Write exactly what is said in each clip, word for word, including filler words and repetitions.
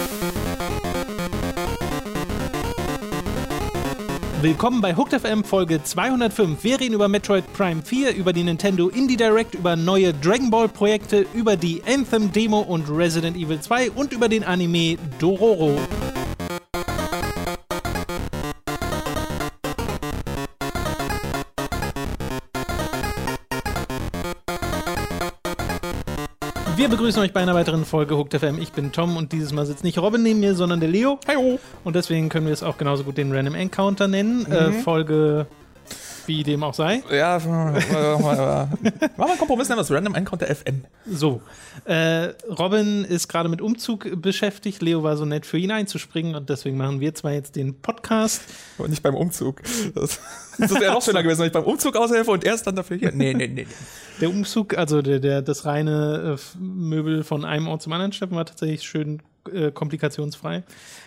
Willkommen bei Hooked F M Folge zweihundertfünf. Wir reden über Metroid Prime vier, über die Nintendo Indie Direct, über neue Dragon Ball Projekte, über die Anthem Demo und Resident Evil zwei und über den Anime Dororo. Wir begrüßen euch bei einer weiteren Folge Hooked F M. Ich bin Tom und dieses Mal sitzt nicht Robin neben mir, sondern der Leo. Hallo. Und deswegen können wir es auch genauso gut den Random Encounter nennen. Mhm. Äh, Folge, wie dem auch sei. Ja, machen wir einen Kompromiss, nennen wir es Random Encounter F M. So. Äh, Robin ist gerade mit Umzug beschäftigt. Leo war so nett, für ihn einzuspringen und deswegen machen wir zwei jetzt den Podcast. Und nicht beim Umzug. Das, das wäre noch schöner gewesen, wenn ich beim Umzug aushelfe und erst dann dafür hier. Nee, nee, nee. Der Umzug, also der, der, das reine äh, Möbel von einem Ort zum anderen schleppen, war tatsächlich schön äh, komplikationsfrei.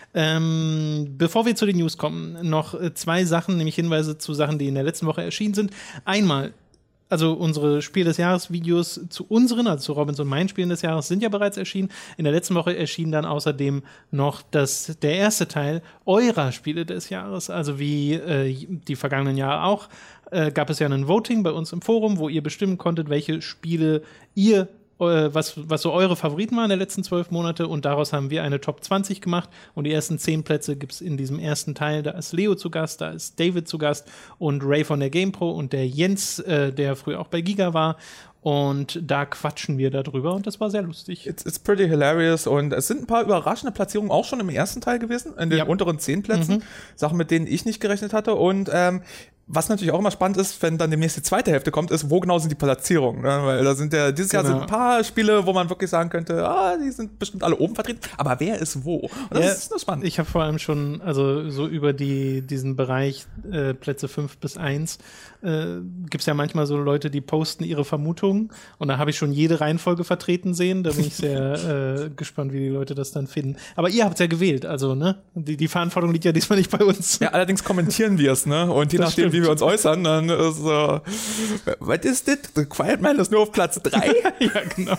Ähm, bevor wir zu den News kommen, noch äh, zwei Sachen, nämlich Hinweise zu Sachen, die in der letzten Woche erschienen sind. Einmal, also unsere Spiel des Jahres Videos zu unseren, also zu Robins und meinen Spielen des Jahres, sind ja bereits erschienen. In der letzten Woche erschien dann außerdem noch das, der erste Teil eurer Spiele des Jahres, also wie äh, die vergangenen Jahre auch. Äh, gab es ja ein Voting bei uns im Forum, wo ihr bestimmen konntet, welche Spiele ihr, äh, was, was so eure Favoriten waren der letzten zwölf Monate, und daraus haben wir eine Top zwanzig gemacht und die ersten zehn Plätze gibt es in diesem ersten Teil. Da ist Leo zu Gast, da ist David zu Gast und Ray von der GamePro und der Jens, äh, der früher auch bei Giga war. Und da quatschen wir darüber und das war sehr lustig. It's, it's pretty hilarious und es sind ein paar überraschende Platzierungen auch schon im ersten Teil gewesen, in den ja. unteren zehn Plätzen. Mhm. Sachen, mit denen ich nicht gerechnet hatte. Und ähm, was natürlich auch immer spannend ist, wenn dann demnächst die zweite Hälfte kommt, ist, wo genau sind die Platzierungen? Ne? Weil da sind ja, dieses genau. Jahr sind ein paar Spiele, wo man wirklich sagen könnte, ah, die sind bestimmt alle oben vertreten, aber wer ist wo? Und das ja, ist nur spannend. Ich habe vor allem schon, also so über die, diesen Bereich äh, Plätze fünf bis eins, äh, gibt es ja manchmal so Leute, die posten ihre Vermutungen und da habe ich schon jede Reihenfolge vertreten sehen. Da bin ich sehr äh, gespannt, wie die Leute das dann finden. Aber ihr habt es ja gewählt, also ne? Die, die Verantwortung liegt ja diesmal nicht bei uns. Ja, allerdings kommentieren wir es, ne? Und je das nachdem, stimmt. wie wir uns äußern, dann ist so, was ist das? The Quiet Man ist nur auf Platz drei? Ja, genau.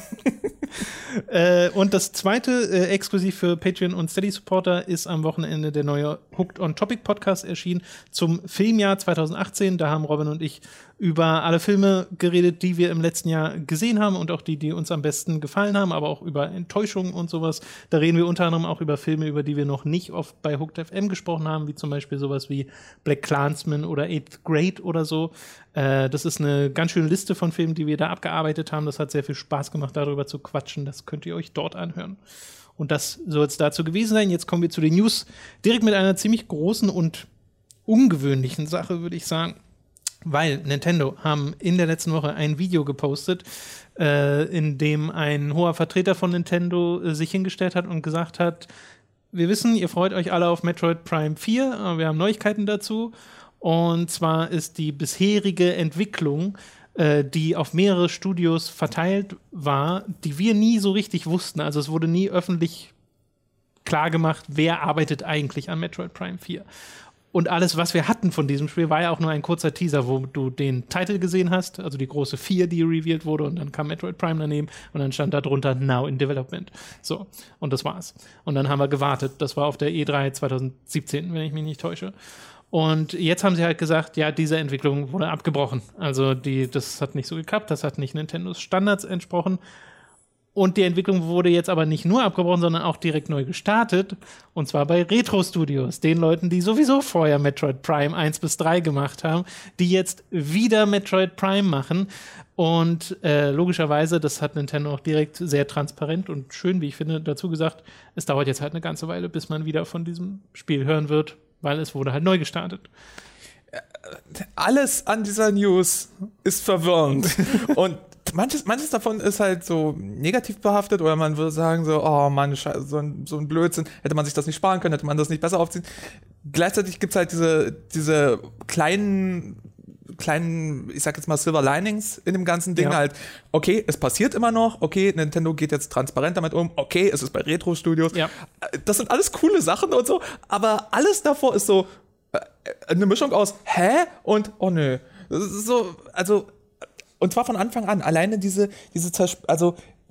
äh, und das zweite, äh, exklusiv für Patreon und Steady-Supporter, ist am Wochenende der neue Hooked on Topic Podcast erschienen zum Filmjahr zwanzig achtzehn. Da haben Robin und ich über alle Filme geredet, die wir im letzten Jahr gesehen haben und auch die, die uns am besten gefallen haben, aber auch über Enttäuschungen und sowas. Da reden wir unter anderem auch über Filme, über die wir noch nicht oft bei Hooked F M gesprochen haben, wie zum Beispiel sowas wie Black Klansman oder Eighth Grade oder so. Äh, das ist eine ganz schöne Liste von Filmen, die wir da abgearbeitet haben. Das hat sehr viel Spaß gemacht, darüber zu quatschen. Das könnt ihr euch dort anhören. Und das soll es dazu gewesen sein. Jetzt kommen wir zu den News. Direkt mit einer ziemlich großen und ungewöhnlichen Sache, würde ich sagen. Weil Nintendo haben in der letzten Woche ein Video gepostet, äh, in dem ein hoher Vertreter von Nintendo äh, sich hingestellt hat und gesagt hat, wir wissen, ihr freut euch alle auf Metroid Prime vier, aber wir haben Neuigkeiten dazu. Und zwar ist die bisherige Entwicklung, äh, die auf mehrere Studios verteilt war, die wir nie so richtig wussten. Also es wurde nie öffentlich klar gemacht, wer arbeitet eigentlich an Metroid Prime vier. Und alles, was wir hatten von diesem Spiel, war ja auch nur ein kurzer Teaser, wo du den Titel gesehen hast, also die große vier, die revealed wurde, und dann kam Metroid Prime daneben und dann stand da drunter Now in Development. So, und das war's. Und dann haben wir gewartet. Das war auf der E drei zwanzig siebzehn, wenn ich mich nicht täusche. Und jetzt haben sie halt gesagt, ja, diese Entwicklung wurde abgebrochen. Also die, das hat nicht so geklappt, das hat nicht Nintendos Standards entsprochen. Und die Entwicklung wurde jetzt aber nicht nur abgebrochen, sondern auch direkt neu gestartet. Und zwar bei Retro Studios, den Leuten, die sowieso vorher Metroid Prime eins bis drei gemacht haben, die jetzt wieder Metroid Prime machen. Und äh, logischerweise, das hat Nintendo auch direkt sehr transparent und schön, wie ich finde, dazu gesagt, es dauert jetzt halt eine ganze Weile, bis man wieder von diesem Spiel hören wird, weil es wurde halt neu gestartet. Alles an dieser News ist verwirrend. Und Manches, manches davon ist halt so negativ behaftet oder man würde sagen so, oh Mann, Scheiße, so ein, so ein Blödsinn, hätte man sich das nicht sparen können, hätte man das nicht besser aufziehen. Gleichzeitig gibt's halt diese, diese kleinen, kleinen, ich sag jetzt mal Silver Linings in dem ganzen Ding, ja. Halt, okay, es passiert immer noch, okay, Nintendo geht jetzt transparent damit um, okay, es ist bei Retro Studios. Ja. Das sind alles coole Sachen und so, aber alles davor ist so äh, eine Mischung aus hä und oh nö. Das ist so, also und zwar von Anfang an. Alleine diese, diese Zersp- also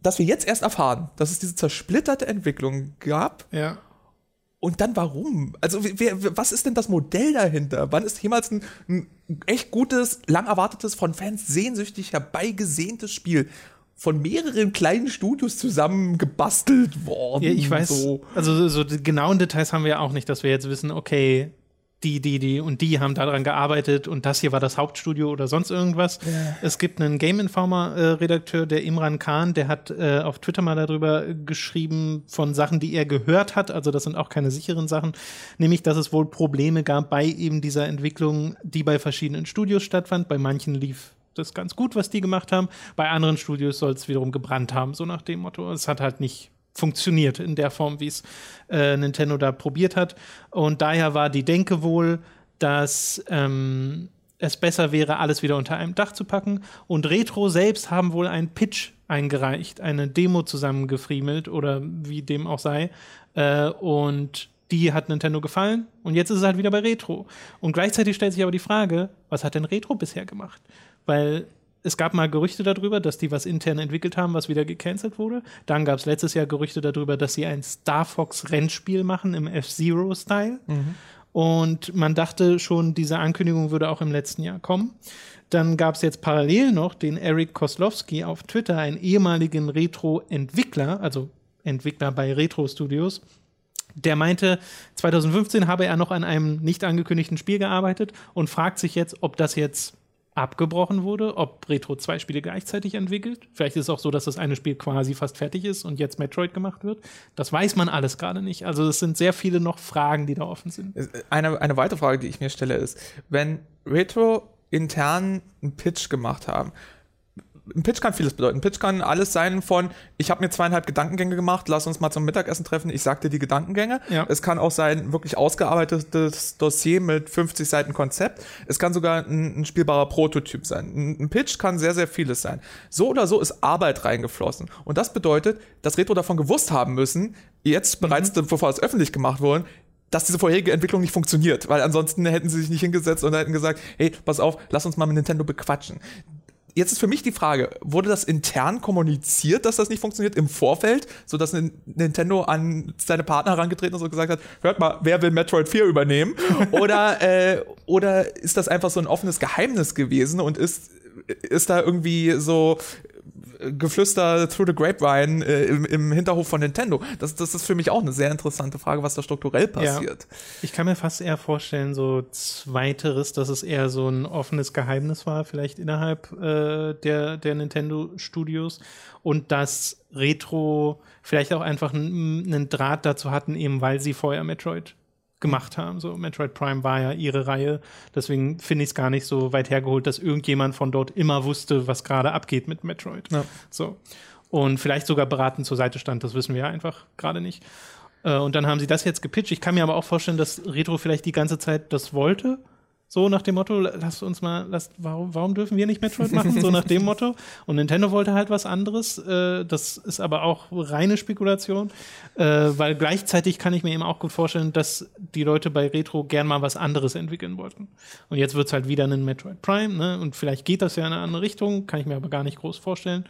dass wir jetzt erst erfahren, dass es diese zersplitterte Entwicklung gab. Ja. Und dann warum? Also wer, was ist denn das Modell dahinter? Wann ist jemals ein, ein echt gutes, lang erwartetes, von Fans sehnsüchtig herbeigesehntes Spiel von mehreren kleinen Studios zusammen gebastelt worden? Ja, ich weiß, so. also so, so die genauen Details haben wir ja auch nicht, dass wir jetzt wissen, okay, die, die, die und die haben daran gearbeitet und das hier war das Hauptstudio oder sonst irgendwas. Ja. Es gibt einen Game Informer-Redakteur, der Imran Khan, der hat äh, auf Twitter mal darüber geschrieben von Sachen, die er gehört hat, also das sind auch keine sicheren Sachen, nämlich, dass es wohl Probleme gab bei eben dieser Entwicklung, die bei verschiedenen Studios stattfand. Bei manchen lief das ganz gut, was die gemacht haben, bei anderen Studios soll es wiederum gebrannt haben, so nach dem Motto. Es hat halt nicht funktioniert in der Form, wie es äh, Nintendo da probiert hat. Und daher war die Denke wohl, dass ähm, es besser wäre, alles wieder unter einem Dach zu packen. Und Retro selbst haben wohl einen Pitch eingereicht, eine Demo zusammengefriemelt oder wie dem auch sei. Äh, und die hat Nintendo gefallen. Und jetzt ist es halt wieder bei Retro. Und gleichzeitig stellt sich aber die Frage, was hat denn Retro bisher gemacht? Weil es gab mal Gerüchte darüber, dass die was intern entwickelt haben, was wieder gecancelt wurde. Dann gab es letztes Jahr Gerüchte darüber, dass sie ein Star Fox-Rennspiel machen im F-Zero-Style. Mhm. Und man dachte schon, diese Ankündigung würde auch im letzten Jahr kommen. Dann gab es jetzt parallel noch den Eric Koslowski auf Twitter, einen ehemaligen Retro-Entwickler, also Entwickler bei Retro Studios. Der meinte, zwanzig fünfzehn habe er noch an einem nicht angekündigten Spiel gearbeitet und fragt sich jetzt, ob das jetzt abgebrochen wurde, ob Retro zwei Spiele gleichzeitig entwickelt. Vielleicht ist es auch so, dass das eine Spiel quasi fast fertig ist und jetzt Metroid gemacht wird. Das weiß man alles gerade nicht. Also es sind sehr viele noch Fragen, die da offen sind. Eine, eine weitere Frage, die ich mir stelle, ist, wenn Retro intern einen Pitch gemacht haben, ein Pitch kann vieles bedeuten. Ein Pitch kann alles sein von, ich habe mir zweieinhalb Gedankengänge gemacht, lass uns mal zum Mittagessen treffen, ich sag dir die Gedankengänge. Ja. Es kann auch sein, wirklich ausgearbeitetes Dossier mit fünfzig Seiten Konzept. Es kann sogar ein, ein spielbarer Prototyp sein. Ein, ein Pitch kann sehr, sehr vieles sein. So oder so ist Arbeit reingeflossen. Und das bedeutet, dass Retro davon gewusst haben müssen, jetzt bereits, mhm. bevor es öffentlich gemacht wurde, dass diese vorherige Entwicklung nicht funktioniert. Weil ansonsten hätten sie sich nicht hingesetzt und hätten gesagt, hey, pass auf, lass uns mal mit Nintendo bequatschen. Jetzt ist für mich die Frage, wurde das intern kommuniziert, dass das nicht funktioniert im Vorfeld, sodass Nintendo an seine Partner herangetreten ist und gesagt hat, hört mal, wer will Metroid vier übernehmen? Oder, äh, oder ist das einfach so ein offenes Geheimnis gewesen und ist, ist da irgendwie so Geflüster through the grapevine äh, im, im Hinterhof von Nintendo? Das, das ist für mich auch eine sehr interessante Frage, was da strukturell passiert. Ja. Ich kann mir fast eher vorstellen, so zweiteres, dass es eher so ein offenes Geheimnis war, vielleicht innerhalb äh, der, der Nintendo-Studios und dass Retro vielleicht auch einfach einen, einen Draht dazu hatten, eben weil sie vorher Metroid gemacht haben. So, Metroid Prime war ja ihre Reihe, deswegen finde ich es gar nicht so weit hergeholt, dass irgendjemand von dort immer wusste, was gerade abgeht mit Metroid. Ja. So. Und vielleicht sogar beratend zur Seite stand, das wissen wir ja einfach gerade nicht. Äh, und dann haben sie das jetzt gepitcht. Ich kann mir aber auch vorstellen, dass Retro vielleicht die ganze Zeit das wollte. So nach dem Motto, lass uns mal, lass, warum, warum dürfen wir nicht Metroid machen? So nach dem Motto. Und Nintendo wollte halt was anderes. Äh, das ist aber auch reine Spekulation. Äh, weil gleichzeitig kann ich mir eben auch gut vorstellen, dass die Leute bei Retro gern mal was anderes entwickeln wollten. Und jetzt wird es halt wieder ein Metroid Prime, ne? Und vielleicht geht das ja in eine andere Richtung, kann ich mir aber gar nicht groß vorstellen.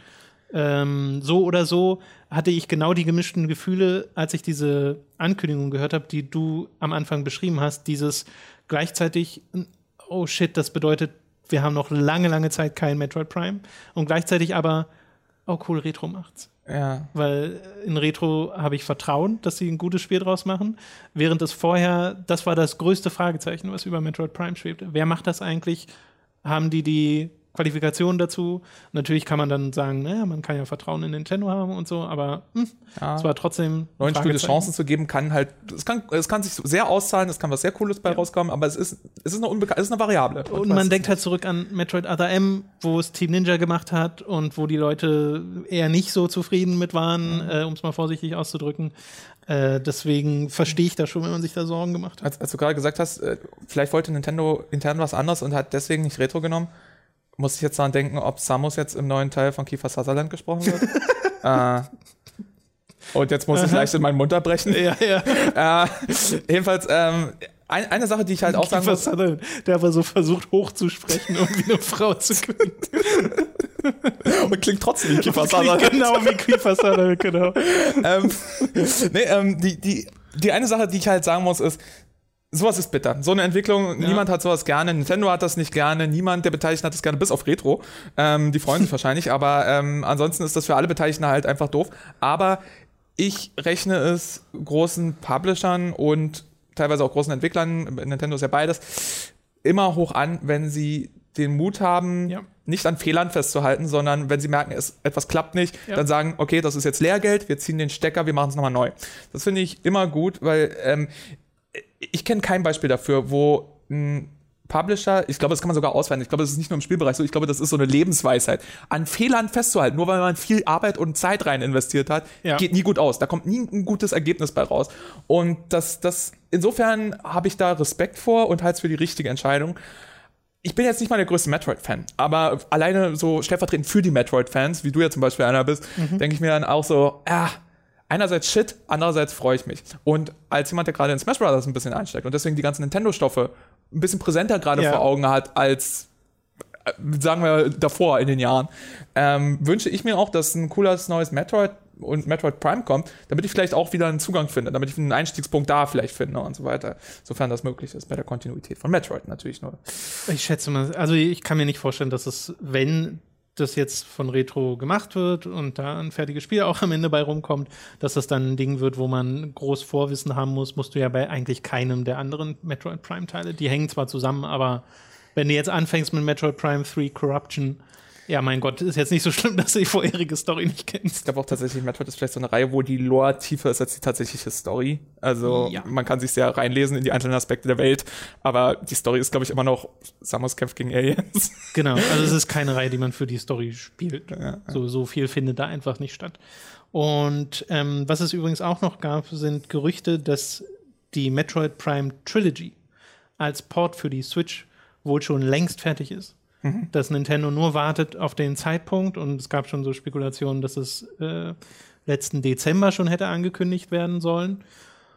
Ähm, so oder so hatte ich genau die gemischten Gefühle, als ich diese Ankündigung gehört habe, die du am Anfang beschrieben hast. Dieses gleichzeitig, oh shit, das bedeutet, wir haben noch lange, lange Zeit kein Metroid Prime. Und gleichzeitig aber, oh cool, Retro macht's. Ja. Weil in Retro habe ich Vertrauen, dass sie ein gutes Spiel draus machen. Während es vorher, das war das größte Fragezeichen, was über Metroid Prime schwebte. Wer macht das eigentlich? Haben die die Qualifikationen dazu? Natürlich kann man dann sagen, naja, man kann ja Vertrauen in Nintendo haben und so, aber hm, ja. es war trotzdem neuen Spiele Chancen zu geben, kann halt, es kann, es kann sich sehr auszahlen, es kann was sehr Cooles bei ja. rauskommen, aber es ist, es ist eine Unbeka- es ist eine Variable. Und, und man denkt halt zurück an Metroid Other M, wo es Team Ninja gemacht hat und wo die Leute eher nicht so zufrieden mit waren, mhm. äh, um es mal vorsichtig auszudrücken. Äh, deswegen verstehe ich das schon, wenn man sich da Sorgen gemacht hat. Als, als du gerade gesagt hast, äh, vielleicht wollte Nintendo intern was anderes und hat deswegen nicht Retro genommen, muss ich jetzt daran denken, ob Samus jetzt im neuen Teil von Kiefer Sutherland gesprochen wird. äh, und jetzt muss ich leicht in meinen Mund abbrechen. Ja, ja. äh, jedenfalls, ähm, ein, eine Sache, die ich halt auch sagen muss. Sutherland, der aber so versucht hochzusprechen, um wie eine Frau zu klingen. Und klingt trotzdem wie Kiefer Sutherland. Genau, wie Kiefer Sutherland, genau. ähm, nee, ähm, die, die, die eine Sache, die ich halt sagen muss, ist, sowas ist bitter. So eine Entwicklung, ja. Niemand hat sowas gerne. Nintendo hat das nicht gerne. Niemand der Beteiligten hat das gerne, bis auf Retro. Ähm, die freuen sich wahrscheinlich, aber ähm, ansonsten ist das für alle Beteiligten halt einfach doof. Aber ich rechne es großen Publishern und teilweise auch großen Entwicklern, Nintendo ist ja beides, immer hoch an, wenn sie den Mut haben, ja. nicht an Fehlern festzuhalten, sondern wenn sie merken, es, etwas klappt nicht, ja. dann sagen, okay, das ist jetzt Lehrgeld, wir ziehen den Stecker, wir machen es nochmal neu. Das finde ich immer gut, weil ähm, ich kenne kein Beispiel dafür, wo ein Publisher, ich glaube, das kann man sogar auswählen, ich glaube, das ist nicht nur im Spielbereich so, ich glaube, das ist so eine Lebensweisheit, an Fehlern festzuhalten, nur weil man viel Arbeit und Zeit rein investiert hat, ja. geht nie gut aus, da kommt nie ein gutes Ergebnis bei raus. Und das, das insofern habe ich da Respekt vor und halte es für die richtige Entscheidung. Ich bin jetzt nicht mal der größte Metroid-Fan, aber alleine so stellvertretend für die Metroid-Fans, wie du ja zum Beispiel einer bist, mhm. denke ich mir dann auch so, ja, einerseits shit, andererseits freue ich mich. Und als jemand, der gerade in Smash Bros. Ein bisschen einsteigt und deswegen die ganzen Nintendo-Stoffe ein bisschen präsenter gerade ja. vor Augen hat als, sagen wir, davor in den Jahren, ähm, wünsche ich mir auch, dass ein cooles neues Metroid und Metroid Prime kommt, damit ich vielleicht auch wieder einen Zugang finde, damit ich einen Einstiegspunkt da vielleicht finde und so weiter, sofern das möglich ist, bei der Kontinuität von Metroid natürlich nur. Ich schätze mal, also ich kann mir nicht vorstellen, dass es, wenn das jetzt von Retro gemacht wird und da ein fertiges Spiel auch am Ende bei rumkommt, dass das dann ein Ding wird, wo man groß Vorwissen haben muss, musst du ja bei eigentlich keinem der anderen Metroid Prime-Teile. Die hängen zwar zusammen, aber wenn du jetzt anfängst mit Metroid Prime drei Corruption, ja, mein Gott, ist jetzt nicht so schlimm, dass du die vorherige Story nicht kennst. Ich glaube auch tatsächlich, Metroid ist vielleicht so eine Reihe, wo die Lore tiefer ist als die tatsächliche Story. Also ja. man kann sich sehr reinlesen in die einzelnen Aspekte der Welt, aber die Story ist, glaube ich, immer noch Samus kämpft gegen Aliens. Genau, also es ist keine Reihe, die man für die Story spielt. Ja, ja. So, so viel findet da einfach nicht statt. Und ähm, was es übrigens auch noch gab, sind Gerüchte, dass die Metroid Prime Trilogy als Port für die Switch wohl schon längst fertig ist. Mhm. Dass Nintendo nur wartet auf den Zeitpunkt und es gab schon so Spekulationen, dass es äh, letzten Dezember schon hätte angekündigt werden sollen.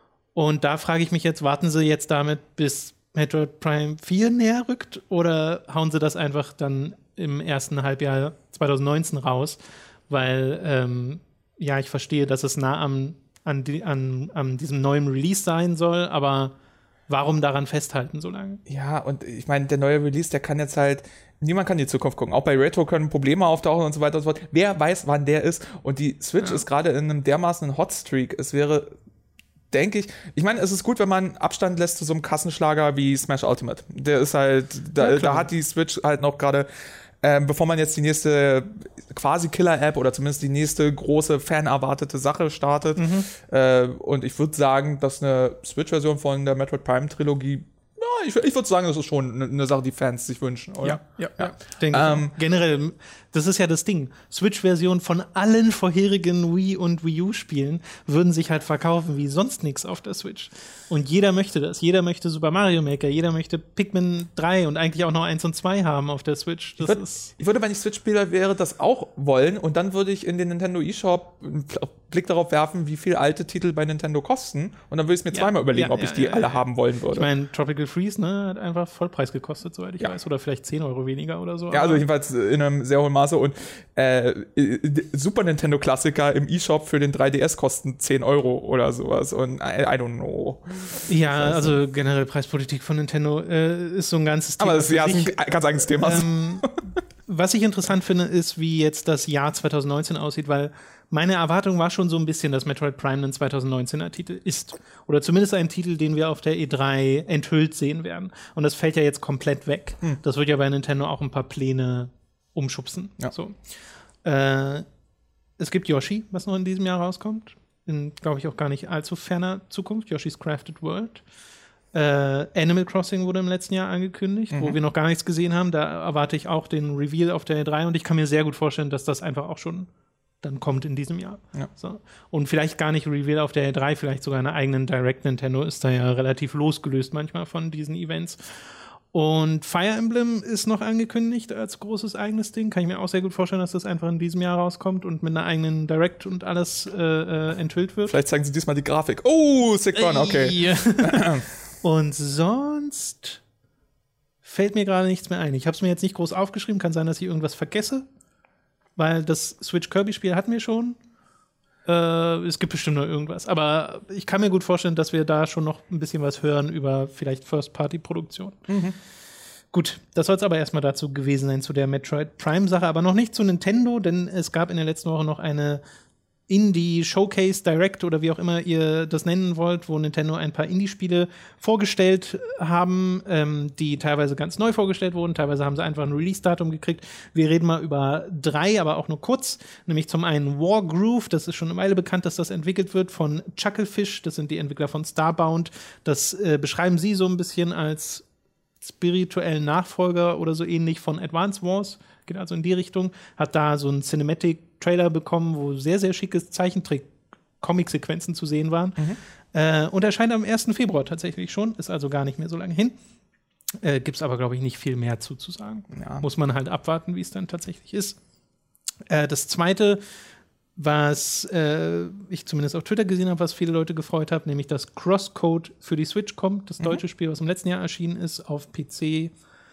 Und da frage ich mich jetzt, warten sie jetzt damit, bis Metroid Prime vier näher rückt oder hauen sie das einfach dann im ersten Halbjahr zwanzig neunzehn raus? Weil, ähm, ja, ich verstehe, dass es nah am, an, die, an, an diesem neuen Release sein soll, aber warum daran festhalten so lange? Ja, und ich meine, der neue Release, der kann jetzt halt niemand kann in die Zukunft gucken. Auch bei Retro können Probleme auftauchen und so weiter und so fort. Wer weiß, wann der ist? Und die Switch ja. ist gerade in einem dermaßen Hotstreak. Es wäre, denke ich, ich meine, es ist gut, wenn man Abstand lässt zu so einem Kassenschlager wie Smash Ultimate. Der ist halt, da, ja, da hat die Switch halt noch gerade, ähm, bevor man jetzt die nächste quasi Killer-App oder zumindest die nächste große fan-erwartete Sache startet. Mhm. Äh, und ich würde sagen, dass eine Switch-Version von der Metroid Prime-Trilogie, ich, ich würde sagen, das ist schon eine, eine Sache, die Fans sich wünschen, oder? Ja, ja, ja. Denke ähm, ich. Generell, das ist ja das Ding. Switch-Versionen von allen vorherigen Wii- und Wii U-Spielen würden sich halt verkaufen wie sonst nichts auf der Switch. Und jeder möchte das. Jeder möchte Super Mario Maker, jeder möchte Pikmin drei und eigentlich auch noch eins und zwei haben auf der Switch. Das ich, würd, ist ich würde, wenn ich Switch-Spieler wäre, das auch wollen und dann würde ich in den Nintendo eShop einen Blick darauf werfen, wie viel alte Titel bei Nintendo kosten und dann würde ich es mir ja, zweimal überlegen, ja, ob ich ja, die ja, alle ja. haben wollen würde. Ich meine, Tropical Freeze, ne, hat einfach Vollpreis gekostet, soweit ich ja. weiß, oder vielleicht zehn Euro weniger oder so. Ja, also jedenfalls in einem sehr hohen Maße und äh, Super Nintendo Klassiker im eShop für den drei D S kosten zehn Euro oder sowas und I, I don't know. Ja, das heißt, also generell Preispolitik von Nintendo äh, ist so ein ganzes Thema. Aber das ist ja ein ganz eigenes Thema. Ähm, was ich interessant finde, ist, wie jetzt das Jahr zwanzig neunzehn aussieht, weil meine Erwartung war schon so ein bisschen, dass Metroid Prime ein zwanzig neunzehner Titel ist. Oder zumindest ein Titel, den wir auf der E drei enthüllt sehen werden. Und das fällt ja jetzt komplett weg. Hm. Das wird ja bei Nintendo auch ein paar Pläne umschubsen. Ja. So. Äh, es gibt Yoshi, was noch in diesem Jahr rauskommt. In, glaube ich, auch gar nicht allzu ferner Zukunft. Yoshi's Crafted World. Äh, Animal Crossing wurde im letzten Jahr angekündigt, mhm. wo wir noch gar nichts gesehen haben. Da erwarte ich auch den Reveal auf der E drei. Und ich kann mir sehr gut vorstellen, dass das einfach auch schon dann kommt in diesem Jahr. Ja. So. Und vielleicht gar nicht Reveal auf der E drei, vielleicht sogar einen eigenen Direct. Nintendo ist da ja relativ losgelöst manchmal von diesen Events. Und Fire Emblem ist noch angekündigt als großes eigenes Ding. Kann ich mir auch sehr gut vorstellen, dass das einfach in diesem Jahr rauskommt und mit einer eigenen Direct und alles äh, äh, enthüllt wird. Vielleicht zeigen sie diesmal die Grafik. Oh, Sick Run, okay. Und sonst fällt mir gerade nichts mehr ein. Ich habe es mir jetzt nicht groß aufgeschrieben. Kann sein, dass ich irgendwas vergesse. weil das Switch-Kirby-Spiel hatten wir schon. Äh, es gibt bestimmt noch irgendwas. Aber ich kann mir gut vorstellen, dass wir da schon noch ein bisschen was hören über vielleicht First-Party-Produktion. Mhm. Gut, das soll es aber erstmal dazu gewesen sein, zu der Metroid Prime-Sache, aber noch nicht zu Nintendo, denn es gab in der letzten Woche noch eine Indie-Showcase Direct oder wie auch immer ihr das nennen wollt, wo Nintendo ein paar Indie-Spiele vorgestellt haben, ähm, die teilweise ganz neu vorgestellt wurden, teilweise haben sie einfach ein Release-Datum gekriegt. Wir reden mal über drei, aber auch nur kurz, nämlich zum einen Wargroove, das ist schon eine Weile bekannt, dass das entwickelt wird von Chucklefish, das sind die Entwickler von Starbound, das äh, beschreiben sie so ein bisschen als spirituellen Nachfolger oder so ähnlich von Advance Wars, geht also in die Richtung, hat da so einen Cinematic-Trailer bekommen, wo sehr, sehr schickes Zeichentrick-Comic-Sequenzen zu sehen waren. Mhm. Äh, und erscheint am ersten Februar tatsächlich schon, ist also gar nicht mehr so lange hin. Äh, Gibt es aber, glaube ich, nicht viel mehr zu, zu sagen. Ja. Muss man halt abwarten, wie es dann tatsächlich ist. Äh, das Zweite, was äh, ich zumindest auf Twitter gesehen habe, was viele Leute gefreut hat, nämlich dass Crosscode für die Switch kommt, das deutsche mhm. Spiel, was im letzten Jahr erschienen ist, auf P C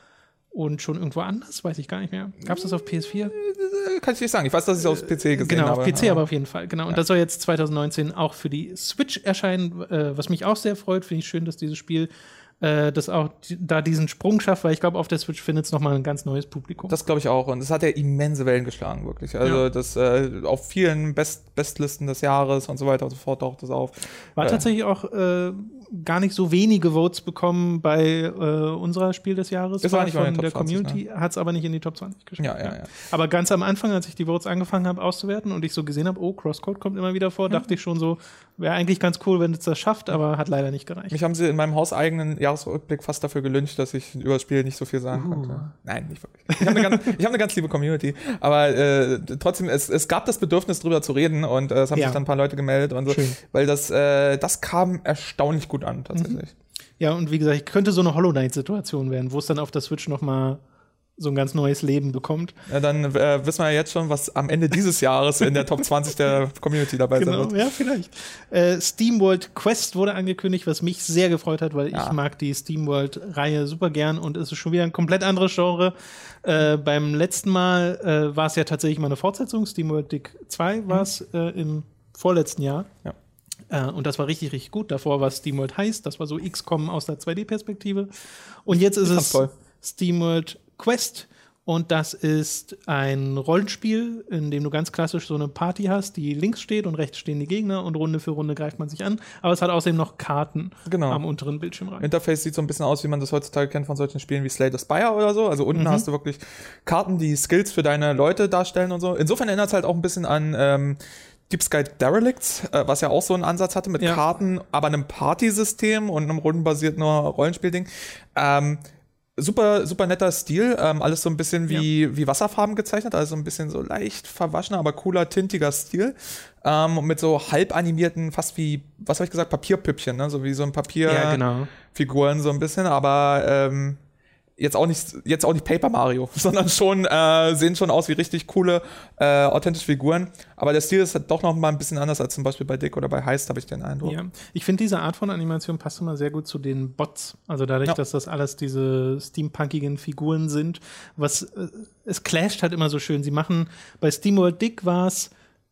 und schon irgendwo anders, weiß ich gar nicht mehr. Gab es das auf P S vier? Kann ich nicht sagen. Ich weiß, dass ich es auf P C gesehen genau, habe. Genau, auf P C, aber auf jeden Fall. Genau. Und ja. das soll jetzt zwanzig neunzehn auch für die Switch erscheinen, äh, was mich auch sehr freut. Finde ich schön, dass dieses Spiel äh, das auch da diesen Sprung schafft, weil ich glaube, auf der Switch findet es nochmal ein ganz neues Publikum. Das glaube ich auch. Und es hat ja immense Wellen geschlagen, wirklich. Also ja. das äh, auf vielen Best Bestlisten des Jahres und so weiter und so fort taucht das auf. War äh, tatsächlich auch äh, gar nicht so wenige Votes bekommen bei äh, unserer Spiel des Jahres. Das war nicht von in der zwanzig, Community, ne? Hat es aber nicht in die Top zwanzig geschafft. Ja, ja, ja. Aber ganz am Anfang, als ich die Votes angefangen habe auszuwerten und ich so gesehen habe, oh, Crosscode kommt immer wieder vor, mhm. dachte ich schon so, wäre eigentlich ganz cool, wenn es das schafft, aber hat leider nicht gereicht. Mich haben sie in meinem hauseigenen Jahresrückblick fast dafür gelyncht, dass ich über das Spiel nicht so viel sagen uh. konnte. Nein, nicht wirklich. Ich habe eine, ganz, ich hab eine ganz liebe Community, aber äh, trotzdem, es, es gab das Bedürfnis, drüber zu reden und äh, es haben ja. sich dann ein paar Leute gemeldet und so, Schön. weil das, äh, das kam erstaunlich gut an, tatsächlich. Mhm. Ja, und wie gesagt, könnte so eine Hollow Knight-Situation werden, wo es dann auf der Switch noch mal so ein ganz neues Leben bekommt. Ja, dann äh, wissen wir ja jetzt schon, was am Ende dieses Jahres in der Top zwanzig der Community dabei genau, sein wird. Ja, vielleicht. Äh, SteamWorld Quest wurde angekündigt, was mich sehr gefreut hat, weil ja. ich mag die SteamWorld-Reihe super gern und es ist schon wieder ein komplett anderes Genre. Äh, beim letzten Mal äh, war es ja tatsächlich mal eine Fortsetzung. SteamWorld Dig zwei war es mhm. äh, im vorletzten Jahr. Ja. Uh, und das war richtig, richtig gut. Davor war SteamWorld Heist, das war so X COM aus der zwei D-Perspektive. Und jetzt ist es toll. SteamWorld Quest. Und das ist ein Rollenspiel, in dem du ganz klassisch so eine Party hast, die links steht und rechts stehen die Gegner und Runde für Runde greift man sich an. Aber es hat außerdem noch Karten genau. am unteren Bildschirmrand. Interface sieht so ein bisschen aus, wie man das heutzutage kennt von solchen Spielen wie Slay the Spire oder so. Also unten mhm. hast du wirklich Karten, die Skills für deine Leute darstellen und so. Insofern erinnert es halt auch ein bisschen an ähm, Deep Sky Derelicts, äh, was ja auch so einen Ansatz hatte mit ja. Karten, aber einem Partysystem und einem rundenbasierten Rollenspielding. Ähm, super, super netter Stil, ähm, alles so ein bisschen wie, ja. wie Wasserfarben gezeichnet, also ein bisschen so leicht verwaschener, aber cooler, tintiger Stil. Ähm, mit so halb animierten, fast wie, was habe ich gesagt, Papierpüppchen, ne? So wie so ein Papierfiguren ja, genau. so ein bisschen, aber ähm, Jetzt auch nicht, jetzt auch nicht Paper Mario, sondern schon, äh, sehen schon aus wie richtig coole, äh, authentische Figuren. Aber der Stil ist halt doch noch mal ein bisschen anders als zum Beispiel bei Dick oder bei Heist, habe ich den Eindruck. Ja, ich finde, diese Art von Animation passt immer sehr gut zu den Bots. Also dadurch, ja. dass das alles diese steampunkigen Figuren sind. Was, äh, es clasht halt immer so schön. Sie machen, bei SteamWorld Dick war es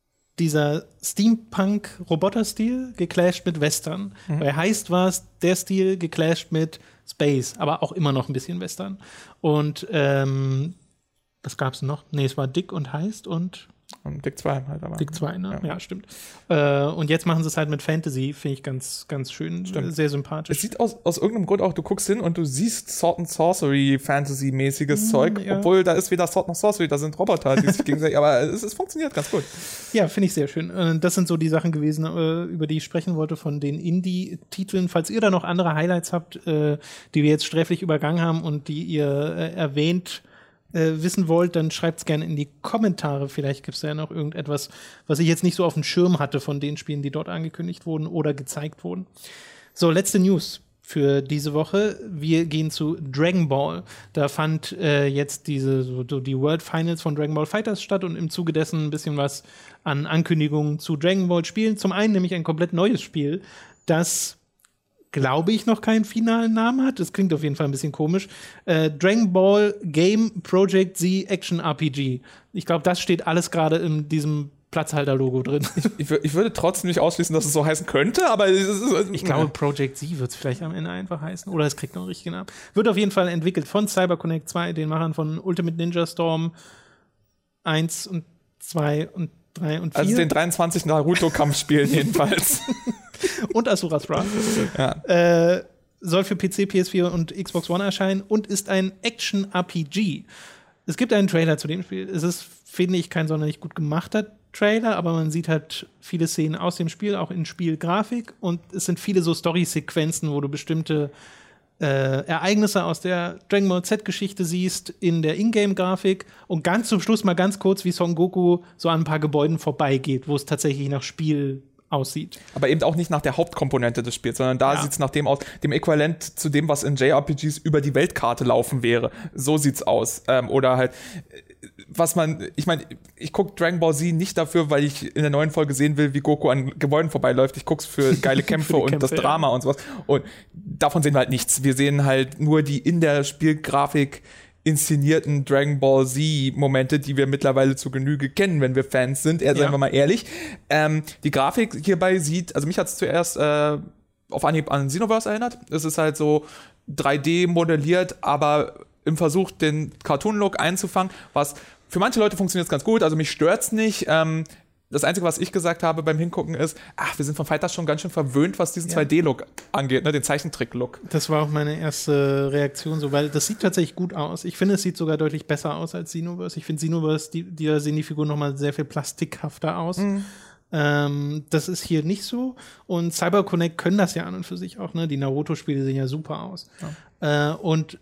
dieser Steampunk-Roboter-Stil geclasht mit Western. Mhm. Bei Heist war es der Stil geclasht mit Space, aber auch immer noch ein bisschen Western. Und ähm, was gab's noch? Nee, es war Dick und Heist und Und Dick zwei halt aber. Dick zwei, ne? Ja, ja stimmt. Äh, und jetzt machen sie es halt mit Fantasy, finde ich ganz, ganz schön, stimmt. Sehr sympathisch. Es sieht aus, aus irgendeinem Grund auch, du guckst hin und du siehst Sword and Sorcery Fantasy-mäßiges mm, Zeug, ja. obwohl da ist weder Sword noch Sorcery, da sind Roboter, die sich gegenseitig, aber es, es funktioniert ganz gut. Ja, finde ich sehr schön. Das sind so die Sachen gewesen, über die ich sprechen wollte von den Indie-Titeln. Falls ihr da noch andere Highlights habt, die wir jetzt sträflich übergangen haben und die ihr erwähnt Äh, wissen wollt, dann schreibt es gerne in die Kommentare. Vielleicht gibt es ja noch irgendetwas, was ich jetzt nicht so auf dem Schirm hatte von den Spielen, die dort angekündigt wurden oder gezeigt wurden. So, letzte News für diese Woche. Wir gehen zu Dragon Ball. Da fand äh, jetzt diese so, so die World Finals von Dragon Ball Fighters statt und im Zuge dessen ein bisschen was an Ankündigungen zu Dragon Ball Spielen. Zum einen nämlich ein komplett neues Spiel, das glaube ich, noch keinen finalen Namen hat. Das klingt auf jeden Fall ein bisschen komisch. Äh, Dragon Ball Game Project Z Action R P G. Ich glaube, das steht alles gerade in diesem Platzhalter-Logo drin. Ich, ich würde trotzdem nicht ausschließen, dass es so heißen könnte, aber es ist, ich glaube, Project Z wird es vielleicht am Ende einfach heißen. Oder es kriegt noch einen richtigen Namen. Wird auf jeden Fall entwickelt von CyberConnect zwei, den Machern von Ultimate Ninja Storm eins und zwei und drei und vier. Also den dreiundzwanzig Naruto-Kampfspielen jedenfalls. Und Asuras Wrath. Ja. Äh, soll für P C, P S vier und Xbox One erscheinen und ist ein Action-R P G. Es gibt einen Trailer zu dem Spiel. Es ist, finde ich, kein sonderlich gut gemachter Trailer, aber man sieht halt viele Szenen aus dem Spiel, auch in Spielgrafik. Und es sind viele so Story-Sequenzen, wo du bestimmte äh, Ereignisse aus der Dragon Ball Z-Geschichte siehst in der Ingame-Grafik. Und ganz zum Schluss mal ganz kurz, wie Son Goku so an ein paar Gebäuden vorbeigeht, wo es tatsächlich nach Spiel aussieht. Aber eben auch nicht nach der Hauptkomponente des Spiels, sondern da ja. sieht es nach dem aus, dem Äquivalent zu dem, was in J R P Gs über die Weltkarte laufen wäre. So sieht's aus. Ähm, oder halt, was man, ich meine, ich gucke Dragon Ball Z nicht dafür, weil ich in der neuen Folge sehen will, wie Goku an Gebäuden vorbeiläuft. Ich guck's für geile Kämpfe für und Kämpfe, das Drama ja. und sowas. Und davon sehen wir halt nichts. Wir sehen halt nur die in der Spielgrafik inszenierten Dragon Ball Z-Momente, die wir mittlerweile zu Genüge kennen, wenn wir Fans sind, eher, seien ja. wir mal ehrlich. Ähm, die Grafik hierbei sieht, also mich hat es zuerst äh, auf Anhieb an Xenoverse erinnert. Es ist halt so drei D modelliert, aber im Versuch, den Cartoon-Look einzufangen, was für manche Leute funktioniert ganz gut, also mich stört's nicht. Ähm, Das Einzige, was ich gesagt habe beim Hingucken ist, ach, wir sind von Fighters schon ganz schön verwöhnt, was diesen ja. zwei D-Look angeht, ne, den Zeichentrick-Look. Das war auch meine erste Reaktion, so, weil das sieht tatsächlich gut aus. Ich finde, es sieht sogar deutlich besser aus als Xenoverse. Ich finde Xenoverse, die, die da sehen die Figuren nochmal sehr viel plastikhafter aus. Mhm. Ähm, das ist hier nicht so. Und CyberConnect können das ja an und für sich auch, ne? Die Naruto-Spiele sehen ja super aus. Ja. Äh, und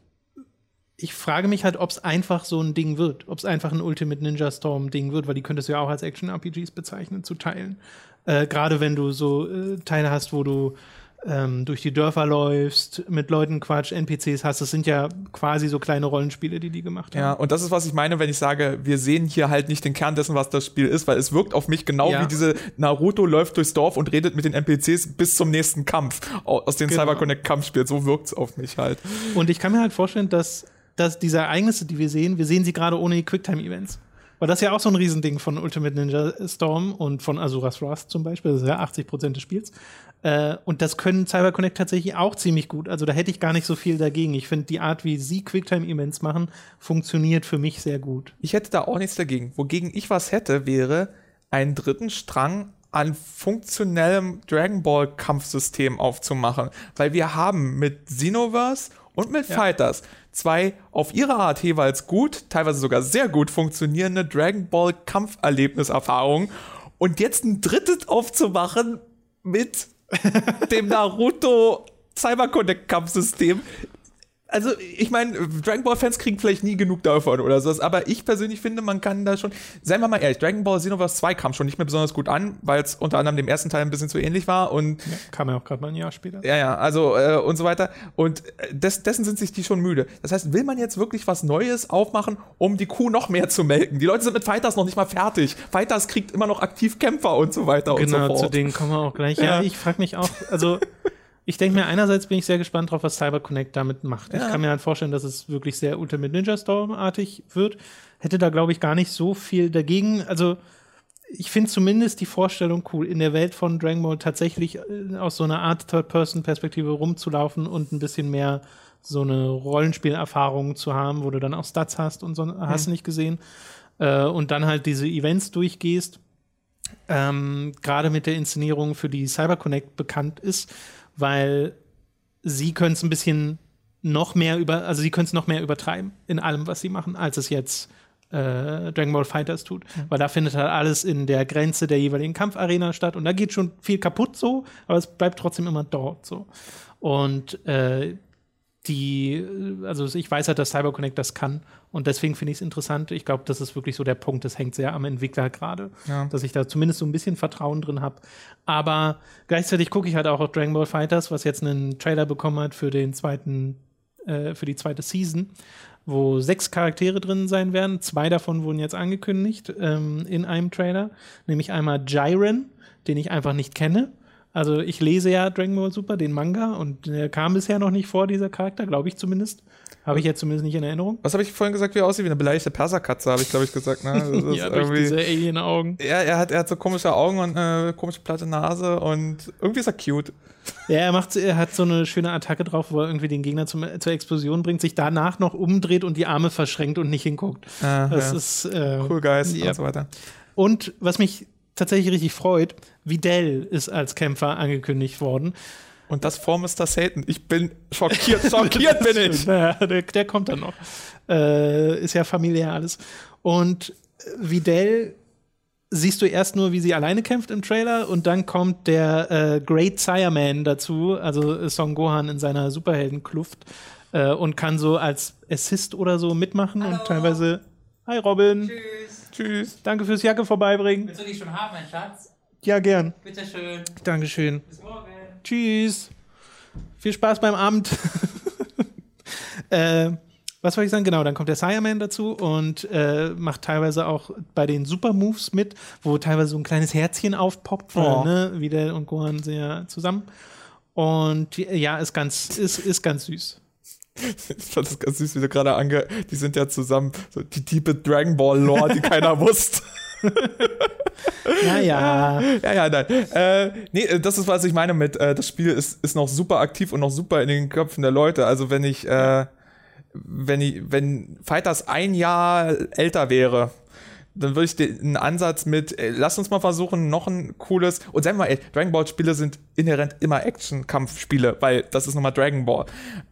ich frage mich halt, ob es einfach so ein Ding wird, ob es einfach ein Ultimate Ninja Storm Ding wird, weil die könntest du ja auch als Action-R P Gs bezeichnen, zu teilen. Äh, Gerade wenn du so äh, Teile hast, wo du ähm, durch die Dörfer läufst, mit Leuten quatsch, N P Cs hast, das sind ja quasi so kleine Rollenspiele, die die gemacht haben. Ja, und das ist, was ich meine, wenn ich sage, wir sehen hier halt nicht den Kern dessen, was das Spiel ist, weil es wirkt auf mich genau ja. wie diese Naruto läuft durchs Dorf und redet mit den N P Cs bis zum nächsten Kampf aus den genau. CyberConnect-Kampfspielen. So wirkt's auf mich halt. Und ich kann mir halt vorstellen, dass dass diese Ereignisse, die wir sehen, wir sehen sie gerade ohne die Quicktime-Events. Weil das ist ja auch so ein Riesending von Ultimate Ninja Storm und von Asuras Wrath zum Beispiel. Das ist ja achtzig Prozent des Spiels. Äh, und das können CyberConnect tatsächlich auch ziemlich gut. Also da hätte ich gar nicht so viel dagegen. Ich finde, die Art, wie sie Quicktime-Events machen, funktioniert für mich sehr gut. Ich hätte da auch nichts dagegen. Wogegen ich was hätte, wäre einen dritten Strang an funktionellem Dragon Ball Kampfsystem aufzumachen. Weil wir haben mit Xenoverse und mit ja. Fighters zwei auf ihre Art jeweils gut, teilweise sogar sehr gut funktionierende Dragon Ball Kampferlebniserfahrungen. Und jetzt ein drittes aufzumachen mit dem Naruto CyberConnect Kampfsystem. Also, ich meine, Dragon Ball-Fans kriegen vielleicht nie genug davon oder sowas, aber ich persönlich finde, man kann da schon, seien wir mal ehrlich, Dragon Ball Xenoverse zwei kam schon nicht mehr besonders gut an, weil es unter anderem dem ersten Teil ein bisschen zu ähnlich war und ja, kam ja auch gerade mal ein Jahr später. Ja, ja, also äh, und so weiter und des, dessen sind sich die schon müde. Das heißt, will man jetzt wirklich was Neues aufmachen, um die Kuh noch mehr zu melken? Die Leute sind mit Fighters noch nicht mal fertig. Fighters kriegt immer noch aktiv Kämpfer und so weiter genau, und so fort. Genau, zu denen kommen wir auch gleich. Ja, ja ich frage mich auch, also ich denke mir, einerseits bin ich sehr gespannt drauf, was CyberConnect damit macht. Ja. Ich kann mir halt vorstellen, dass es wirklich sehr Ultimate Ninja Storm-artig wird. Hätte da, glaube ich, gar nicht so viel dagegen. Also, ich finde zumindest die Vorstellung cool, in der Welt von Dragon Ball tatsächlich äh, aus so einer Art Third-Person-Perspektive rumzulaufen und ein bisschen mehr so eine Rollenspielerfahrung zu haben, wo du dann auch Stats hast und so, mhm. hast du nicht gesehen. Äh, und dann halt diese Events durchgehst. Ähm, gerade mit der Inszenierung, für die CyberConnect bekannt ist, weil sie können es ein bisschen noch mehr über, also sie können es noch mehr übertreiben in allem, was sie machen, als es jetzt äh, Dragon Ball Fighters tut. Mhm. Weil da findet halt alles in der Grenze der jeweiligen Kampfarena statt und da geht schon viel kaputt so, aber es bleibt trotzdem immer dort so. Und äh, die, also ich weiß halt, dass CyberConnect das kann und deswegen finde ich es interessant. Ich glaube, das ist wirklich so der Punkt, das hängt sehr am Entwickler gerade, ja. dass ich da zumindest so ein bisschen Vertrauen drin habe. Aber gleichzeitig gucke ich halt auch auf Dragon Ball Fighters, was jetzt einen Trailer bekommen hat für den zweiten, äh, für die zweite Season, wo sechs Charaktere drin sein werden. Zwei davon wurden jetzt angekündigt ähm, in einem Trailer, nämlich einmal Jiren, den ich einfach nicht kenne. Also ich lese ja Dragon Ball Super, den Manga, und der kam bisher noch nicht vor, dieser Charakter, glaube ich zumindest. Habe ich jetzt zumindest nicht in Erinnerung. Was habe ich vorhin gesagt, wie er aussieht? Wie eine beleidigte Perserkatze, habe ich, glaube ich, gesagt. Ne? Das ist ja, durch diese Alien-Augen. Ja, er hat, er hat so komische Augen und eine komische platte Nase und irgendwie ist er cute. Ja, er, macht, er hat so eine schöne Attacke drauf, wo er irgendwie den Gegner zum, zur Explosion bringt, sich danach noch umdreht und die Arme verschränkt und nicht hinguckt. Ah, das ja. ist äh, cool Geist ja. und so weiter. Und was mich tatsächlich richtig freut, Videl ist als Kämpfer angekündigt worden. Und das vor Mister Satan. Ich bin schockiert, schockiert bin ich. Naja, der, der kommt dann noch. Äh, ist ja familiär alles. Und Videl siehst du erst nur, wie sie alleine kämpft im Trailer, und dann kommt der äh, Great Sireman dazu, also Son Gohan in seiner Superheldenkluft, äh, und kann so als Assist oder so mitmachen. Hallo. Und teilweise Hi Robin. Tschüss. Tschüss. Danke fürs Jacke vorbeibringen. Willst du die schon haben, mein Schatz? Ja, gern. Bitteschön. Dankeschön. Bis morgen. Tschüss. Viel Spaß beim Abend. äh, was wollte ich sagen? Genau, dann kommt der Sireman dazu und äh, macht teilweise auch bei den Super-Moves mit, wo teilweise so ein kleines Herzchen aufpoppt, weil, oh. ne, Videl und Gohan sind ja zusammen. Und ja, ist ganz, ist, ist ganz süß. Ich fand das ganz süß, wie du gerade ange... Die sind ja zusammen, so die tiefe Dragon Ball Lore, die keiner wusste. Ja, ja. Ja, ja, nein. Äh, nee, das ist, was ich meine mit, äh, das Spiel ist, ist noch super aktiv und noch super in den Köpfen der Leute. Also wenn ich, äh, wenn ich, wenn Fighters ein Jahr älter wäre, dann würde ich den Ansatz mit, ey, lass uns mal versuchen, noch ein cooles, und sagen wir mal, ey, Dragon Ball Spiele sind inhärent immer Action-Kampfspiele, weil das ist nochmal Dragon Ball.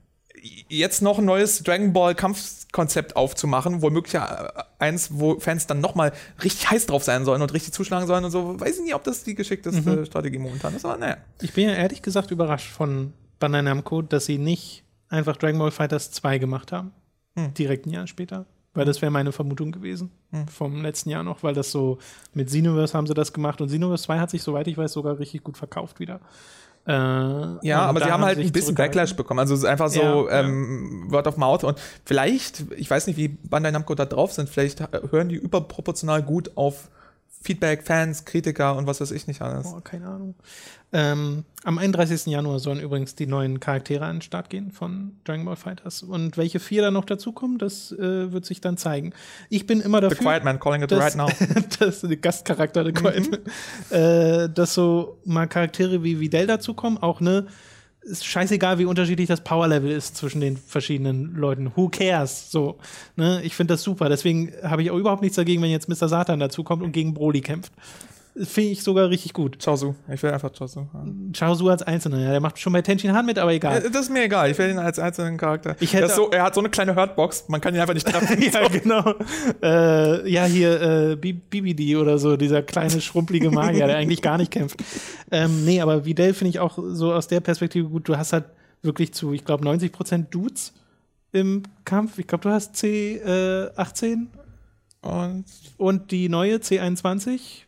Jetzt noch ein neues Dragon Ball Kampfkonzept aufzumachen, womöglich eins, wo Fans dann nochmal richtig heiß drauf sein sollen und richtig zuschlagen sollen und so, weiß ich nicht, ob das die geschickteste mhm. Strategie momentan ist, aber naja. Ich bin ja ehrlich gesagt überrascht von Bandai Namco, dass sie nicht einfach Dragon Ball Fighters zwei gemacht haben, hm. direkt ein Jahr später, weil das wäre meine Vermutung gewesen, hm. vom letzten Jahr noch, weil das so, mit Xenoverse haben sie das gemacht, und Xenoverse zwei hat sich, soweit ich weiß, sogar richtig gut verkauft wieder. Äh, ja, aber sie haben halt ein bisschen Backlash bekommen. Also es ist einfach so ja, ähm, ja. Word of Mouth. Und vielleicht, ich weiß nicht, wie Bandai Namco da drauf sind, vielleicht hören die überproportional gut auf Feedback, Fans, Kritiker und was weiß ich nicht alles. Oh, keine Ahnung. Ähm, am einunddreißigsten Januar sollen übrigens die neuen Charaktere an den Start gehen von Dragon Ball Fighters. Und welche vier da noch dazukommen, das äh, wird sich dann zeigen. Ich bin immer dafür, The Quiet Man, calling it dass, right now. das ist der Gastcharakter, der Quiet Man. äh, dass so mal Charaktere wie Videl dazukommen, auch ne, ist scheißegal, wie unterschiedlich das Powerlevel ist zwischen den verschiedenen Leuten. Who cares? So, ne? Ich finde das super. Deswegen habe ich auch überhaupt nichts dagegen, wenn jetzt Mister Satan dazukommt und gegen Broly kämpft. Finde ich sogar richtig gut. Chaozu. Ich will einfach Chaozu. Ja. Chaozu als Einzelner, ja. Der macht schon bei Tenshin Han mit, aber egal. Das ist mir egal. Ich will ihn als einzelnen Charakter. Ich hätte so, er hat so eine kleine Hurtbox. Man kann ihn einfach nicht treffen. Ja, genau. Äh, ja, hier äh, B B D oder so. Dieser kleine, schrumpelige Magier, der eigentlich gar nicht kämpft. Ähm, nee, aber Videl finde ich auch so aus der Perspektive gut. Du hast halt wirklich zu, ich glaube, neunzig Prozent Dudes im Kampf. Ich glaube, du hast C achtzehn und, und die neue C einundzwanzig.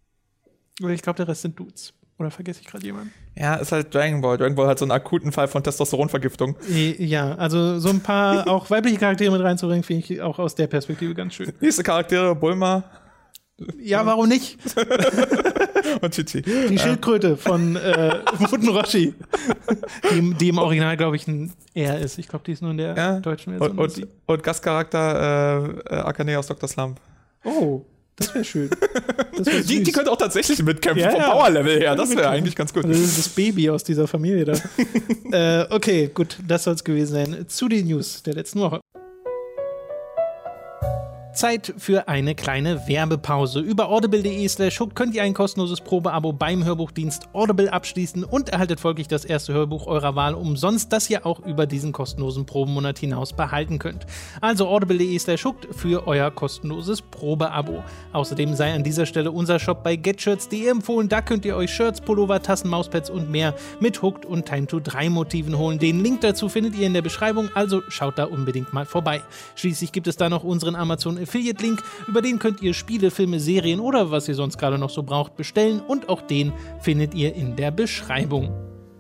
Ich glaube, der Rest sind Dudes. Oder vergesse ich gerade jemanden? Ja, ist halt Dragon Ball. Dragon Ball hat so einen akuten Fall von Testosteronvergiftung. Ja, also so ein paar auch weibliche Charaktere mit reinzubringen, finde ich auch aus der Perspektive ganz schön. Nächste Charaktere, Bulma. Ja, warum nicht? Und Chichi. Die Schildkröte von äh, Muten Roshi. Die, die im Original, glaube ich, ein R ist. Ich glaube, die ist nur in der ja. deutschen Version. Und, und, und Gastcharakter äh, Akane aus Doktor Slump. Oh. Das wäre schön. Das wär die, die könnte auch tatsächlich mitkämpfen, ja, vom ja. Power-Level her. Das wäre eigentlich ganz gut. Also das ist das Baby aus dieser Familie da. äh, okay, gut, das soll es gewesen sein. Zu den News der letzten Woche. Zeit für eine kleine Werbepause. Über audible.de slash hooked könnt ihr ein kostenloses Probeabo beim Hörbuchdienst Audible abschließen und erhaltet folglich das erste Hörbuch eurer Wahl umsonst, das ihr auch über diesen kostenlosen Probenmonat hinaus behalten könnt. Also audible.de slash hooked für euer kostenloses Probeabo. Außerdem sei an dieser Stelle unser Shop bei getshirts.de empfohlen. Da könnt ihr euch Shirts, Pullover, Tassen, Mauspads und mehr mit Hooked und Time to drei Motiven holen. Den Link dazu findet ihr in der Beschreibung, also schaut da unbedingt mal vorbei. Schließlich gibt es da noch unseren Amazon Affiliate-Link, über den könnt ihr Spiele, Filme, Serien oder was ihr sonst gerade noch so braucht bestellen, und auch den findet ihr in der Beschreibung.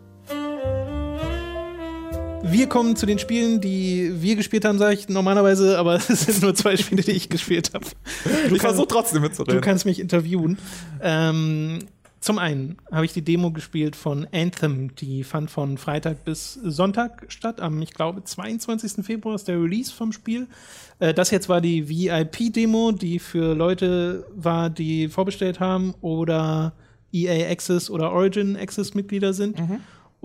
Wir kommen zu den Spielen, die wir gespielt haben, sage ich normalerweise, aber es sind nur zwei Spiele, die ich gespielt habe. Ich versuche trotzdem mitzureden. Du kannst mich interviewen. Ähm, zum einen habe ich die Demo gespielt von Anthem, die fand von Freitag bis Sonntag statt. Am, ich glaube, zweiundzwanzigsten Februar ist der Release vom Spiel. Äh, das jetzt war die V I P-Demo, die für Leute war, die vorbestellt haben oder E A Access oder Origin Access-Mitglieder sind. Mhm.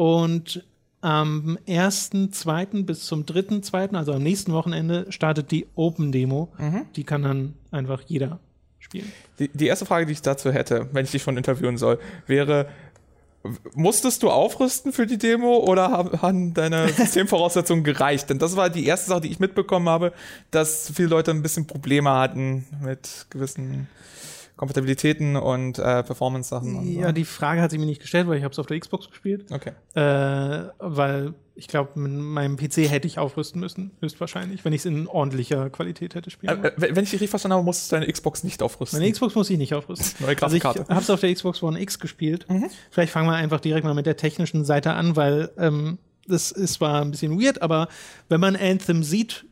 Und am ersten zweiten bis zum dritten zweiten, also am nächsten Wochenende, startet die Open-Demo. Mhm. Die kann dann einfach jeder spielen. Die, die erste Frage, die ich dazu hätte, wenn ich dich schon interviewen soll, wäre, musstest du aufrüsten für die Demo oder haben deine Systemvoraussetzungen gereicht? Denn das war die erste Sache, die ich mitbekommen habe, dass viele Leute ein bisschen Probleme hatten mit gewissen Kompatibilitäten und äh, Performance-Sachen. Ja, so. Die Frage hat sich mir nicht gestellt, weil ich habe es auf der Xbox gespielt. Okay. Äh, weil ich glaube, mit meinem P C hätte ich aufrüsten müssen, höchstwahrscheinlich, wenn ich es in ordentlicher Qualität hätte spielen. Äh, wenn ich dich richtig verstanden habe, musst du deine Xbox nicht aufrüsten. Meine Xbox muss ich nicht aufrüsten. Neue Grafikkarte. Also ich habe es auf der Xbox One X gespielt. Mhm. Vielleicht fangen wir einfach direkt mal mit der technischen Seite an, weil ähm, das ist zwar ein bisschen weird, aber wenn man Anthem sieht,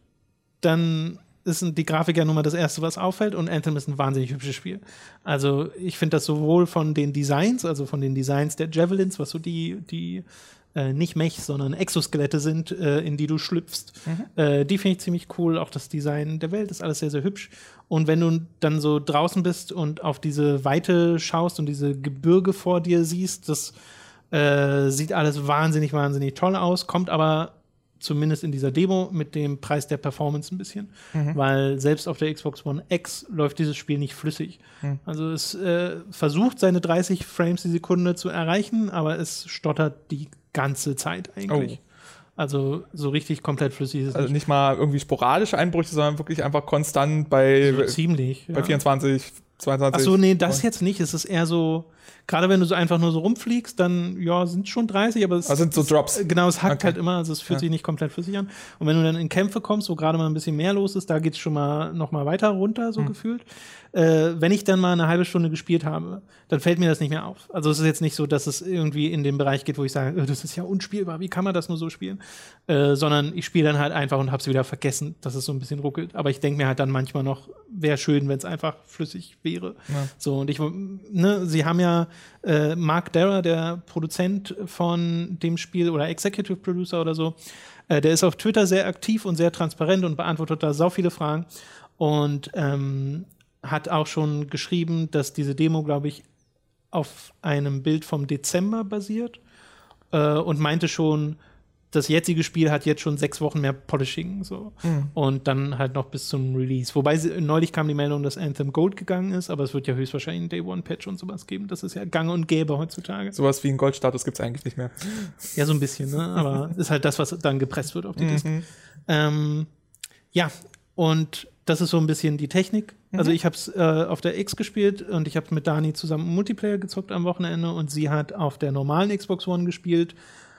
dann ist die Grafik ja nun mal das Erste, was auffällt, und Anthem ist ein wahnsinnig hübsches Spiel. Also ich finde das sowohl von den Designs, also von den Designs der Javelins, was so die, die äh, nicht Mechs, sondern Exoskelette sind, äh, in die du schlüpfst. Mhm. Äh, die finde ich ziemlich cool. Auch das Design der Welt ist alles sehr, sehr hübsch. Und wenn du dann so draußen bist und auf diese Weite schaust und diese Gebirge vor dir siehst, das äh, sieht alles wahnsinnig, wahnsinnig toll aus, kommt aber zumindest in dieser Demo mit dem Preis der Performance ein bisschen. Mhm. Weil selbst auf der Xbox One X läuft dieses Spiel nicht flüssig. Mhm. Also es äh, versucht, seine dreißig Frames die Sekunde zu erreichen, aber es stottert die ganze Zeit eigentlich. Oh. Also so richtig komplett flüssig ist es also nicht. nicht mal irgendwie sporadische Einbrüche, sondern wirklich einfach konstant bei, so ziemlich, bei ja. vierundzwanzig, zweiundzwanzig. Ach so, nee, das jetzt nicht. Es ist eher so, gerade wenn du so einfach nur so rumfliegst, dann, ja, sind schon dreißig, aber es also sind so Drops. Es, genau, es hackt okay. halt immer, also es fühlt ja. sich nicht komplett flüssig an. Und wenn du dann in Kämpfe kommst, wo gerade mal ein bisschen mehr los ist, da geht es schon mal noch mal weiter runter, so hm. gefühlt. Äh, wenn ich dann mal eine halbe Stunde gespielt habe, dann fällt mir das nicht mehr auf. Also es ist jetzt nicht so, dass es irgendwie in den Bereich geht, wo ich sage, das ist ja unspielbar, wie kann man das nur so spielen? Äh, sondern ich spiele dann halt einfach und habe es wieder vergessen, dass es so ein bisschen ruckelt. Aber ich denke mir halt dann manchmal noch, wäre schön, wenn es einfach flüssig wäre. Ja. So, und ich, ne, sie haben ja äh, Mark Darrah, der Produzent von dem Spiel oder Executive Producer oder so, äh, der ist auf Twitter sehr aktiv und sehr transparent und beantwortet da sau viele Fragen. Und ähm, hat auch schon geschrieben, dass diese Demo, glaube ich, auf einem Bild vom Dezember basiert äh, und meinte schon, das jetzige Spiel hat jetzt schon sechs Wochen mehr Polishing so. Mhm. Und dann halt noch bis zum Release. Wobei sie, neulich kam die Meldung, dass Anthem Gold gegangen ist, aber es wird ja höchstwahrscheinlich einen Day-One-Patch und sowas geben. Das ist ja gang und gäbe heutzutage. Sowas wie einen Goldstatus gibt es eigentlich nicht mehr. Ja, so ein bisschen, ne? Aber ist halt das, was dann gepresst wird auf die Disk. Mhm. Ähm, ja, und das ist so ein bisschen die Technik. Mhm. Also ich habe es äh, auf der X gespielt und ich habe mit Dani zusammen Multiplayer gezockt am Wochenende und sie hat auf der normalen Xbox One gespielt,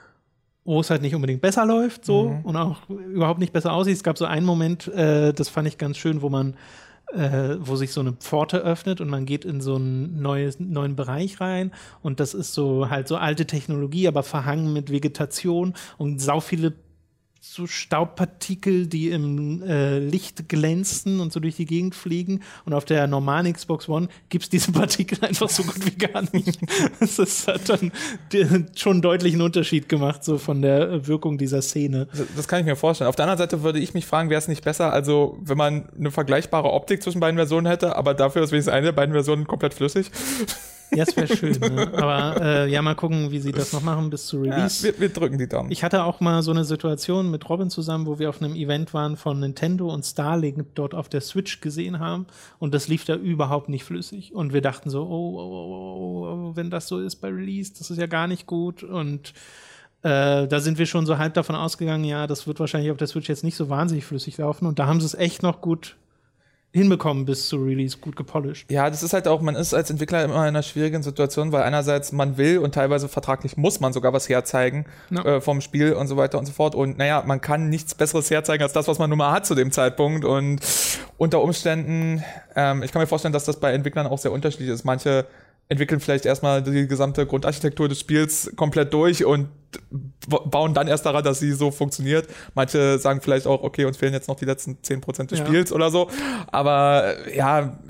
wo es halt nicht unbedingt besser läuft so mhm. und auch überhaupt nicht besser aussieht. Es gab so einen Moment, äh, das fand ich ganz schön, wo man äh, wo sich so eine Pforte öffnet und man geht in so einen neues, neuen Bereich rein und das ist so halt so alte Technologie, aber verhangen mit Vegetation und sau viele so Staubpartikel, die im äh, Licht glänzen und so durch die Gegend fliegen. Und auf der normalen Xbox One gibt es diese Partikel einfach so gut wie gar nicht. Das hat dann schon einen deutlichen Unterschied gemacht, so von der Wirkung dieser Szene. Das, das kann ich mir vorstellen. Auf der anderen Seite würde ich mich fragen, wäre es nicht besser, also wenn man eine vergleichbare Optik zwischen beiden Versionen hätte, aber dafür ist wenigstens eine der beiden Versionen komplett flüssig? Ja, es wäre schön, ne? Aber äh, ja, mal gucken, wie sie das noch machen bis zu Release. Ja, wir, wir drücken die Daumen. Ich hatte auch mal so eine Situation mit Robin zusammen, wo wir auf einem Event waren von Nintendo und Starlink dort auf der Switch gesehen haben und das lief da überhaupt nicht flüssig. Und wir dachten so, oh, oh, oh, oh, wenn das so ist bei Release, das ist ja gar nicht gut. Und äh, da sind wir schon so halb davon ausgegangen, ja, das wird wahrscheinlich auf der Switch jetzt nicht so wahnsinnig flüssig laufen. Und da haben sie es echt noch gut hinbekommen bis zu Release, gut gepolished. Ja, das ist halt auch, man ist als Entwickler immer in einer schwierigen Situation, weil einerseits man will und teilweise vertraglich muss man sogar was herzeigen ja. äh, vom Spiel und so weiter und so fort. Und naja, man kann nichts Besseres herzeigen als das, was man nun mal hat zu dem Zeitpunkt. Und unter Umständen, ähm, ich kann mir vorstellen, dass das bei Entwicklern auch sehr unterschiedlich ist. Manche entwickeln vielleicht erstmal die gesamte Grundarchitektur des Spiels komplett durch und bauen dann erst daran, dass sie so funktioniert. Manche sagen vielleicht auch, okay, uns fehlen jetzt noch die letzten zehn Prozent des ja. Spiels oder so. Aber ja,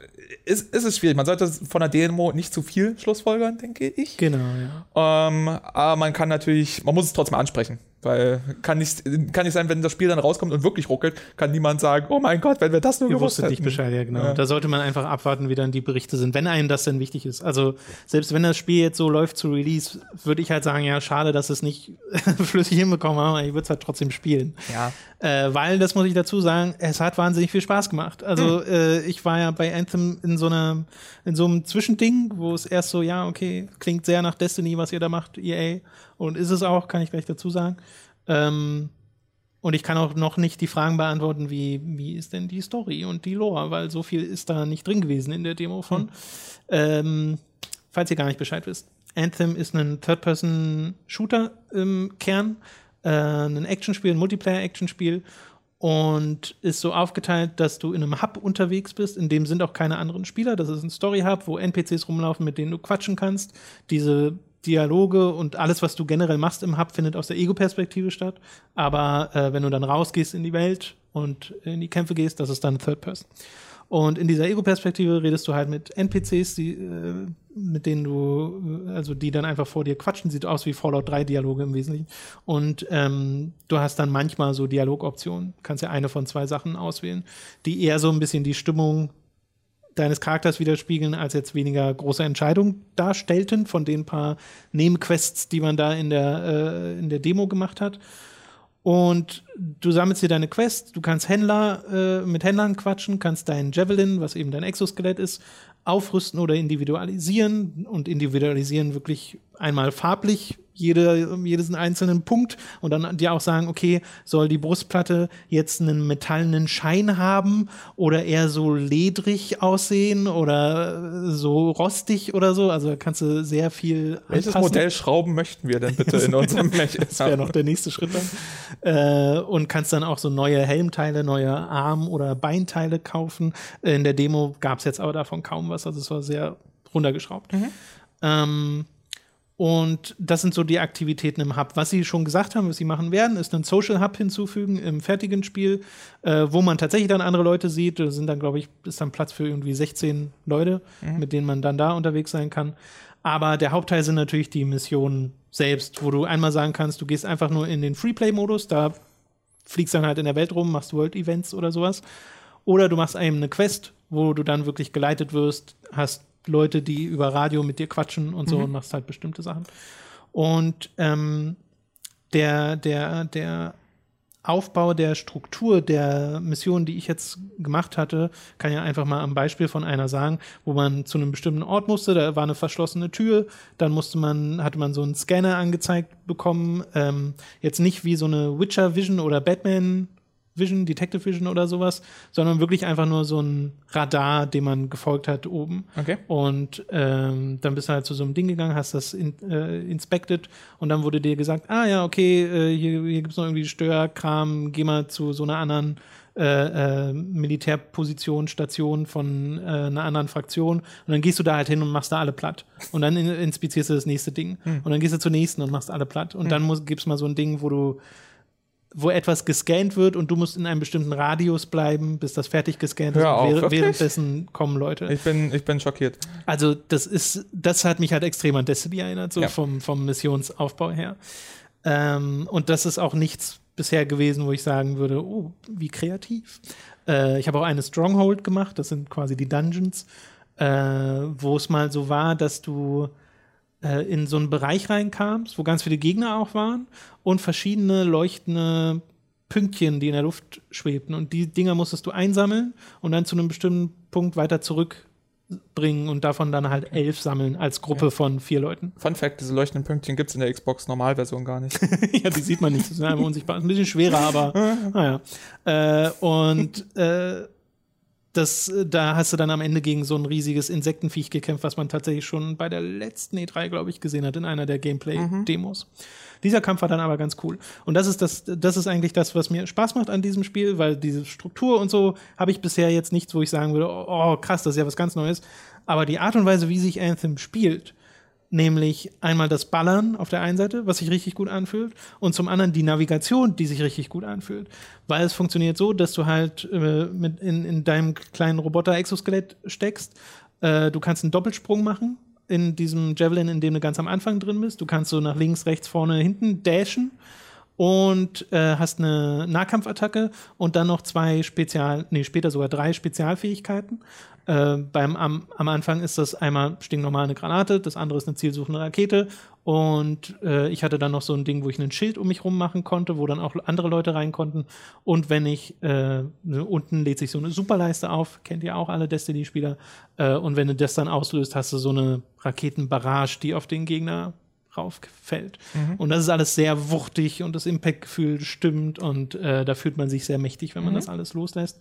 ist, ist es schwierig. Man sollte von der Demo nicht zu viel schlussfolgern, denke ich. Genau, ja. Ähm, aber man kann natürlich, man muss es trotzdem ansprechen. Weil kann nicht, kann nicht sein, wenn das Spiel dann rauskommt und wirklich ruckelt, kann niemand sagen, oh mein Gott, wenn wir das nur Ihr gewusst wusstet hätten. nicht Bescheid, ja genau. Ja. Da sollte man einfach abwarten, wie dann die Berichte sind, wenn einem das denn wichtig ist. Also selbst wenn das Spiel jetzt so läuft zu Release, würde ich halt sagen, ja, schade, dass es nicht flüssig hinbekommen haben, aber ich würde es halt trotzdem spielen. Ja. Äh, weil, das muss ich dazu sagen, es hat wahnsinnig viel Spaß gemacht. Also hm. äh, ich war ja bei Anthem in so einer, in so einem Zwischending, wo es erst so, ja, okay, klingt sehr nach Destiny, was ihr da macht, E A. Und ist es auch, kann ich gleich dazu sagen. Ähm, und ich kann auch noch nicht die Fragen beantworten, wie, wie ist denn die Story und die Lore, weil so viel ist da nicht drin gewesen in der Demo von. Hm. Ähm, falls ihr gar nicht Bescheid wisst. Anthem ist ein Third-Person-Shooter im Kern, äh, ein Actionspiel, ein Multiplayer-Actionspiel und ist so aufgeteilt, dass du in einem Hub unterwegs bist, in dem sind auch keine anderen Spieler. Das ist ein Story-Hub, wo N P Cs rumlaufen, mit denen du quatschen kannst. Diese Dialoge und alles, was du generell machst im Hub, findet aus der Ego-Perspektive statt. Aber äh, wenn du dann rausgehst in die Welt und in die Kämpfe gehst, das ist dann Third Person. Und in dieser Ego-Perspektive redest du halt mit N P Cs, die, äh, mit denen du, also die dann einfach vor dir quatschen. Sieht aus wie Fallout drei Dialoge im Wesentlichen. Und ähm, du hast dann manchmal so Dialogoptionen. Kannst ja eine von zwei Sachen auswählen, die eher so ein bisschen die Stimmung deines Charakters widerspiegeln, als jetzt weniger große Entscheidungen darstellten von den paar Nebenquests, die man da in der, äh, in der Demo gemacht hat. Und du sammelst dir deine Quest, du kannst Händler äh, mit Händlern quatschen, kannst deinen Javelin, was eben dein Exoskelett ist, aufrüsten oder individualisieren und individualisieren wirklich einmal farblich jede, jeden einzelnen Punkt und dann dir auch sagen, okay, soll die Brustplatte jetzt einen metallenen Schein haben oder eher so ledrig aussehen oder so rostig oder so, also da kannst du sehr viel Welches anpassen. Modell Schrauben möchten wir denn bitte in unserem Mech? Das wäre noch der nächste Schritt dann. Äh, und kannst dann auch so neue Helmteile, neue Arm- oder Beinteile kaufen. In der Demo gab es jetzt aber davon kaum was, also es war sehr runtergeschraubt. Mhm. Ähm, Und das sind so die Aktivitäten im Hub. Was sie schon gesagt haben, was sie machen werden, ist einen Social Hub hinzufügen im fertigen Spiel, äh, wo man tatsächlich dann andere Leute sieht. Da sind dann, glaube ich, ist dann Platz für irgendwie sechzehn Leute, mhm. mit denen man dann da unterwegs sein kann. Aber der Hauptteil sind natürlich die Missionen selbst, wo du einmal sagen kannst, du gehst einfach nur in den Freeplay-Modus, da fliegst dann halt in der Welt rum, machst World-Events oder sowas. Oder du machst eben eine Quest, wo du dann wirklich geleitet wirst, hast Leute, die über Radio mit dir quatschen und so mhm. und machst halt bestimmte Sachen. Und ähm, der, der, der Aufbau der Struktur der Mission, die ich jetzt gemacht hatte, kann ja einfach mal am Beispiel von einer sagen, wo man zu einem bestimmten Ort musste, da war eine verschlossene Tür, dann musste man, hatte man so einen Scanner angezeigt bekommen, ähm, jetzt nicht wie so eine Witcher Vision oder Batman Vision, Detective Vision oder sowas, sondern wirklich einfach nur so ein Radar, dem man gefolgt hat oben. Okay. Und ähm, dann bist du halt zu so einem Ding gegangen, hast das in, äh, inspected und dann wurde dir gesagt, ah ja, okay, äh, hier, hier gibt es noch irgendwie Störkram, geh mal zu so einer anderen äh, äh, Militärposition, Station von äh, einer anderen Fraktion und dann gehst du da halt hin und machst da alle platt. Und dann in, inspizierst du das nächste Ding. Hm. Und dann gehst du zur nächsten und machst alle platt. Und hm. dann muss, gibt's mal so ein Ding, wo du wo etwas gescannt wird und du musst in einem bestimmten Radius bleiben, bis das fertig gescannt ist. Hör auf, während, währenddessen kommen Leute. Ich bin, ich bin schockiert. Also das ist, das hat mich halt extrem an Destiny erinnert, so ja. vom, vom Missionsaufbau her. Ähm, und das ist auch nichts bisher gewesen, wo ich sagen würde, oh, wie kreativ. Äh, ich habe auch eine Stronghold gemacht, das sind quasi die Dungeons, äh, wo es mal so war, dass du in so einen Bereich reinkamst, wo ganz viele Gegner auch waren und verschiedene leuchtende Pünktchen, die in der Luft schwebten. Und die Dinger musstest du einsammeln und dann zu einem bestimmten Punkt weiter zurückbringen und davon dann halt elf sammeln als Gruppe ja. von vier Leuten. Fun Fact, diese leuchtenden Pünktchen gibt es in der Xbox-Normalversion gar nicht. Ja, die sieht man nicht, die sind einfach unsichtbar. Ein bisschen schwerer, aber naja. Äh, und äh, Das, da hast du dann am Ende gegen so ein riesiges Insektenviech gekämpft, was man tatsächlich schon bei der letzten E drei, glaube ich, gesehen hat, in einer der Gameplay-Demos. Mhm. Dieser Kampf war dann aber ganz cool. Und das ist das, das ist eigentlich das, was mir Spaß macht an diesem Spiel, weil diese Struktur und so habe ich bisher jetzt nichts, wo ich sagen würde, oh krass, das ist ja was ganz Neues. Aber die Art und Weise, wie sich Anthem spielt, Nämlich einmal das Ballern auf der einen Seite, was sich richtig gut anfühlt, und zum anderen die Navigation, die sich richtig gut anfühlt. Weil es funktioniert so, dass du halt äh, mit in, in deinem kleinen Roboter-Exoskelett steckst. Äh, du kannst einen Doppelsprung machen in diesem Javelin, in dem du ganz am Anfang drin bist. Du kannst so nach links, rechts, vorne, hinten dashen und äh, hast eine Nahkampfattacke und dann noch zwei Spezial, nee, später sogar drei Spezialfähigkeiten. Äh, beim, am, am Anfang ist das einmal stinknormal eine Granate, das andere ist eine zielsuchende Rakete und äh, ich hatte dann noch so ein Ding, wo ich ein Schild um mich rum machen konnte, wo dann auch andere Leute rein konnten und wenn ich, äh, ne, unten lädt sich so eine Superleiste auf, kennt ihr auch alle Destiny-Spieler, äh, und wenn du das dann auslöst, hast du so eine Raketenbarrage, die auf den Gegner rauffällt. Mhm. Und das ist alles sehr wuchtig und das Impact-Gefühl stimmt und äh, da fühlt man sich sehr mächtig, wenn man mhm. das alles loslässt.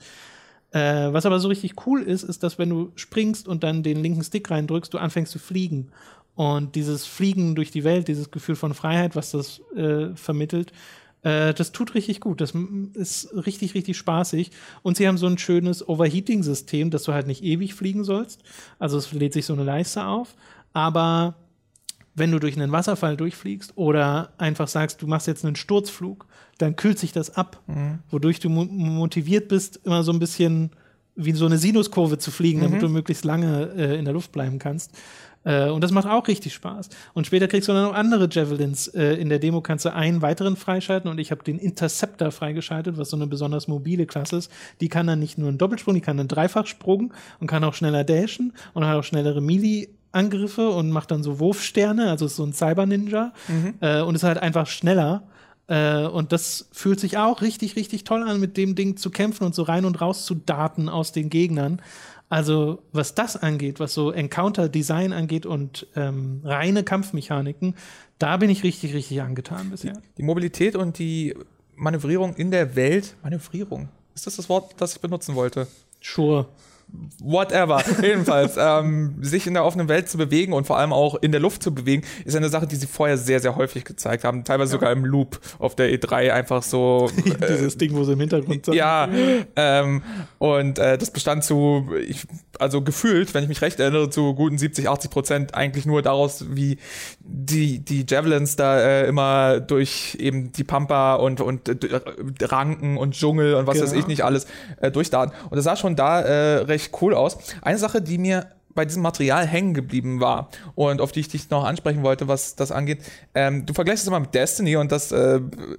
Äh, was aber so richtig cool ist, ist, dass wenn du springst und dann den linken Stick reindrückst, du anfängst zu fliegen. Und dieses Fliegen durch die Welt, dieses Gefühl von Freiheit, was das äh, vermittelt, äh, das tut richtig gut. Das ist richtig, richtig spaßig. Und sie haben so ein schönes Overheating-System, dass du halt nicht ewig fliegen sollst. Also es lädt sich so eine Leiste auf. Aber wenn du durch einen Wasserfall durchfliegst oder einfach sagst, du machst jetzt einen Sturzflug, dann kühlt sich das ab, mhm. wodurch du mo- motiviert bist, immer so ein bisschen wie so eine Sinuskurve zu fliegen, mhm. damit du möglichst lange äh, in der Luft bleiben kannst. Äh, und das macht auch richtig Spaß. Und später kriegst du dann noch andere Javelins. Äh, in der Demo kannst du einen weiteren freischalten und ich habe den Interceptor freigeschaltet, was so eine besonders mobile Klasse ist. Die kann dann nicht nur einen Doppelsprung, die kann einen Dreifachsprung und kann auch schneller dashen und hat auch schnellere Melee Angriffe und macht dann so Wurfsterne, also ist so ein Cyber-Ninja mhm. äh, und ist halt einfach schneller. Äh, und das fühlt sich auch richtig, richtig toll an, mit dem Ding zu kämpfen und so rein und raus zu daten aus den Gegnern. Also was das angeht, was so Encounter-Design angeht und ähm, reine Kampfmechaniken, da bin ich richtig, richtig angetan bisher. Die, die Mobilität und die Manövrierung in der Welt, Manövrierung, ist das das Wort, das ich benutzen wollte? Sure. Whatever. Jedenfalls, ähm, sich in der offenen Welt zu bewegen und vor allem auch in der Luft zu bewegen, ist eine Sache, die sie vorher sehr, sehr häufig gezeigt haben. Teilweise ja. sogar im Loop auf der E drei einfach so. Äh, Dieses Ding, wo sie im Hintergrund sind. Ja, ähm, und äh, das bestand zu, ich, also gefühlt, wenn ich mich recht erinnere, zu guten siebzig, achtzig Prozent eigentlich nur daraus, wie die, die Javelins da äh, immer durch eben die Pampa und, und äh, Ranken und Dschungel und was genau. weiß ich nicht alles äh, durchdaten. Und das sah schon da äh, recht cool aus. Eine Sache, die mir bei diesem Material hängen geblieben war und auf die ich dich noch ansprechen wollte, was das angeht, ähm, du vergleichst es immer mit Destiny und das, äh,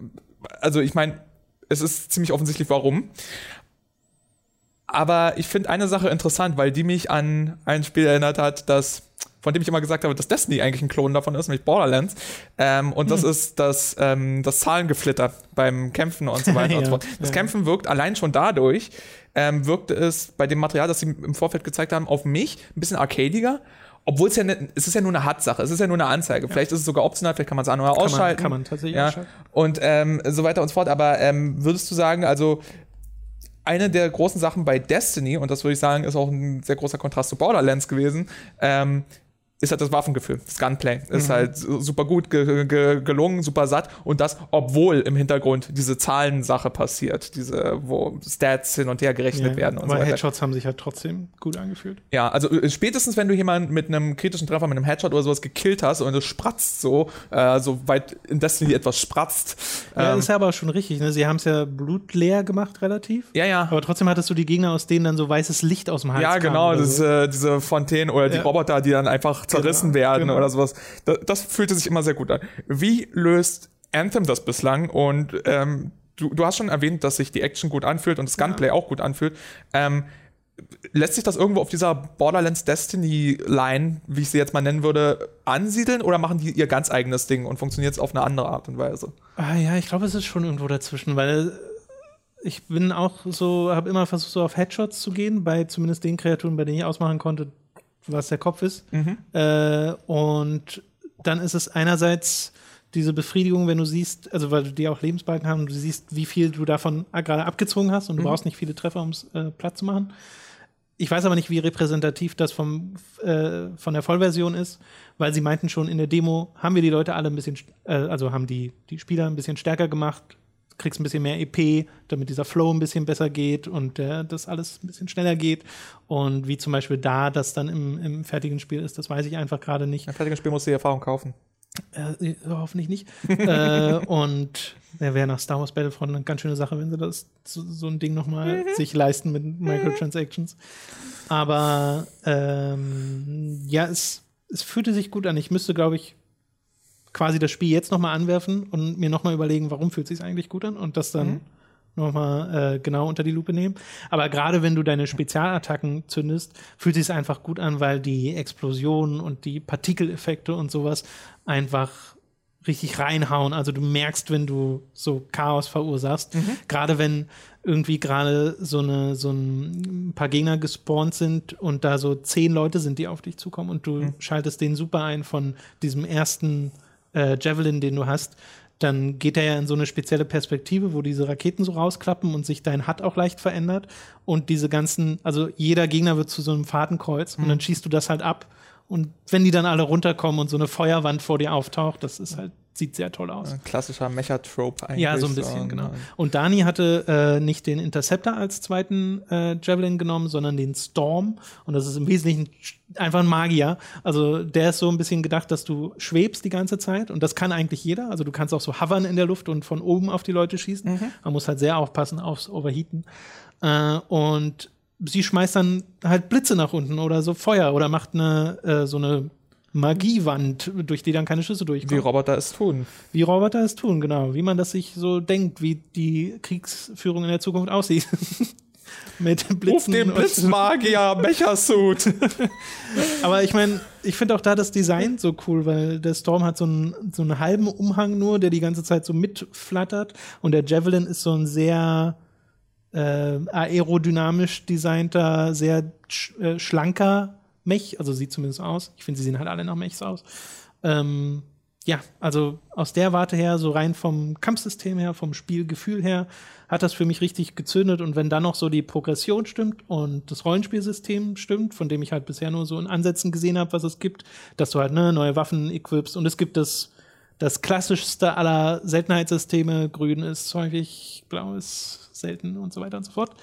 also ich meine, es ist ziemlich offensichtlich, warum. Aber ich finde eine Sache interessant, weil die mich an ein Spiel erinnert hat, das von dem ich immer gesagt habe, dass Destiny eigentlich ein Klon davon ist, nämlich Borderlands. Ähm, und das hm. ist das, ähm, das Zahlengeflitter beim Kämpfen und so weiter ja, und so fort. Das ja. Kämpfen wirkt allein schon dadurch, ähm, wirkte es bei dem Material, das sie im Vorfeld gezeigt haben, auf mich ein bisschen arcadiger. Obwohl es ja, ne, es ist ja nur eine H U D-Sache, es ist ja nur eine Anzeige. Ja. Vielleicht ist es sogar optional, vielleicht kann man es an- oder kann ausschalten. Man, kann man tatsächlich ja. ausschalten. Und ähm, so weiter und so fort. Aber ähm, würdest du sagen, also eine der großen Sachen bei Destiny, und das würde ich sagen, ist auch ein sehr großer Kontrast zu Borderlands gewesen, ähm, ist halt das Waffengefühl, das Gunplay. Ist mhm. halt super gut ge- ge- gelungen, super satt. Und das, obwohl im Hintergrund diese Zahlensache passiert, diese, wo Stats hin und her gerechnet ja, werden und aber so weiter. Headshots haben sich halt trotzdem gut angefühlt. Ja, also spätestens, wenn du jemanden mit einem kritischen Treffer, mit einem Headshot oder sowas gekillt hast und es spratzt so, äh, so weit in Destiny etwas spratzt. Ja, ähm, ist ja aber schon richtig, ne? Sie haben es ja blutleer gemacht, relativ. Ja, ja. Aber trotzdem hattest du die Gegner, aus denen dann so weißes Licht aus dem Hals Ja, genau, kam das, so. äh, diese Fontänen oder die ja. Roboter, die dann einfach zerrissen genau, werden genau. oder sowas. Das, das fühlte sich immer sehr gut an. Wie löst Anthem das bislang? Und ähm, du, du hast schon erwähnt, dass sich die Action gut anfühlt und das Gunplay ja. auch gut anfühlt. Ähm, lässt sich das irgendwo auf dieser Borderlands Destiny-Line, wie ich sie jetzt mal nennen würde, ansiedeln oder machen die ihr ganz eigenes Ding und funktioniert es auf eine andere Art und Weise? Ah ja, ich glaube, es ist schon irgendwo dazwischen, weil ich bin auch so, habe immer versucht, so auf Headshots zu gehen, bei zumindest den Kreaturen, bei denen ich ausmachen konnte, was der Kopf ist. Mhm. Äh, und dann ist es einerseits diese Befriedigung, wenn du siehst, also weil die auch Lebensbalken haben, du siehst, wie viel du davon gerade abgezogen hast und du mhm. brauchst nicht viele Treffer, um es äh, platt zu machen. Ich weiß aber nicht, wie repräsentativ das vom, äh, von der Vollversion ist, weil sie meinten schon, in der Demo haben wir die Leute alle ein bisschen, äh, also haben die, die Spieler ein bisschen stärker gemacht, kriegst ein bisschen mehr E P, damit dieser Flow ein bisschen besser geht und äh, das alles ein bisschen schneller geht. Und wie zum Beispiel da das dann im, im fertigen Spiel ist, das weiß ich einfach gerade nicht. Im fertigen Spiel musst du die Erfahrung kaufen. Äh, hoffentlich nicht. äh, und ja, wäre nach Star Wars Battlefront eine ganz schöne Sache, wenn sie das so, so ein Ding nochmal mhm. sich leisten mit Microtransactions. Aber ähm, ja, es, es fühlte sich gut an. Ich müsste, glaube ich, quasi das Spiel jetzt nochmal anwerfen und mir nochmal überlegen, warum fühlt es sich eigentlich gut an und das dann mhm. nochmal äh, genau unter die Lupe nehmen. Aber gerade wenn du deine Spezialattacken zündest, fühlt es sich einfach gut an, weil die Explosionen und die Partikeleffekte und sowas einfach richtig reinhauen. Also du merkst, wenn du so Chaos verursachst, mhm. gerade wenn irgendwie gerade so eine so ein paar Gegner gespawnt sind und da so zehn Leute sind, die auf dich zukommen und du mhm. schaltest den super ein von diesem ersten äh, Javelin, den du hast, dann geht er ja in so eine spezielle Perspektive, wo diese Raketen so rausklappen und sich dein H U D auch leicht verändert und diese ganzen, also jeder Gegner wird zu so einem Fadenkreuz mhm. und dann schießt du das halt ab und wenn die dann alle runterkommen und so eine Feuerwand vor dir auftaucht, das ist halt, sieht sehr toll aus. Ein klassischer Mecha-Trope eigentlich. Ja, so ein bisschen, so, genau. Und Dani hatte äh, nicht den Interceptor als zweiten äh, Javelin genommen, sondern den Storm. Und das ist im Wesentlichen einfach ein Magier. Also der ist so ein bisschen gedacht, dass du schwebst die ganze Zeit. Und das kann eigentlich jeder. Also du kannst auch so hovern in der Luft und von oben auf die Leute schießen. Mhm. Man muss halt sehr aufpassen aufs Overheaten. Äh, und sie schmeißt dann halt Blitze nach unten oder so Feuer oder macht eine äh, so eine Magiewand, durch die dann keine Schüsse durchkommen. Wie Roboter es tun. Wie Roboter es tun, genau. Wie man das sich so denkt, wie die Kriegsführung in der Zukunft aussieht. Mit Blitzen. Ruf den Blitzmagier Mecha-Suit. Aber ich meine, ich finde auch da das Design so cool, weil der Storm hat so einen, so einen halben Umhang nur, der die ganze Zeit so mitflattert. Und der Javelin ist so ein sehr äh, aerodynamisch designter, sehr sch äh, schlanker Mech, also sieht zumindest aus. Ich finde, sie sehen halt alle nach Mechs aus. Ähm, ja, also aus der Warte her, so rein vom Kampfsystem her, vom Spielgefühl her, hat das für mich richtig gezündet. Und wenn dann noch so die Progression stimmt und das Rollenspielsystem stimmt, von dem ich halt bisher nur so in Ansätzen gesehen habe, was es gibt, dass du halt ne, neue Waffen equipst und es gibt das, das klassischste aller Seltenheitssysteme, grün ist häufig, blau ist selten und so weiter und so fort.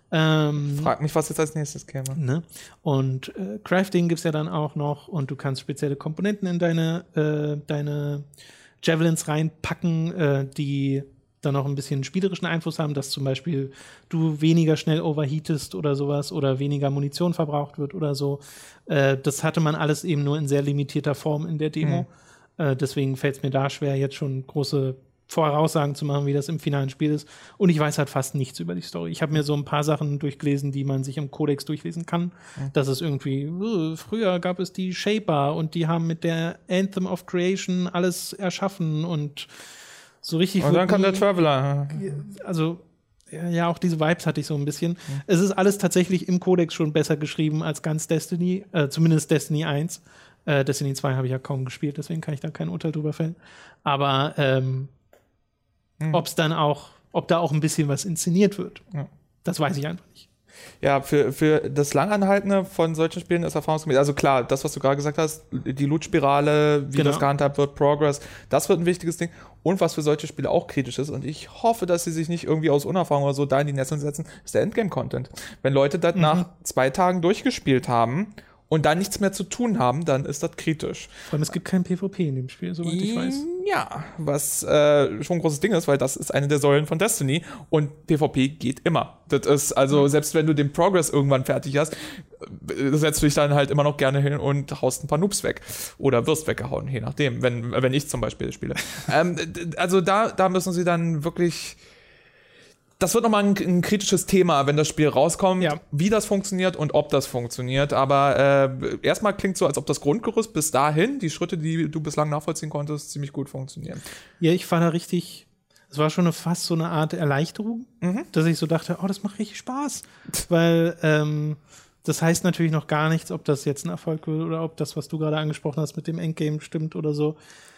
Ähm, Frag mich, was jetzt als nächstes käme. Ne? Und äh, Crafting gibt es ja dann auch noch und du kannst spezielle Komponenten in deine, äh, deine Javelins reinpacken, äh, die dann auch ein bisschen spielerischen Einfluss haben, dass zum Beispiel du weniger schnell overheatest oder sowas oder weniger Munition verbraucht wird oder so. Äh, das hatte man alles eben nur in sehr limitierter Form in der Demo. Mhm. Äh, deswegen fällt es mir da schwer, jetzt schon große Voraussagen zu machen, wie das im finalen Spiel ist. Und ich weiß halt fast nichts über die Story. Ich habe mir so ein paar Sachen durchgelesen, die man sich im Codex durchlesen kann. Mhm. Das ist irgendwie, uh, früher gab es die Shaper und die haben mit der Anthem of Creation alles erschaffen und so richtig. Und dann kam der Traveler. Also, ja, auch diese Vibes hatte ich so ein bisschen. Mhm. Es ist alles tatsächlich im Codex schon besser geschrieben als ganz Destiny, äh, zumindest Destiny eins. Äh, Destiny zwei habe ich ja kaum gespielt, deswegen kann ich da kein Urteil drüber fällen. Aber ähm, Mhm. Ob es dann auch, ob da auch ein bisschen was inszeniert wird. Ja. Das weiß ich einfach nicht. Ja, für, für das Langanhaltende von solchen Spielen ist erfahrungsgemäß, also klar, das, was du gerade gesagt hast, die Loot-Spirale, wie genau. das gehandhabt wird, Progress, das wird ein wichtiges Ding. Und was für solche Spiele auch kritisch ist, und ich hoffe, dass sie sich nicht irgendwie aus Unerfahrung oder so da in die Nesseln setzen, ist der Endgame-Content. Wenn Leute das mhm. nach zwei Tagen durchgespielt haben und dann nichts mehr zu tun haben, dann ist das kritisch. Vor allem, es gibt kein PvP in dem Spiel, soweit ich weiß. Ja, was äh, schon ein großes Ding ist, weil das ist eine der Säulen von Destiny und PvP geht immer. Das ist also, selbst wenn du den Progress irgendwann fertig hast, setzt du dich dann halt immer noch gerne hin und haust ein paar Noobs weg. Oder wirst weggehauen, je nachdem, wenn, wenn ich zum Beispiel spiele. ähm, also da, da müssen sie dann wirklich... Das wird nochmal ein, ein kritisches Thema, wenn das Spiel rauskommt, ja. wie das funktioniert und ob das funktioniert. Aber äh, erstmal klingt so, als ob das Grundgerüst bis dahin, die Schritte, die du bislang nachvollziehen konntest, ziemlich gut funktionieren. Ja, ich war da richtig, es war schon eine, fast so eine Art Erleichterung, mhm. dass ich so dachte, oh, das macht richtig Spaß. Weil ähm, das heißt natürlich noch gar nichts, ob das jetzt ein Erfolg wird oder ob das, was du gerade angesprochen hast, mit dem Endgame stimmt oder so.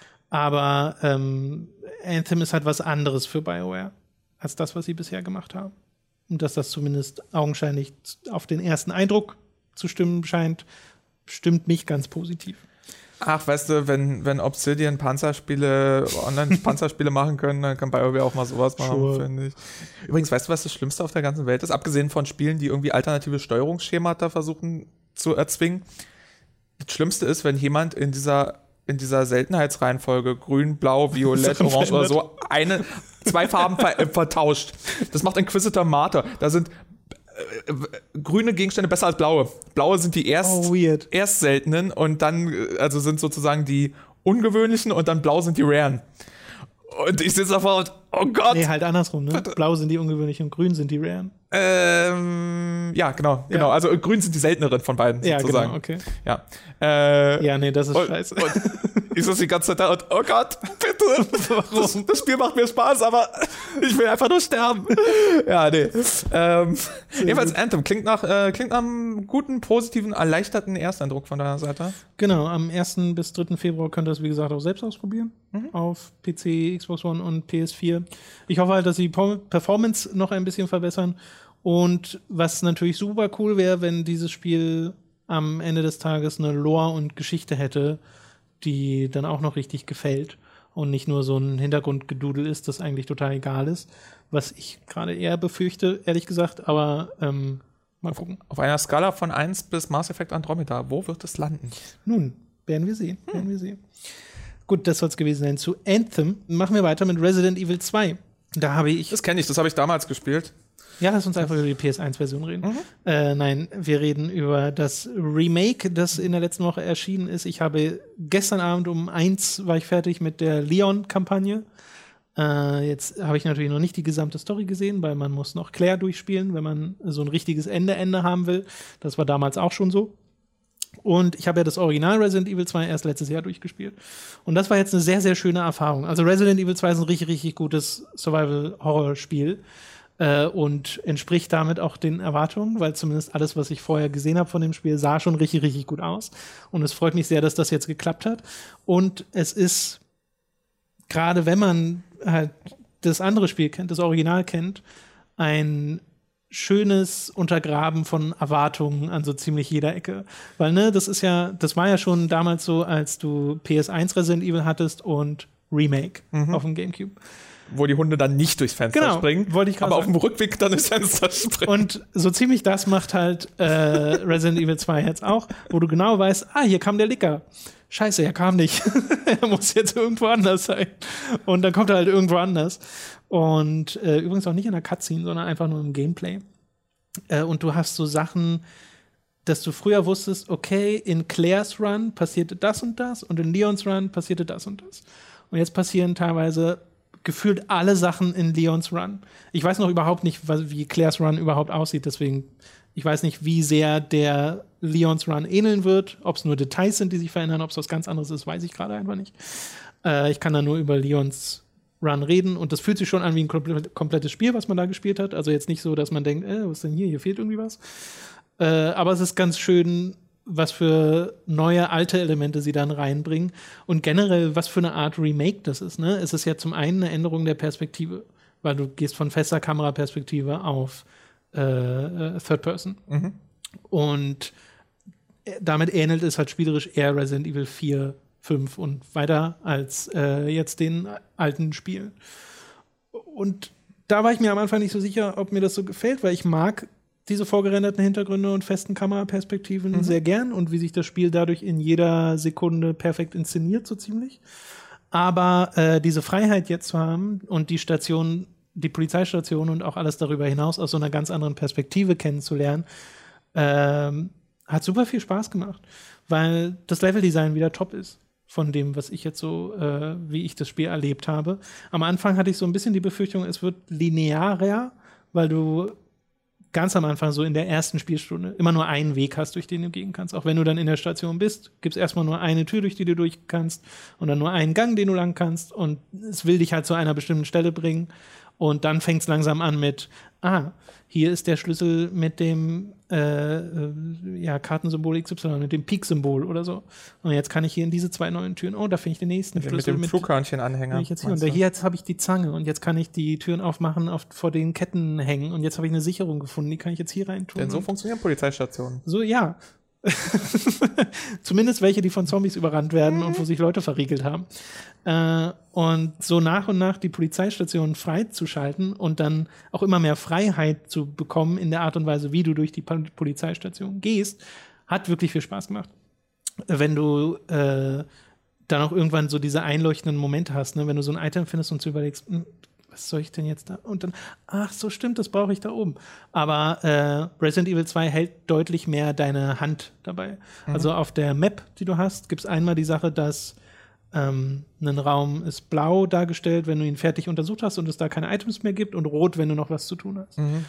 Aber ähm, Anthem ist halt was anderes für BioWare als das, was sie bisher gemacht haben. Und dass das zumindest augenscheinlich auf den ersten Eindruck zu stimmen scheint, stimmt mich ganz positiv. Ach, weißt du, wenn, wenn Obsidian Panzerspiele, Online-Panzerspiele machen können, dann kann BioWare auch mal sowas machen, sure. finde ich. Übrigens, weißt du, was das Schlimmste auf der ganzen Welt ist? Abgesehen von Spielen, die irgendwie alternative Steuerungsschemata versuchen zu erzwingen. Das Schlimmste ist, wenn jemand in dieser in dieser Seltenheitsreihenfolge grün, blau, violett, orange oder so eine, zwei Farben ver äh, vertauscht. Das macht Inquisitor Martyr. Da sind äh, grüne Gegenstände besser als blaue. Blaue sind die erst, oh, weird. erst seltenen und dann, also sind sozusagen die ungewöhnlichen und dann blau sind die raren. Und ich sitze davor und, oh Gott. Nee, halt andersrum, ne? Blau sind die ungewöhnlichen und grün sind die raren. Ähm, ja, genau, genau. Ja. Also grün sind die selteneren von beiden, ja, sozusagen. Genau, okay. Ja, äh, ja, nee, das ist und, scheiße. Und ich sitze die ganze Zeit da und, oh Gott, bitte. Das, das Spiel macht mir Spaß, aber ich will einfach nur sterben. Ja, nee. Ähm, jedenfalls Anthem klingt nach, äh, klingt nach einem guten, positiven, erleichterten Ersteindruck von deiner Seite. Genau, am ersten bis dritten Februar könnt ihr das, wie gesagt, auch selbst ausprobieren. Mhm. Auf P C, Xbox One und P S vier. Ich hoffe halt, dass sie die Performance noch ein bisschen verbessern. Und was natürlich super cool wäre, wenn dieses Spiel am Ende des Tages eine Lore und Geschichte hätte, die dann auch noch richtig gefällt und nicht nur so ein Hintergrundgedudel ist, das eigentlich total egal ist, was ich gerade eher befürchte, ehrlich gesagt, aber ähm, mal gucken. Auf einer Skala von eins bis Mass Effect Andromeda, wo wird es landen? Nun, werden wir sehen, hm. werden wir sehen. Gut, das soll es gewesen sein. Zu Anthem machen wir weiter mit Resident Evil zwei. Da habe ich... Das kenne ich, das habe ich damals gespielt. Ja, lass uns einfach über die P S eins Version reden. Mhm. Äh, nein, wir reden über das Remake, das in der letzten Woche erschienen ist. Ich habe gestern Abend um eins war ich fertig mit der Leon-Kampagne. Äh, jetzt habe ich natürlich noch nicht die gesamte Story gesehen, weil man muss noch Claire durchspielen, wenn man so ein richtiges Ende-Ende haben will. Das war damals auch schon so. Und ich habe ja das Original Resident Evil zwei erst letztes Jahr durchgespielt. Und das war jetzt eine sehr, sehr schöne Erfahrung. Also Resident Evil zwei ist ein richtig, richtig gutes Survival-Horror-Spiel. Äh, und entspricht damit auch den Erwartungen, weil zumindest alles, was ich vorher gesehen habe von dem Spiel, sah schon richtig, richtig gut aus. Und es freut mich sehr, dass das jetzt geklappt hat. Und es ist, gerade wenn man halt das andere Spiel kennt, das Original kennt, ein schönes Untergraben von Erwartungen an so ziemlich jeder Ecke. Weil, ne, das ist ja, das war ja schon damals so, als du P S eins Resident Evil hattest und Remake mhm. auf dem GameCube. Wo die Hunde dann nicht durchs Fenster genau, springen, wollte ich aber sagen. auf dem Rückweg dann durchs Fenster springen. Und so ziemlich das macht halt äh, Resident Evil zwei jetzt auch, wo du genau weißt, ah, hier kam der Licker. Scheiße, er kam nicht. Er muss jetzt irgendwo anders sein. Und dann kommt er halt irgendwo anders. Und äh, übrigens auch nicht in der Cutscene, sondern einfach nur im Gameplay. Äh, und du hast so Sachen, dass du früher wusstest, okay, in Claires Run passierte das und das und in Leons Run passierte das und das. Und jetzt passieren teilweise gefühlt alle Sachen in Leons Run. Ich weiß noch überhaupt nicht, wie Claires Run überhaupt aussieht, deswegen, ich weiß nicht, wie sehr der Leons Run ähneln wird, ob es nur Details sind, die sich verändern, ob es was ganz anderes ist, weiß ich gerade einfach nicht. Äh, ich kann da nur über Leons Run reden und das fühlt sich schon an wie ein komplettes Spiel, was man da gespielt hat. Also jetzt nicht so, dass man denkt, äh, was ist denn hier, hier fehlt irgendwie was. Äh, aber es ist ganz schön, was für neue, alte Elemente sie dann reinbringen und generell, was für eine Art Remake das ist. Ne? Es ist ja zum einen eine Änderung der Perspektive, weil du gehst von fester Kameraperspektive auf äh, Third Person. Mhm. Und damit ähnelt es halt spielerisch eher Resident Evil vier, fünf und weiter als äh, jetzt den alten Spielen. Und da war ich mir am Anfang nicht so sicher, ob mir das so gefällt, weil ich mag diese vorgerenderten Hintergründe und festen Kameraperspektiven mhm. sehr gern und wie sich das Spiel dadurch in jeder Sekunde perfekt inszeniert, so ziemlich. Aber äh, diese Freiheit jetzt zu haben und die Station, die Polizeistation und auch alles darüber hinaus aus so einer ganz anderen Perspektive kennenzulernen, ähm, hat super viel Spaß gemacht, weil das Leveldesign wieder top ist von dem, was ich jetzt so, äh, wie ich das Spiel erlebt habe. Am Anfang hatte ich so ein bisschen die Befürchtung, es wird linearer, weil du ganz am Anfang, so in der ersten Spielstunde, immer nur einen Weg hast, durch den du gehen kannst. Auch wenn du dann in der Station bist, gibt es erstmal nur eine Tür, durch die du durch kannst und dann nur einen Gang, den du lang kannst und es will dich halt zu einer bestimmten Stelle bringen und dann fängt es langsam an mit, ah, hier ist der Schlüssel mit dem äh, äh, ja, Kartensymbol X Y, mit dem Peak-Symbol oder so. Und jetzt kann ich hier in diese zwei neuen Türen, oh, da finde ich den nächsten ja, Schlüssel. Mit dem Flughörnchen-Anhänger. Und hier jetzt habe ich die Zange und jetzt kann ich die Türen aufmachen, auf, vor den Ketten hängen und jetzt habe ich eine Sicherung gefunden, die kann ich jetzt hier rein tun. Denn so funktionieren Polizeistationen. So, ja. Zumindest welche, die von Zombies überrannt werden mhm. und wo sich Leute verriegelt haben. Äh, und so nach und nach die Polizeistationen freizuschalten und dann auch immer mehr Freiheit zu bekommen in der Art und Weise, wie du durch die Polizeistation gehst, hat wirklich viel Spaß gemacht. Wenn du äh, dann auch irgendwann so diese einleuchtenden Momente hast, ne? Wenn du so ein Item findest und du überlegst, hm, was soll ich denn jetzt da? Und dann, ach so, stimmt, das brauche ich da oben. Aber äh, Resident Evil zwei hält deutlich mehr deine Hand dabei. Mhm. Also auf der Map, die du hast, gibt es einmal die Sache, dass ähm, ein Raum ist blau dargestellt, wenn du ihn fertig untersucht hast und es da keine Items mehr gibt und rot, wenn du noch was zu tun hast. Mhm.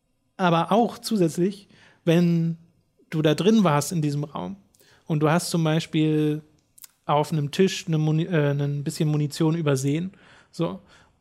Aber auch zusätzlich, wenn du da drin warst in diesem Raum und du hast zum Beispiel auf einem Tisch eine Muni- äh, ein bisschen Munition übersehen, so,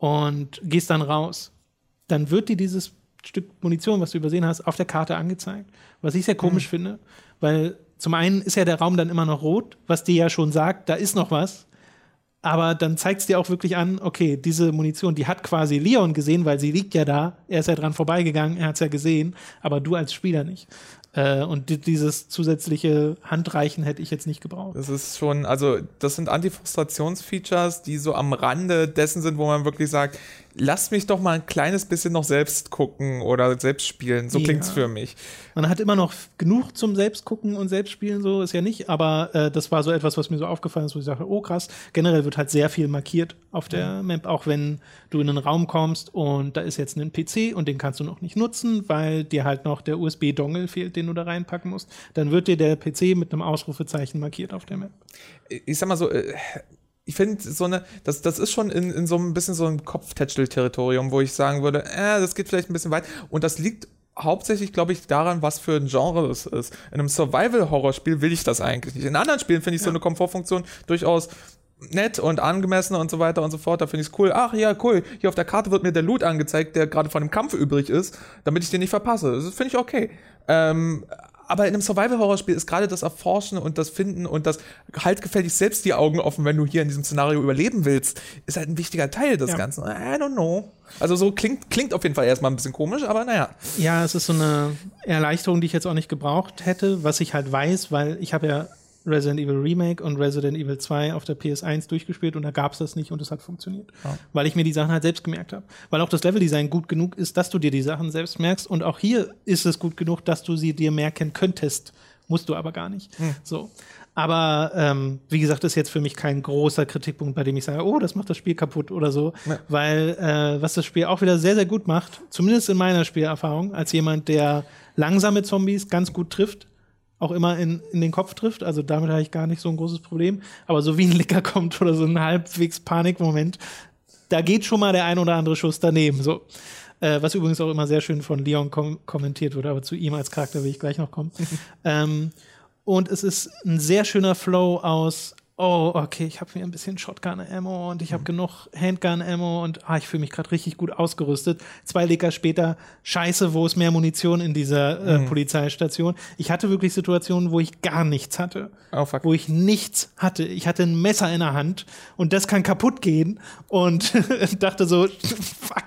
und gehst dann raus, dann wird dir dieses Stück Munition, was du übersehen hast, auf der Karte angezeigt. Was ich sehr komisch mhm. finde, weil zum einen ist ja der Raum dann immer noch rot, was dir ja schon sagt, da ist noch was, aber dann zeigt es dir auch wirklich an, okay, diese Munition, die hat quasi Leon gesehen, weil sie liegt ja da, er ist ja dran vorbeigegangen, er hat es ja gesehen, aber du als Spieler nicht. Äh, und di- dieses zusätzliche Handreichen hätte ich jetzt nicht gebraucht. Das ist schon, also das sind Anti-Frustrations-Features, die so am Rande dessen sind, wo man wirklich sagt, lass mich doch mal ein kleines bisschen noch selbst gucken oder selbst spielen. So ja. klingt's für mich. Man hat immer noch genug zum Selbstgucken und Selbstspielen, so ist ja nicht, aber äh, das war so etwas, was mir so aufgefallen ist, wo ich sage, oh krass, generell wird halt sehr viel markiert auf der mhm. Map, auch wenn du in einen Raum kommst und da ist jetzt ein P C und den kannst du noch nicht nutzen, weil dir halt noch der U S B-Dongle fehlt, den du da reinpacken musst, dann wird dir der P C mit einem Ausrufezeichen markiert auf der Map. Ich sag mal so, äh ich finde, so eine, das, das ist schon in, in so ein bisschen so ein Kopftätschel-Territorium, wo ich sagen würde, äh, das geht vielleicht ein bisschen weit. Und das liegt hauptsächlich, glaube ich, daran, was für ein Genre es ist. In einem Survival-Horror-Spiel will ich das eigentlich nicht. In anderen Spielen finde ich ja. so eine Komfortfunktion durchaus nett und angemessen und so weiter und so fort. Da finde ich es cool. Ach ja, cool. Hier auf der Karte wird mir der Loot angezeigt, der gerade von einem Kampf übrig ist, damit ich den nicht verpasse. Das finde ich okay. Ähm, Aber in einem Survival-Horror-Spiel ist gerade das Erforschen und das Finden und das halt gefälligst selbst die Augen offen, wenn du hier in diesem Szenario überleben willst, ist halt ein wichtiger Teil des ja. Ganzen. I don't know. Also so klingt, klingt auf jeden Fall erstmal ein bisschen komisch, aber naja. Ja, es ist so eine Erleichterung, die ich jetzt auch nicht gebraucht hätte, was ich halt weiß, weil ich habe ja Resident Evil Remake und Resident Evil zwei auf der P S eins durchgespielt und da gab es das nicht und es hat funktioniert. Ja. Weil ich mir die Sachen halt selbst gemerkt habe. Weil auch das Leveldesign gut genug ist, dass du dir die Sachen selbst merkst und auch hier ist es gut genug, dass du sie dir merken könntest. Musst du aber gar nicht. Hm. So. Aber ähm, wie gesagt, ist jetzt für mich kein großer Kritikpunkt, bei dem ich sage, oh, das macht das Spiel kaputt oder so. Ja. Weil äh, was das Spiel auch wieder sehr, sehr gut macht, zumindest in meiner Spielerfahrung, als jemand, der langsame Zombies ganz gut trifft, auch immer in, in den Kopf trifft, also damit habe ich gar nicht so ein großes Problem, aber so wie ein Licker kommt oder so ein halbwegs Panikmoment, da geht schon mal der ein oder andere Schuss daneben, so. Äh, was übrigens auch immer sehr schön von Leon kom- kommentiert wird, aber zu ihm als Charakter will ich gleich noch kommen. ähm, und es ist ein sehr schöner Flow aus, oh, okay, ich habe mir ein bisschen Shotgun-Ammo und ich habe mhm. genug Handgun-Ammo und ah, ich fühle mich gerade richtig gut ausgerüstet. Zwei Licker später, scheiße, wo ist mehr Munition in dieser äh, mhm. Polizeistation? Ich hatte wirklich Situationen, wo ich gar nichts hatte. Oh, fuck. Wo ich nichts hatte. Ich hatte ein Messer in der Hand und das kann kaputt gehen und dachte so, fuck,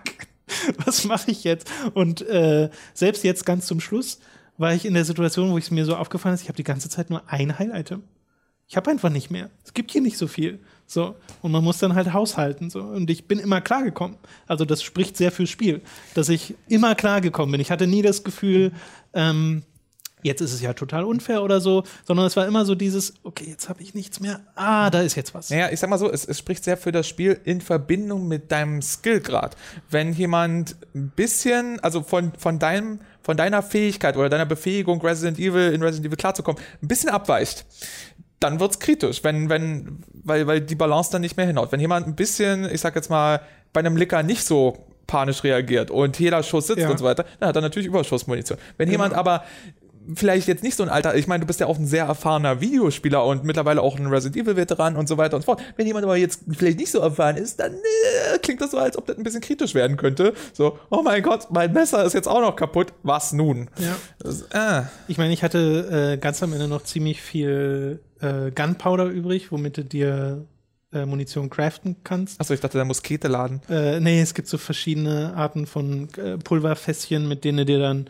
was mache ich jetzt? Und äh, selbst jetzt ganz zum Schluss war ich in der Situation, wo es mir so aufgefallen ist, ich habe die ganze Zeit nur ein Heil-Item. Ich habe einfach nicht mehr. Es gibt hier nicht so viel. So. Und man muss dann halt haushalten. So. Und ich bin immer klargekommen. Also das spricht sehr fürs Spiel, dass ich immer klargekommen bin. Ich hatte nie das Gefühl, ähm, jetzt ist es ja total unfair oder so, sondern es war immer so dieses, okay, jetzt habe ich nichts mehr. Ah, da ist jetzt was. Naja, ich sag mal so, es, es spricht sehr für das Spiel in Verbindung mit deinem Skillgrad. Wenn jemand ein bisschen, also von, von deinem von deiner Fähigkeit oder deiner Befähigung, Resident Evil in Resident Evil klarzukommen, ein bisschen abweicht, dann wird's kritisch, wenn, wenn, weil, weil die Balance dann nicht mehr hinhaut. Wenn jemand ein bisschen, ich sag jetzt mal, bei einem Licker nicht so panisch reagiert und jeder Schuss sitzt ja. und so weiter, dann hat er natürlich Überschussmunition. Wenn genau. jemand aber vielleicht jetzt nicht so ein alter, ich meine, du bist ja auch ein sehr erfahrener Videospieler und mittlerweile auch ein Resident Evil-Veteran und so weiter und so fort. Wenn jemand aber jetzt vielleicht nicht so erfahren ist, dann äh, klingt das so, als ob das ein bisschen kritisch werden könnte. So, oh mein Gott, mein Messer ist jetzt auch noch kaputt. Was nun? Ja. Das, äh. Ich meine, ich hatte äh, ganz am Ende noch ziemlich viel äh, Gunpowder übrig, womit du dir äh, Munition craften kannst. Achso, ich dachte, der Muskete laden. Äh, nee, es gibt so verschiedene Arten von äh, Pulverfässchen, mit denen du dir dann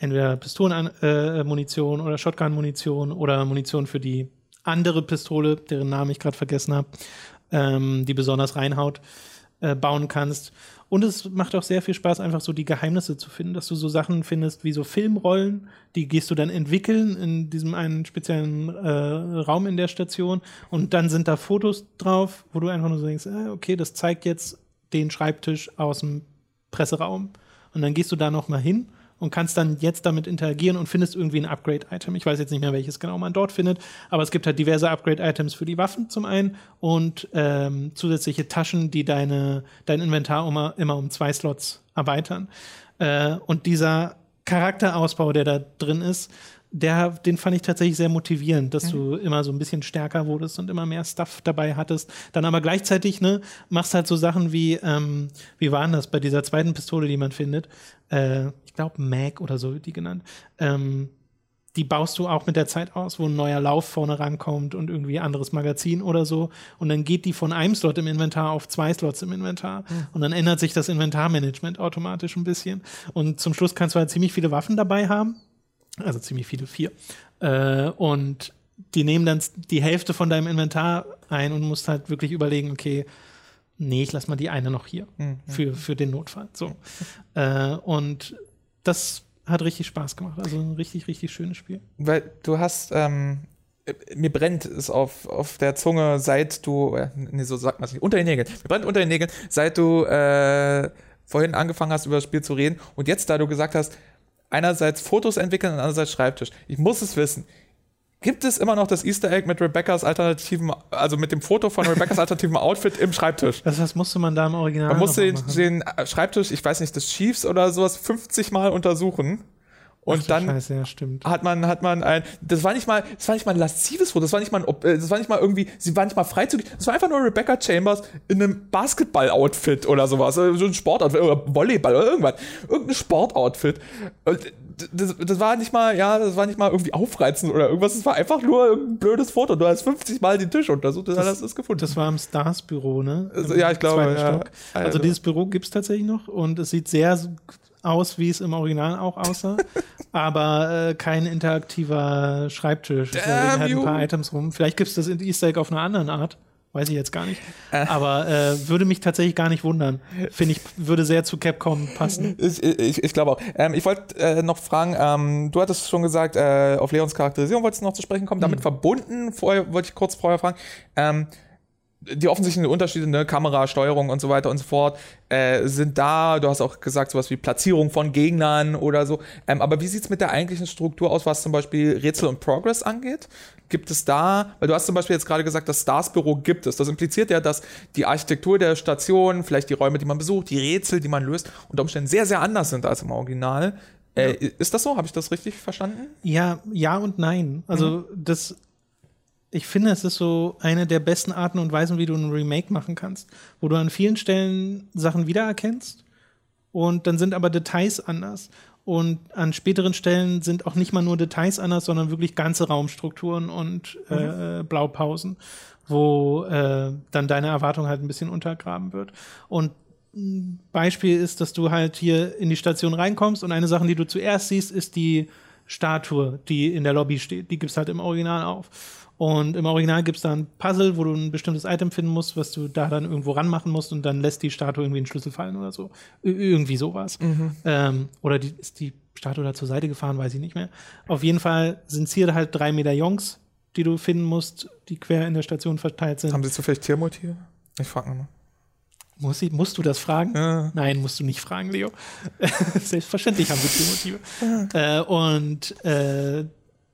entweder Pistolenmunition äh, oder Shotgun-Munition oder Munition für die andere Pistole, deren Namen ich gerade vergessen habe, ähm, die besonders reinhaut, äh, bauen kannst. Und es macht auch sehr viel Spaß, einfach so die Geheimnisse zu finden, dass du so Sachen findest wie so Filmrollen, die gehst du dann entwickeln in diesem einen speziellen äh, Raum in der Station und dann sind da Fotos drauf, wo du einfach nur so denkst, äh, okay, das zeigt jetzt den Schreibtisch aus dem Presseraum. Und dann gehst du da noch mal hin und kannst dann jetzt damit interagieren und findest irgendwie ein Upgrade-Item. Ich weiß jetzt nicht mehr, welches genau man dort findet, aber es gibt halt diverse Upgrade-Items für die Waffen zum einen und ähm, zusätzliche Taschen, die deine, dein Inventar immer, immer um zwei Slots erweitern. Äh, und dieser Charakterausbau, der da drin ist, der, den fand ich tatsächlich sehr motivierend, dass mhm. du immer so ein bisschen stärker wurdest und immer mehr Stuff dabei hattest. Dann aber gleichzeitig, ne, machst halt so Sachen wie, ähm, wie waren das bei dieser zweiten Pistole, die man findet? Äh, ich glaube, Mag oder so wird die genannt. Ähm, die baust du auch mit der Zeit aus, wo ein neuer Lauf vorne rankommt und irgendwie anderes Magazin oder so. Und dann geht die von einem Slot im Inventar auf zwei Slots im Inventar. Mhm. Und dann ändert sich das Inventarmanagement automatisch ein bisschen. Und zum Schluss kannst du halt ziemlich viele Waffen dabei haben. Also ziemlich viele, vier. Äh, und die nehmen dann die Hälfte von deinem Inventar ein und musst halt wirklich überlegen, okay, nee, ich lass mal die eine noch hier mhm. für, für den Notfall. So. äh, und das hat richtig Spaß gemacht. Also ein richtig, richtig schönes Spiel. Weil du hast, ähm, mir brennt es auf, auf der Zunge, seit du, äh, nee, so sagt man es nicht, unter den Nägeln. Mir brennt unter den Nägeln, seit du äh, vorhin angefangen hast, über das Spiel zu reden. Und jetzt, da du gesagt hast, einerseits Fotos entwickeln und andererseits Schreibtisch. Ich muss es wissen. Gibt es immer noch das Easter Egg mit Rebecca's alternativen, also mit dem Foto von Rebecca's alternativen Outfit im Schreibtisch? Also was musste man da im Original Man musste den, den Schreibtisch, ich weiß nicht, des Chiefs oder sowas, fünfzig Mal untersuchen. Und dann Scheiße, ja, stimmt. hat man, hat man ein, das war nicht mal, das war nicht mal ein laszives Foto, das war nicht mal, ein, das war nicht mal irgendwie, sie war nicht mal freizügig, das war einfach nur Rebecca Chambers in einem Basketball-Outfit oder sowas, so ein Sportoutfit oder Volleyball oder irgendwas, irgendein Sportoutfit. Und das, das war nicht mal, ja, das war nicht mal irgendwie aufreizend oder irgendwas, das war einfach nur ein blödes Foto. Du hast fünfzig Mal den Tisch untersucht und dann hast du es gefunden. Das war im Stars-Büro, ne? Also, ja, ich glaube, ja. Also, also dieses Büro gibt es tatsächlich noch und es sieht sehr aus, wie es im Original auch aussah, aber äh, kein interaktiver Schreibtisch. Da liegen halt ein paar Items rum. Vielleicht gibt es das in Easter Egg auf eine andere Art. Weiß ich jetzt gar nicht. Äh. Aber äh, würde mich tatsächlich gar nicht wundern. Finde ich, würde sehr zu Capcom passen. Ich, ich, ich glaube auch. Ähm, ich wollte äh, noch fragen, ähm, du hattest schon gesagt, äh, auf Leons Charakterisierung wolltest du noch zu sprechen kommen. Damit mhm. verbunden, vorher wollte ich kurz vorher fragen, ähm, die offensichtlichen Unterschiede, ne, Kamera, Steuerung und so weiter und so fort, äh, sind da. Du hast auch gesagt, sowas wie Platzierung von Gegnern oder so. Ähm, aber wie sieht's mit der eigentlichen Struktur aus, was zum Beispiel Rätsel und Progress angeht? Gibt es da, weil du hast zum Beispiel jetzt gerade gesagt, das Stars-Büro gibt es. Das impliziert ja, dass die Architektur der Station, vielleicht die Räume, die man besucht, die Rätsel, die man löst, unter Umständen sehr, sehr anders sind als im Original. Äh, ja. Ist das so? Habe ich das richtig verstanden? Ja, ja und nein. Also mhm. das Ich finde, es ist so eine der besten Arten und Weisen, wie du ein Remake machen kannst, wo du an vielen Stellen Sachen wiedererkennst und dann sind aber Details anders. Und an späteren Stellen sind auch nicht mal nur Details anders, sondern wirklich ganze Raumstrukturen und mhm. äh, Blaupausen, wo äh, dann deine Erwartung halt ein bisschen untergraben wird. Und ein Beispiel ist, dass du halt hier in die Station reinkommst und eine Sache, die du zuerst siehst, ist die Statue, die in der Lobby steht. Die gibt's halt im Original auf. Und im Original gibt es da ein Puzzle, wo du ein bestimmtes Item finden musst, was du da dann irgendwo ranmachen musst und dann lässt die Statue irgendwie einen Schlüssel fallen oder so. Ir- irgendwie sowas. Mhm. Ähm, oder die, ist die Statue da zur Seite gefahren, weiß ich nicht mehr. Auf jeden Fall sind es hier halt drei Medaillons, die du finden musst, die quer in der Station verteilt sind. Haben sie zufällig Tiermotive? Ich frage nochmal. Muss ich, musst du das fragen? Ja. Nein, musst du nicht fragen, Leo. Selbstverständlich haben sie Tiermotive. Ja. Äh, und äh,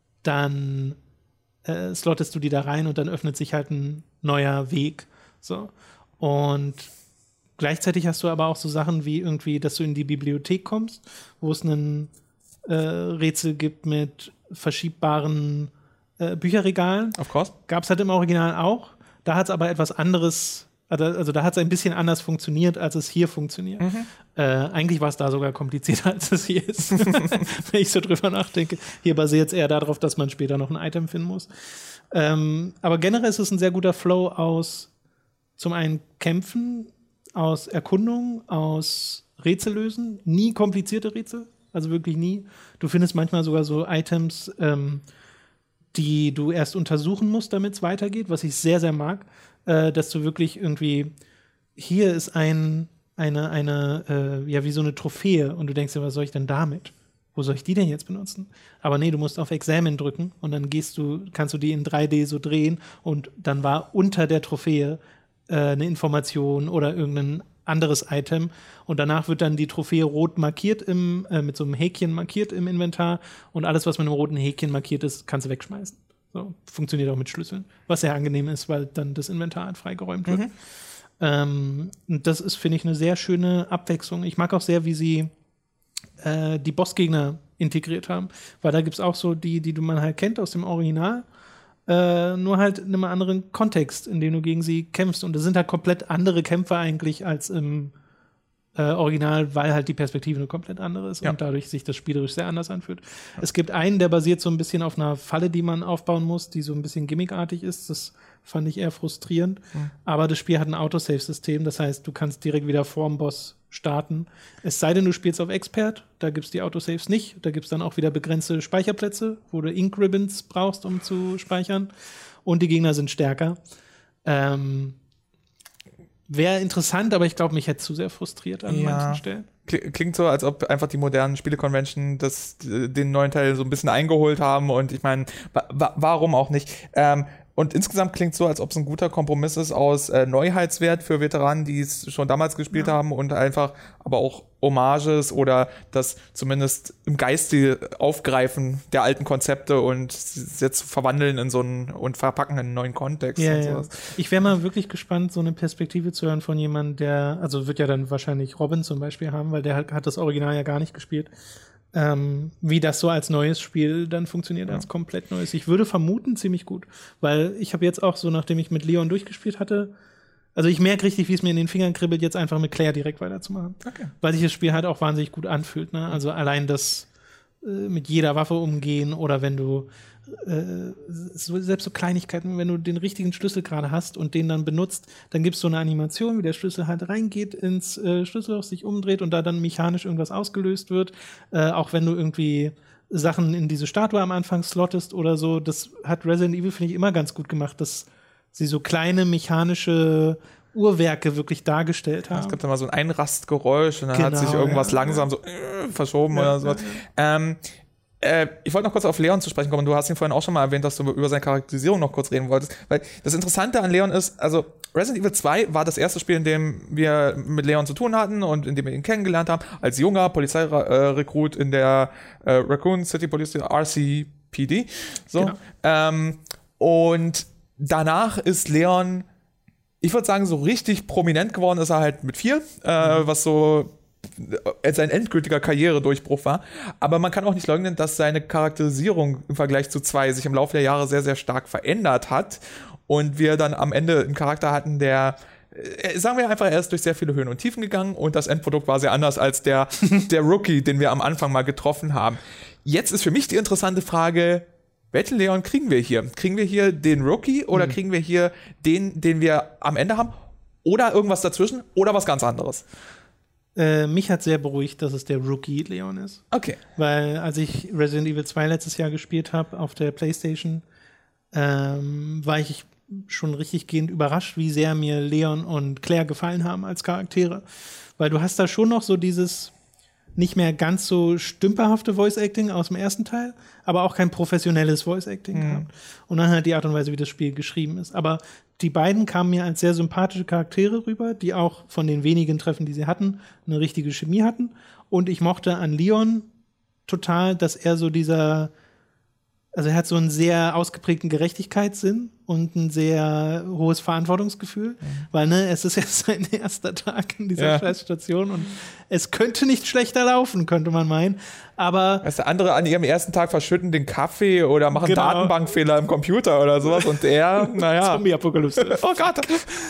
dann Äh, slottest du die da rein und dann öffnet sich halt ein neuer Weg. So. Und gleichzeitig hast du aber auch so Sachen wie irgendwie, dass du in die Bibliothek kommst, wo es ein äh, Rätsel gibt mit verschiebbaren äh, Bücherregalen. Of course. Gab es halt im Original auch. Da hat es aber etwas anderes, also, also da hat es ein bisschen anders funktioniert, als es hier funktioniert. Mhm. Äh, eigentlich war es da sogar komplizierter, als es hier ist, wenn ich so drüber nachdenke. Hier basiert es eher darauf, dass man später noch ein Item finden muss. Ähm, aber generell ist es ein sehr guter Flow aus zum einen Kämpfen, aus Erkundung, aus Rätsel lösen. Nie komplizierte Rätsel, Also wirklich nie. Du findest manchmal sogar so Items, ähm, die du erst untersuchen musst, damit es weitergeht, was ich sehr, sehr mag. Äh, dass du wirklich irgendwie, hier ist ein, eine, eine äh, ja, wie so eine Trophäe und du denkst dir, was soll ich denn damit? Wo soll ich die denn jetzt benutzen? Aber nee, du musst auf Examine drücken und dann gehst du, kannst du die in drei D so drehen und dann war unter der Trophäe äh, eine Information oder irgendein anderes Item und danach wird dann die Trophäe rot markiert im, äh, mit so einem Häkchen markiert im Inventar und alles, was mit einem roten Häkchen markiert ist, kannst du wegschmeißen. So, funktioniert auch mit Schlüsseln, was sehr angenehm ist, weil dann das Inventar halt freigeräumt wird. Mhm. Ähm, und das ist, finde ich, eine sehr schöne Abwechslung. Ich mag auch sehr, wie sie äh, die Bossgegner integriert haben, weil da gibt es auch so die, die du man halt kennt aus dem Original, Äh, nur halt in einem anderen Kontext, in dem du gegen sie kämpfst. Und das sind halt komplett andere Kämpfe eigentlich als im äh, Original, weil halt die Perspektive eine komplett andere ist ja. und dadurch sich das spielerisch sehr anders anfühlt. Ja. Es gibt einen, der basiert so ein bisschen auf einer Falle, die man aufbauen muss, die so ein bisschen gimmickartig ist. Das fand ich eher frustrierend. Mhm. Aber das Spiel hat ein Autosave-System, das heißt, du kannst direkt wieder vorm Boss starten. Es sei denn, du spielst auf Expert, da gibt es die Autosaves nicht. Da gibt es dann auch wieder begrenzte Speicherplätze, wo du Ink-Ribbons brauchst, um zu speichern. Und die Gegner sind stärker. Ähm, Wäre interessant, aber ich glaube, mich hätte zu sehr frustriert an ja. manchen Stellen. Klingt so, als ob einfach die modernen Spiele-Convention das, den neuen Teil so ein bisschen eingeholt haben. Und ich meine, wa- warum auch nicht? Ähm, Und insgesamt klingt es so, als ob es ein guter Kompromiss ist aus äh, Neuheitswert für Veteranen, die es schon damals gespielt ja. haben und einfach aber auch Hommages oder das zumindest im Geiste Aufgreifen der alten Konzepte und jetzt verwandeln in so einen und verpacken in einen neuen Kontext. Ja, und ja. sowas. Ich wäre mal wirklich gespannt, so eine Perspektive zu hören von jemandem, der, also wird ja dann wahrscheinlich Robin zum Beispiel haben, weil der hat, hat das Original ja gar nicht gespielt. Ähm, wie das so als neues Spiel dann funktioniert, ja. als komplett neues. Ich würde vermuten, ziemlich gut. Weil ich habe jetzt auch so, nachdem ich mit Leon durchgespielt hatte, also ich merke richtig, wie es mir in den Fingern kribbelt, jetzt einfach mit Claire direkt weiterzumachen. Okay. Weil sich das Spiel halt auch wahnsinnig gut anfühlt. Ne? Also allein das äh, mit jeder Waffe umgehen oder wenn du äh, so, selbst so Kleinigkeiten, wenn du den richtigen Schlüssel gerade hast und den dann benutzt, dann gibt es so eine Animation, wie der Schlüssel halt reingeht ins äh, Schlüsselloch, sich umdreht und da dann mechanisch irgendwas ausgelöst wird. Äh, auch wenn du irgendwie Sachen in diese Statue am Anfang slottest oder so, das hat Resident Evil, finde ich, immer ganz gut gemacht, dass sie so kleine mechanische Uhrwerke wirklich dargestellt haben. Es gibt immer so ein Einrastgeräusch und dann genau, hat sich irgendwas ja, langsam ja. so äh, verschoben ja, oder sowas. Ja, ja. Ähm, Äh, ich wollte noch kurz auf Leon zu sprechen kommen. Du hast ihn vorhin auch schon mal erwähnt, dass du über seine Charakterisierung noch kurz reden wolltest. Weil das Interessante an Leon ist, also Resident Evil zwei war das erste Spiel, in dem wir mit Leon zu tun hatten und in dem wir ihn kennengelernt haben, als junger Polizeirekrut in der äh, Raccoon City Police, R C P D. So. Genau. Ähm, und danach ist Leon, ich würde sagen, so richtig prominent geworden ist er halt mit vier, äh, mhm. was so sein endgültiger Karrieredurchbruch war. Aber man kann auch nicht leugnen, dass seine Charakterisierung im Vergleich zu zwei sich im Laufe der Jahre sehr, sehr stark verändert hat und wir dann am Ende einen Charakter hatten, der, äh, sagen wir einfach, er ist durch sehr viele Höhen und Tiefen gegangen und das Endprodukt war sehr anders als der, der Rookie, den wir am Anfang mal getroffen haben. Jetzt ist für mich die interessante Frage, welchen Leon kriegen wir hier? Kriegen wir hier den Rookie oder mhm. kriegen wir hier den, den wir am Ende haben? Oder irgendwas dazwischen? Oder was ganz anderes? Äh, mich hat sehr beruhigt, dass es der Rookie Leon ist. Okay. Weil als ich Resident Evil zwei letztes Jahr gespielt habe auf der PlayStation, ähm, war ich schon richtig gehend überrascht, wie sehr mir Leon und Claire gefallen haben als Charaktere. Weil du hast da schon noch so dieses nicht mehr ganz so stümperhafte Voice-Acting aus dem ersten Teil, aber auch kein professionelles Voice-Acting mhm. gehabt. Und dann halt die Art und Weise, wie das Spiel geschrieben ist. Aber die beiden kamen mir als sehr sympathische Charaktere rüber, die auch von den wenigen Treffen, die sie hatten, eine richtige Chemie hatten. Und ich mochte an Leon total, dass er so dieser, also er hat so einen sehr ausgeprägten Gerechtigkeitssinn und ein sehr hohes Verantwortungsgefühl, mhm. weil ne, es ist ja sein erster Tag in dieser ja. Scheißstation und es könnte nicht schlechter laufen, könnte man meinen. Aber weißt du, andere an ihrem ersten Tag verschütten den Kaffee oder machen genau. Datenbankfehler im Computer oder sowas und er, naja. Zombie-Apokalypse. Oh Gott.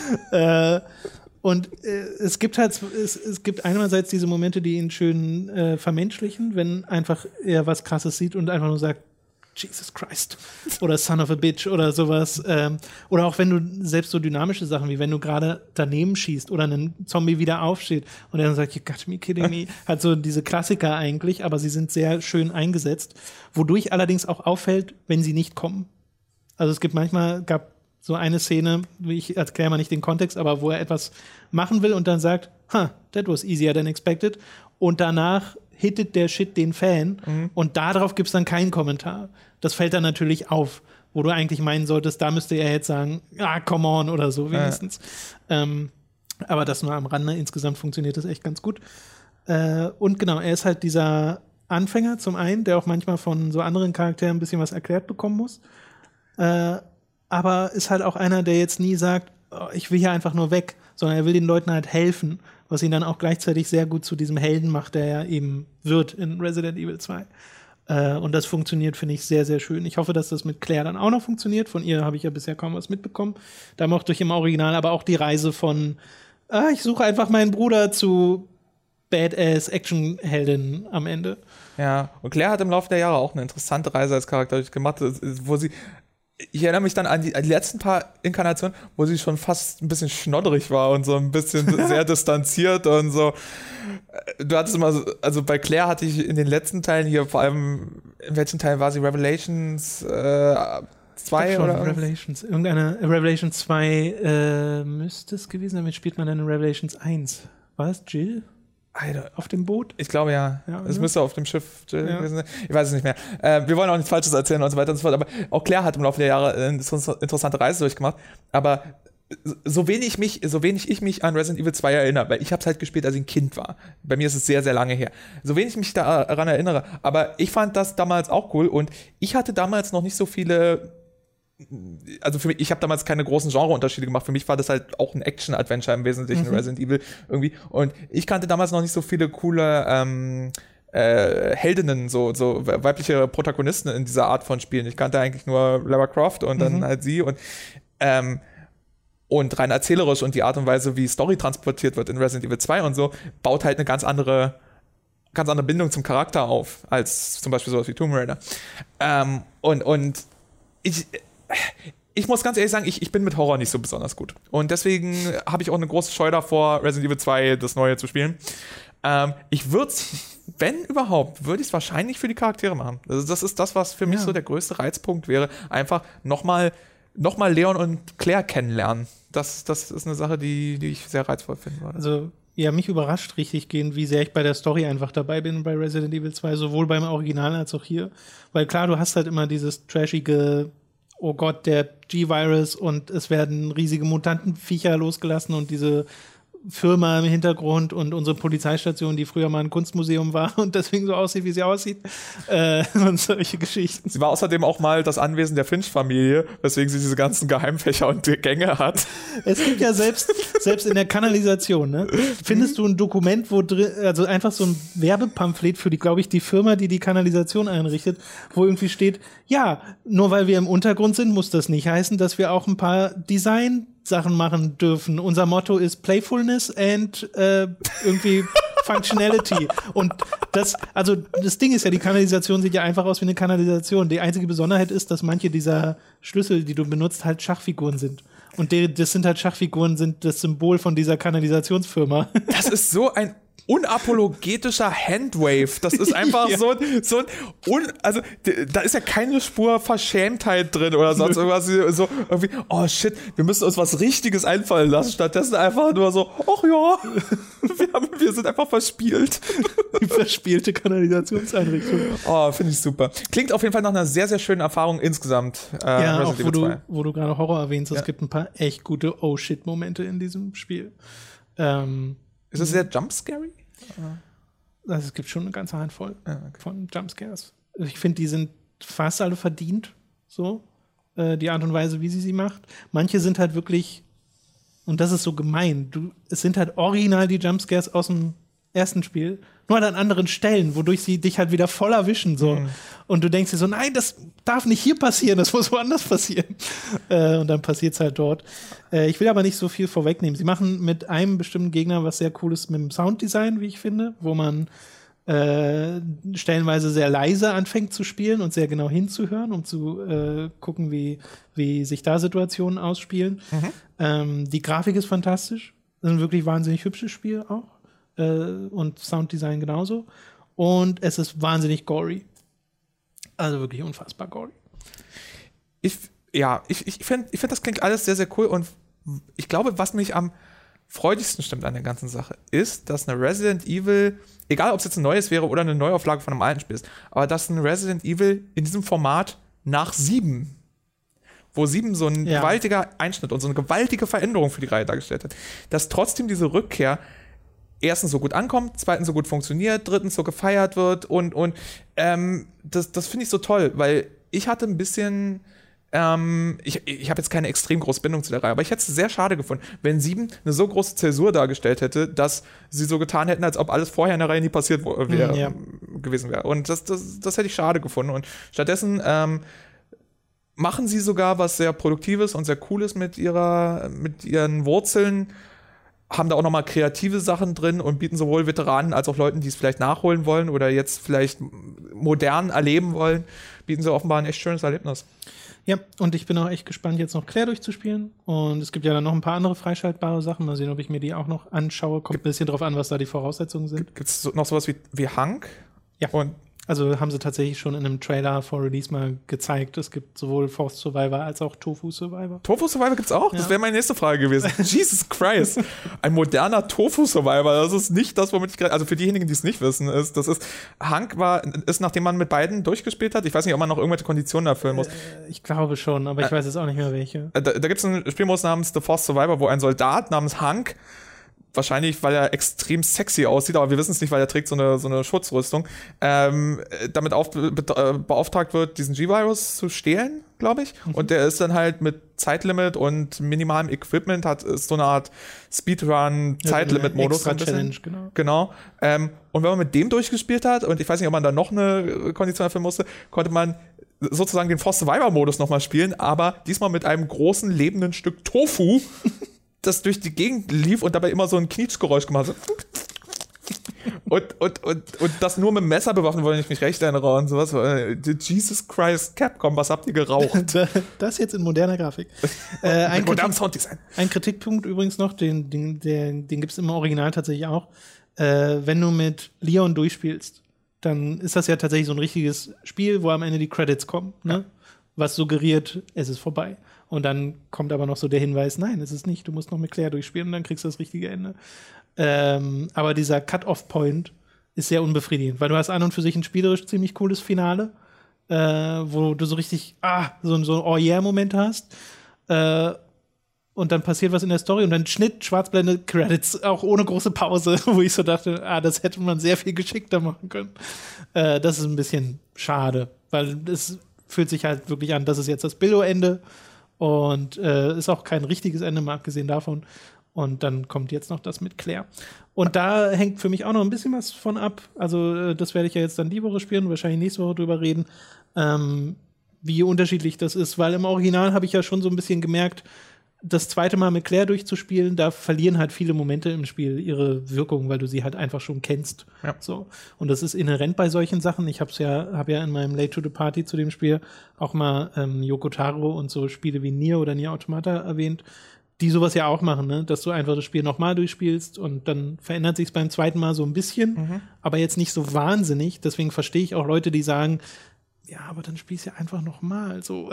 äh, und äh, es gibt halt, es, es gibt einerseits diese Momente, die ihn schön äh, vermenschlichen, wenn einfach er was Krasses sieht und einfach nur sagt, Jesus Christ oder Son of a Bitch oder sowas. Ähm, oder auch wenn du selbst so dynamische Sachen, wie wenn du gerade daneben schießt oder ein Zombie wieder aufsteht und er dann sagt, you got me kidding me. Hat so diese Klassiker eigentlich, aber sie sind sehr schön eingesetzt. Wodurch allerdings auch auffällt, wenn sie nicht kommen. Also es gibt manchmal, gab so eine Szene, ich erkläre mal nicht den Kontext, aber wo er etwas machen will und dann sagt, huh, that was easier than expected. Und danach hittet der Shit den Fan mhm. und darauf gibt es dann keinen Kommentar. Das fällt dann natürlich auf, wo du eigentlich meinen solltest, da müsste er jetzt sagen, ah, come on oder so wenigstens. Ja. Ähm, aber das nur am Rande. Insgesamt funktioniert das echt ganz gut. Äh, und genau, er ist halt dieser Anfänger zum einen, der auch manchmal von so anderen Charakteren ein bisschen was erklärt bekommen muss. Äh, aber ist halt auch einer, der jetzt nie sagt, oh, ich will hier einfach nur weg, sondern er will den Leuten halt helfen, was ihn dann auch gleichzeitig sehr gut zu diesem Helden macht, der er eben wird in Resident Evil zwei. Äh, und das funktioniert, finde ich, sehr, sehr schön. Ich hoffe, dass das mit Claire dann auch noch funktioniert. Von ihr habe ich ja bisher kaum was mitbekommen. Da mochte ich im Original aber auch die Reise von, ah, ich suche einfach meinen Bruder zu Badass-Action-Heldin am Ende. Ja, und Claire hat im Laufe der Jahre auch eine interessante Reise als Charakter durchgemacht, wo sie Ich erinnere mich dann an die, an die letzten paar Inkarnationen, wo sie schon fast ein bisschen schnodderig war und so ein bisschen sehr distanziert und so. Du hattest immer so, also bei Claire hatte ich in den letzten Teilen hier, vor allem, in welchen Teilen war sie? Revelations äh, zwei oder? Revelations, irgendeine, Revelations zwei äh, müsste es gewesen sein, damit spielt man dann in Revelations eins. War es Jill? Auf dem Boot? Ich glaube ja. ja es müsste auf dem Schiff Jill ja. gewesen sein. Ich weiß es nicht mehr. Äh, wir wollen auch nichts Falsches erzählen und so weiter und so fort. Aber auch Claire hat im Laufe der Jahre eine interessante Reise durchgemacht. Aber so wenig, mich, so wenig ich mich an Resident Evil zwei erinnere, weil ich habe es halt gespielt, als ich ein Kind war. Bei mir ist es sehr, sehr lange her. So wenig ich mich daran erinnere. Aber ich fand das damals auch cool und ich hatte damals noch nicht so viele. Also für mich, ich habe damals keine großen Genreunterschiede gemacht. Für mich war das halt auch ein Action-Adventure im Wesentlichen, mhm. Resident Evil irgendwie. Und ich kannte damals noch nicht so viele coole ähm, äh, Heldinnen, so, so weibliche Protagonisten in dieser Art von Spielen. Ich kannte eigentlich nur Lara Croft und dann mhm. halt sie und ähm, und rein erzählerisch und die Art und Weise, wie Story transportiert wird in Resident Evil zwei und so, baut halt eine ganz andere ganz andere Bindung zum Charakter auf, als zum Beispiel sowas wie Tomb Raider. Ähm, und, und ich Ich muss ganz ehrlich sagen, ich, ich bin mit Horror nicht so besonders gut. Und deswegen habe ich auch eine große Scheu davor, Resident Evil zwei, das Neue, zu spielen. Ähm, ich würde es, wenn überhaupt, würde ich es wahrscheinlich für die Charaktere machen. Also das ist das, was für mich ja. so der größte Reizpunkt wäre. Einfach nochmal noch mal Leon und Claire kennenlernen. Das, das ist eine Sache, die, die ich sehr reizvoll finde. Also ja, mich überrascht richtig gehend, wie sehr ich bei der Story einfach dabei bin bei Resident Evil zwei, sowohl beim Original als auch hier. Weil klar, du hast halt immer dieses trashige oh Gott, der G-Virus und es werden riesige Mutantenviecher losgelassen und diese Firma im Hintergrund und unsere Polizeistation, die früher mal ein Kunstmuseum war und deswegen so aussieht, wie sie aussieht. Äh, und solche Geschichten. Sie war außerdem auch mal das Anwesen der Finch-Familie, weswegen sie diese ganzen Geheimfächer und Gänge hat. Es gibt ja selbst, selbst in der Kanalisation, ne, findest du ein Dokument, wo drin, also einfach so ein Werbepamphlet für die, glaube ich, die Firma, die die Kanalisation einrichtet, wo irgendwie steht, ja, nur weil wir im Untergrund sind, muss das nicht heißen, dass wir auch ein paar Design Sachen machen dürfen. Unser Motto ist Playfulness and äh, irgendwie Functionality. Und das, also das Ding ist ja, die Kanalisation sieht ja einfach aus wie eine Kanalisation. Die einzige Besonderheit ist, dass manche dieser Schlüssel, die du benutzt, halt Schachfiguren sind. Und die, das sind halt Schachfiguren, sind das Symbol von dieser Kanalisationsfirma. Das ist so ein unapologetischer Handwave. Das ist einfach ja. so, so ein, un, also da ist ja keine Spur Verschämtheit drin oder sonst irgendwas. So irgendwie, oh shit, wir müssen uns was Richtiges einfallen lassen. Stattdessen einfach nur so, ach ja, wir, haben, wir sind einfach verspielt. Die verspielte Kanalisationseinrichtung. Oh, finde ich super. Klingt auf jeden Fall nach einer sehr, sehr schönen Erfahrung insgesamt. Äh, ja, auch wo du, wo du gerade Horror erwähnst, ja. Es gibt ein paar echt gute Oh-Shit-Momente in diesem Spiel. Ähm, ist es sehr jumpscary? Also es gibt schon eine ganze Handvoll ja, okay. von Jumpscares. Ich finde, die sind fast alle verdient, so, äh, die Art und Weise, wie sie sie macht. Manche sind halt wirklich, und das ist so gemein, du, es sind halt original die Jumpscares aus dem ersten Spiel, nur halt an anderen Stellen, wodurch sie dich halt wieder voll erwischen, so. Mhm. Und du denkst dir so, nein, das darf nicht hier passieren, das muss woanders passieren. Äh, und dann passiert es halt dort. Äh, ich will aber nicht so viel vorwegnehmen. Sie machen mit einem bestimmten Gegner was sehr Cooles mit dem Sounddesign, wie ich finde, wo man äh, stellenweise sehr leise anfängt zu spielen und sehr genau hinzuhören, um zu äh, gucken, wie, wie sich da Situationen ausspielen. Mhm. Ähm, die Grafik ist fantastisch. Das ist ein wirklich wahnsinnig hübsches Spiel auch. Äh, und Sounddesign genauso. Und es ist wahnsinnig gory. Also wirklich unfassbar gory. Ich, ja, ich, ich finde, ich find, das klingt alles sehr, sehr cool. Und ich glaube, was mich am freudigsten stimmt an der ganzen Sache, ist, dass eine Resident Evil, egal ob es jetzt ein neues wäre oder eine Neuauflage von einem alten Spiel ist, aber dass ein Resident Evil in diesem Format nach sieben, wo sieben so ein ja. gewaltiger Einschnitt und so eine gewaltige Veränderung für die Reihe dargestellt hat, dass trotzdem diese Rückkehr erstens so gut ankommt, zweitens so gut funktioniert, drittens so gefeiert wird und, und ähm, das, das finde ich so toll, weil ich hatte ein bisschen Ähm, ich ich habe jetzt keine extrem große Bindung zu der Reihe, aber ich hätte es sehr schade gefunden, wenn sieben eine so große Zäsur dargestellt hätte, dass sie so getan hätten, als ob alles vorher in der Reihe nie passiert wäre, ja. gewesen wäre. Und das, das, das hätte ich schade gefunden. Und stattdessen ähm, machen sie sogar was sehr Produktives und sehr Cooles mit ihrer, mit ihren Wurzeln, haben da auch nochmal kreative Sachen drin und bieten sowohl Veteranen als auch Leuten, die es vielleicht nachholen wollen oder jetzt vielleicht modern erleben wollen, bieten sie offenbar ein echt schönes Erlebnis. Ja, und ich bin auch echt gespannt, jetzt noch Claire durchzuspielen. Und es gibt ja dann noch ein paar andere freischaltbare Sachen. Mal sehen, ob ich mir die auch noch anschaue. Kommt ein bisschen drauf an, was da die Voraussetzungen sind. Gibt es so, noch sowas wie, wie Hank? Ja. Und also haben sie tatsächlich schon in einem Trailer vor Release mal gezeigt. Es gibt sowohl Forced Survivor als auch Tofu Survivor. Tofu Survivor gibt's auch? Ja. Das wäre meine nächste Frage gewesen. Jesus Christ. Ein moderner Tofu Survivor. Das ist nicht das, womit ich gerade, also für diejenigen, die es nicht wissen, ist, das ist, Hank war, ist, nachdem man mit beiden durchgespielt hat. Ich weiß nicht, ob man noch irgendwelche Konditionen erfüllen muss. Äh, ich glaube schon, aber ich äh, weiß jetzt auch nicht mehr welche. Da, da gibt's einen Spielmodus namens The Forced Survivor, wo ein Soldat namens Hank, wahrscheinlich, weil er extrem sexy aussieht, aber wir wissen es nicht, weil er trägt so eine, so eine Schutzrüstung, ähm, damit auf, be, äh, beauftragt wird, diesen G-Virus zu stehlen, glaube ich. Mhm. Und der ist dann halt mit Zeitlimit und minimalem Equipment, hat ist so eine Art Speedrun-Zeitlimit-Modus. Ja, Challenge, genau. Genau. Ähm, und wenn man mit dem durchgespielt hat, und ich weiß nicht, ob man da noch eine Kondition erfüllen musste, konnte man sozusagen den Forced Survivor-Modus nochmal spielen, aber diesmal mit einem großen, lebenden Stück Tofu, das durch die Gegend lief und dabei immer so ein Knietschgeräusch gemacht hat. Und, und, und, und das nur mit dem Messer bewaffnet, wenn ich mich recht erinnere und sowas. Jesus Christ, Capcom, was habt ihr geraucht? Das jetzt in moderner Grafik. äh, ein, modernem Sounddesign. Ein Kritikpunkt übrigens noch, den, den, den, den gibt es im Original tatsächlich auch. Äh, wenn du mit Leon durchspielst, dann ist das ja tatsächlich so ein richtiges Spiel, wo am Ende die Credits kommen, ne? Ja. Was suggeriert, es ist vorbei. Und dann kommt aber noch so der Hinweis, nein, es ist nicht, du musst noch mit Claire durchspielen und dann kriegst du das richtige Ende. Ähm, aber dieser Cut-Off-Point ist sehr unbefriedigend, weil du hast an und für sich ein spielerisch ziemlich cooles Finale, äh, wo du so richtig, ah, so, so ein Oh-Yeah-Moment hast. Äh, und dann passiert was in der Story und dann Schnitt, Schwarzblende, Credits, auch ohne große Pause, wo ich so dachte, ah, das hätte man sehr viel geschickter machen können. Äh, das ist ein bisschen schade, weil es fühlt sich halt wirklich an, das ist jetzt das Billo-Ende und äh, ist auch kein richtiges Ende, mal abgesehen davon. Und dann kommt jetzt noch das mit Claire. Und da hängt für mich auch noch ein bisschen was von ab. Also äh, das werde ich ja jetzt dann die Woche spielen und wahrscheinlich nächste Woche drüber reden, ähm, wie unterschiedlich das ist. Weil im Original habe ich ja schon so ein bisschen gemerkt, das zweite Mal mit Claire durchzuspielen, da verlieren halt viele Momente im Spiel ihre Wirkung, weil du sie halt einfach schon kennst. Ja. So. Und das ist inhärent bei solchen Sachen. Ich hab's ja, habe ja in meinem Late to the Party zu dem Spiel auch mal ähm, Yoko Taro und so Spiele wie Nier oder Nier Automata erwähnt, die sowas ja auch machen, ne? Dass du einfach das Spiel nochmal durchspielst und dann verändert sich's beim zweiten Mal so ein bisschen, mhm. aber jetzt nicht so wahnsinnig. Deswegen verstehe ich auch Leute, die sagen, ja, aber dann spielst du ja einfach nochmal so.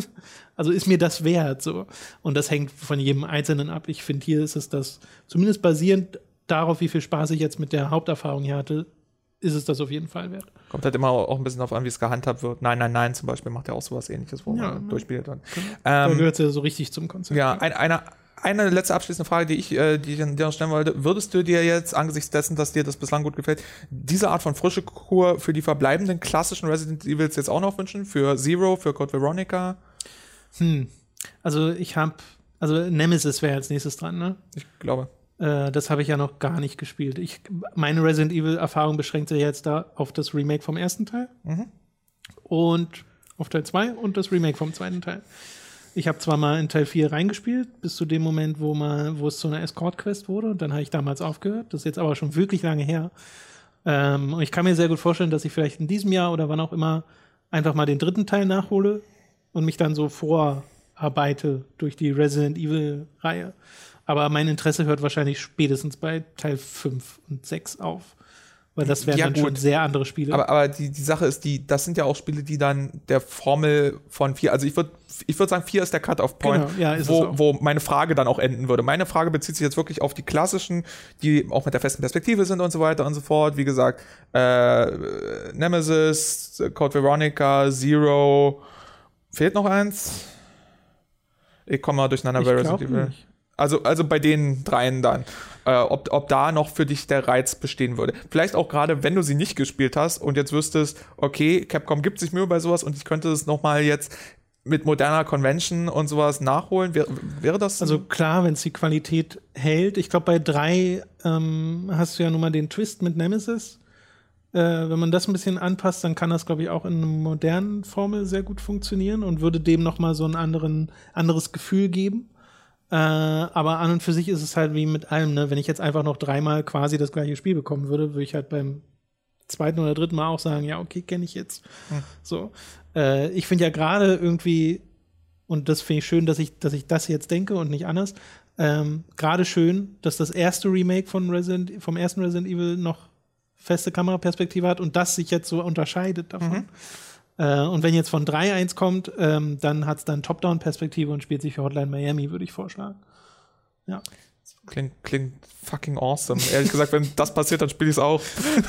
Also ist mir das wert so. Und das hängt von jedem Einzelnen ab. Ich finde, hier ist es das, zumindest basierend darauf, wie viel Spaß ich jetzt mit der Haupterfahrung hier hatte, ist es das auf jeden Fall wert. Kommt halt immer auch ein bisschen darauf an, wie es gehandhabt wird. Nein, nein, nein, zum Beispiel macht ja auch sowas Ähnliches, wo ja, man durchspielt. Dann. Genau. Ähm, da gehört es ja so richtig zum Konzept. Ja, ein, eine Eine letzte abschließende Frage, die ich äh, die ich dir noch stellen wollte. Würdest du dir jetzt, angesichts dessen, dass dir das bislang gut gefällt, diese Art von frische Kur für die verbleibenden klassischen Resident Evils jetzt auch noch wünschen? Für Zero, für Code Veronica? Hm. Also ich habe, also Nemesis wäre als nächstes dran, ne? Ich glaube. Äh, das habe ich ja noch gar nicht gespielt. Ich, meine Resident Evil-Erfahrung beschränkt sich jetzt da auf das Remake vom ersten Teil mhm. und auf Teil zwei und das Remake vom zweiten Teil. Ich habe zwar mal in Teil vier reingespielt, bis zu dem Moment, wo, mal, wo es zu einer Escort-Quest wurde. Und dann habe ich damals aufgehört. Das ist jetzt aber schon wirklich lange her. Ähm, und ich kann mir sehr gut vorstellen, dass ich vielleicht in diesem Jahr oder wann auch immer einfach mal den dritten Teil nachhole und mich dann so vorarbeite durch die Resident Evil-Reihe. Aber mein Interesse hört wahrscheinlich spätestens bei Teil fünf und sechs auf. Weil das wären Ja, dann gut. schon sehr andere Spiele. Aber, aber die, die Sache ist, die, das sind ja auch Spiele, die dann der Formel von vier, also ich würde ich würd sagen, vier ist der Cut-Off-Point, Genau, ja, ist wo, es auch. wo meine Frage dann auch enden würde. Meine Frage bezieht sich jetzt wirklich auf die klassischen, die auch mit der festen Perspektive sind und so weiter und so fort. Wie gesagt, äh, Nemesis, Code Veronica, Zero. Fehlt noch eins? Ich komme mal durcheinander bei Resident Evil. Nicht. Also, also bei den dreien dann. Äh, ob, ob da noch für dich der Reiz bestehen würde. Vielleicht auch gerade, wenn du sie nicht gespielt hast und jetzt wüsstest, okay, Capcom gibt sich Mühe bei sowas und ich könnte es nochmal jetzt mit moderner Convention und sowas nachholen. Wäre, wäre das? Also klar, wenn es die Qualität hält. Ich glaube, bei drei ähm, hast du ja nun mal den Twist mit Nemesis. Äh, wenn man das ein bisschen anpasst, dann kann das, glaube ich, auch in einer modernen Formel sehr gut funktionieren und würde dem nochmal so ein anderen, anderes Gefühl geben. Äh, aber an und für sich ist es halt wie mit allem, ne? Wenn ich jetzt einfach noch dreimal quasi das gleiche Spiel bekommen würde, würde ich halt beim zweiten oder dritten Mal auch sagen, ja, okay, kenne ich jetzt. Hm. So. Äh, ich finde ja gerade irgendwie, und das finde ich schön, dass ich, dass ich das jetzt denke und nicht anders, ähm, gerade schön, dass das erste Remake von Resident, vom ersten Resident Evil noch feste Kameraperspektive hat und das sich jetzt so unterscheidet davon. Mhm. Äh, und wenn jetzt von drei eins kommt, ähm, dann hat es dann Top-Down-Perspektive und spielt sich für Hotline Miami, würde ich vorschlagen. Ja. Klingt, klingt fucking awesome. Ehrlich gesagt, wenn das passiert, dann spiele ich es auch.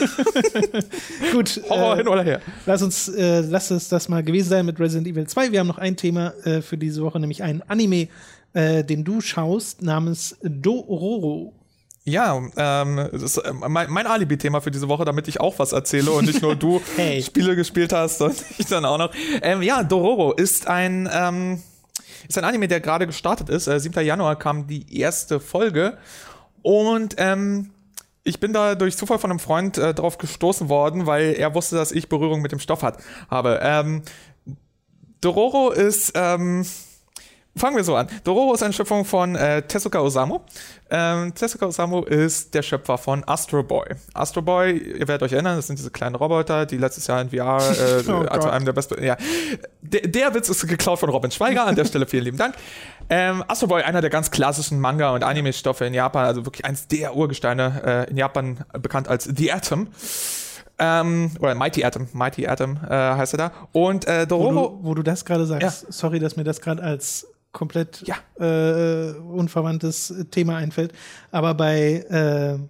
Gut. Horror äh, hin oder her. Lass uns, äh, lass es das mal gewesen sein mit Resident Evil zwei. Wir haben noch ein Thema äh, für diese Woche, nämlich einen Anime, äh, den du schaust, namens Dororo. Ja, ähm, das ist äh, mein, mein Alibi-Thema für diese Woche, damit ich auch was erzähle und nicht nur du hey. Spiele gespielt hast und ich dann auch noch. Ähm, ja, Dororo ist ein, ähm, ist ein Anime, der gerade gestartet ist. Äh, siebter Januar kam die erste Folge und ähm, ich bin da durch Zufall von einem Freund äh, drauf gestoßen worden, weil er wusste, dass ich Berührung mit dem Stoff hat, habe. Ähm, Dororo ist, ähm, fangen wir so an. Dororo ist eine Schöpfung von äh, Tezuka Osamu. Ähm, Tezuka Osamu ist der Schöpfer von Astro Boy. Astro Boy, ihr werdet euch erinnern, das sind diese kleinen Roboter, die letztes Jahr in V R, äh, oh also einem der besten, ja. Der, der Witz ist geklaut von Robin Schweiger, an der Stelle vielen lieben Dank. Ähm, Astro Boy, einer der ganz klassischen Manga- und Anime-Stoffe in Japan, also wirklich eins der Urgesteine äh, in Japan, bekannt als The Atom. Ähm, oder Mighty Atom, Mighty Atom äh, heißt er da. Und äh, Dororo. Wo du, wo du das gerade sagst, ja. sorry, dass mir das gerade als komplett ja. äh, unverwandtes Thema einfällt. Aber bei äh,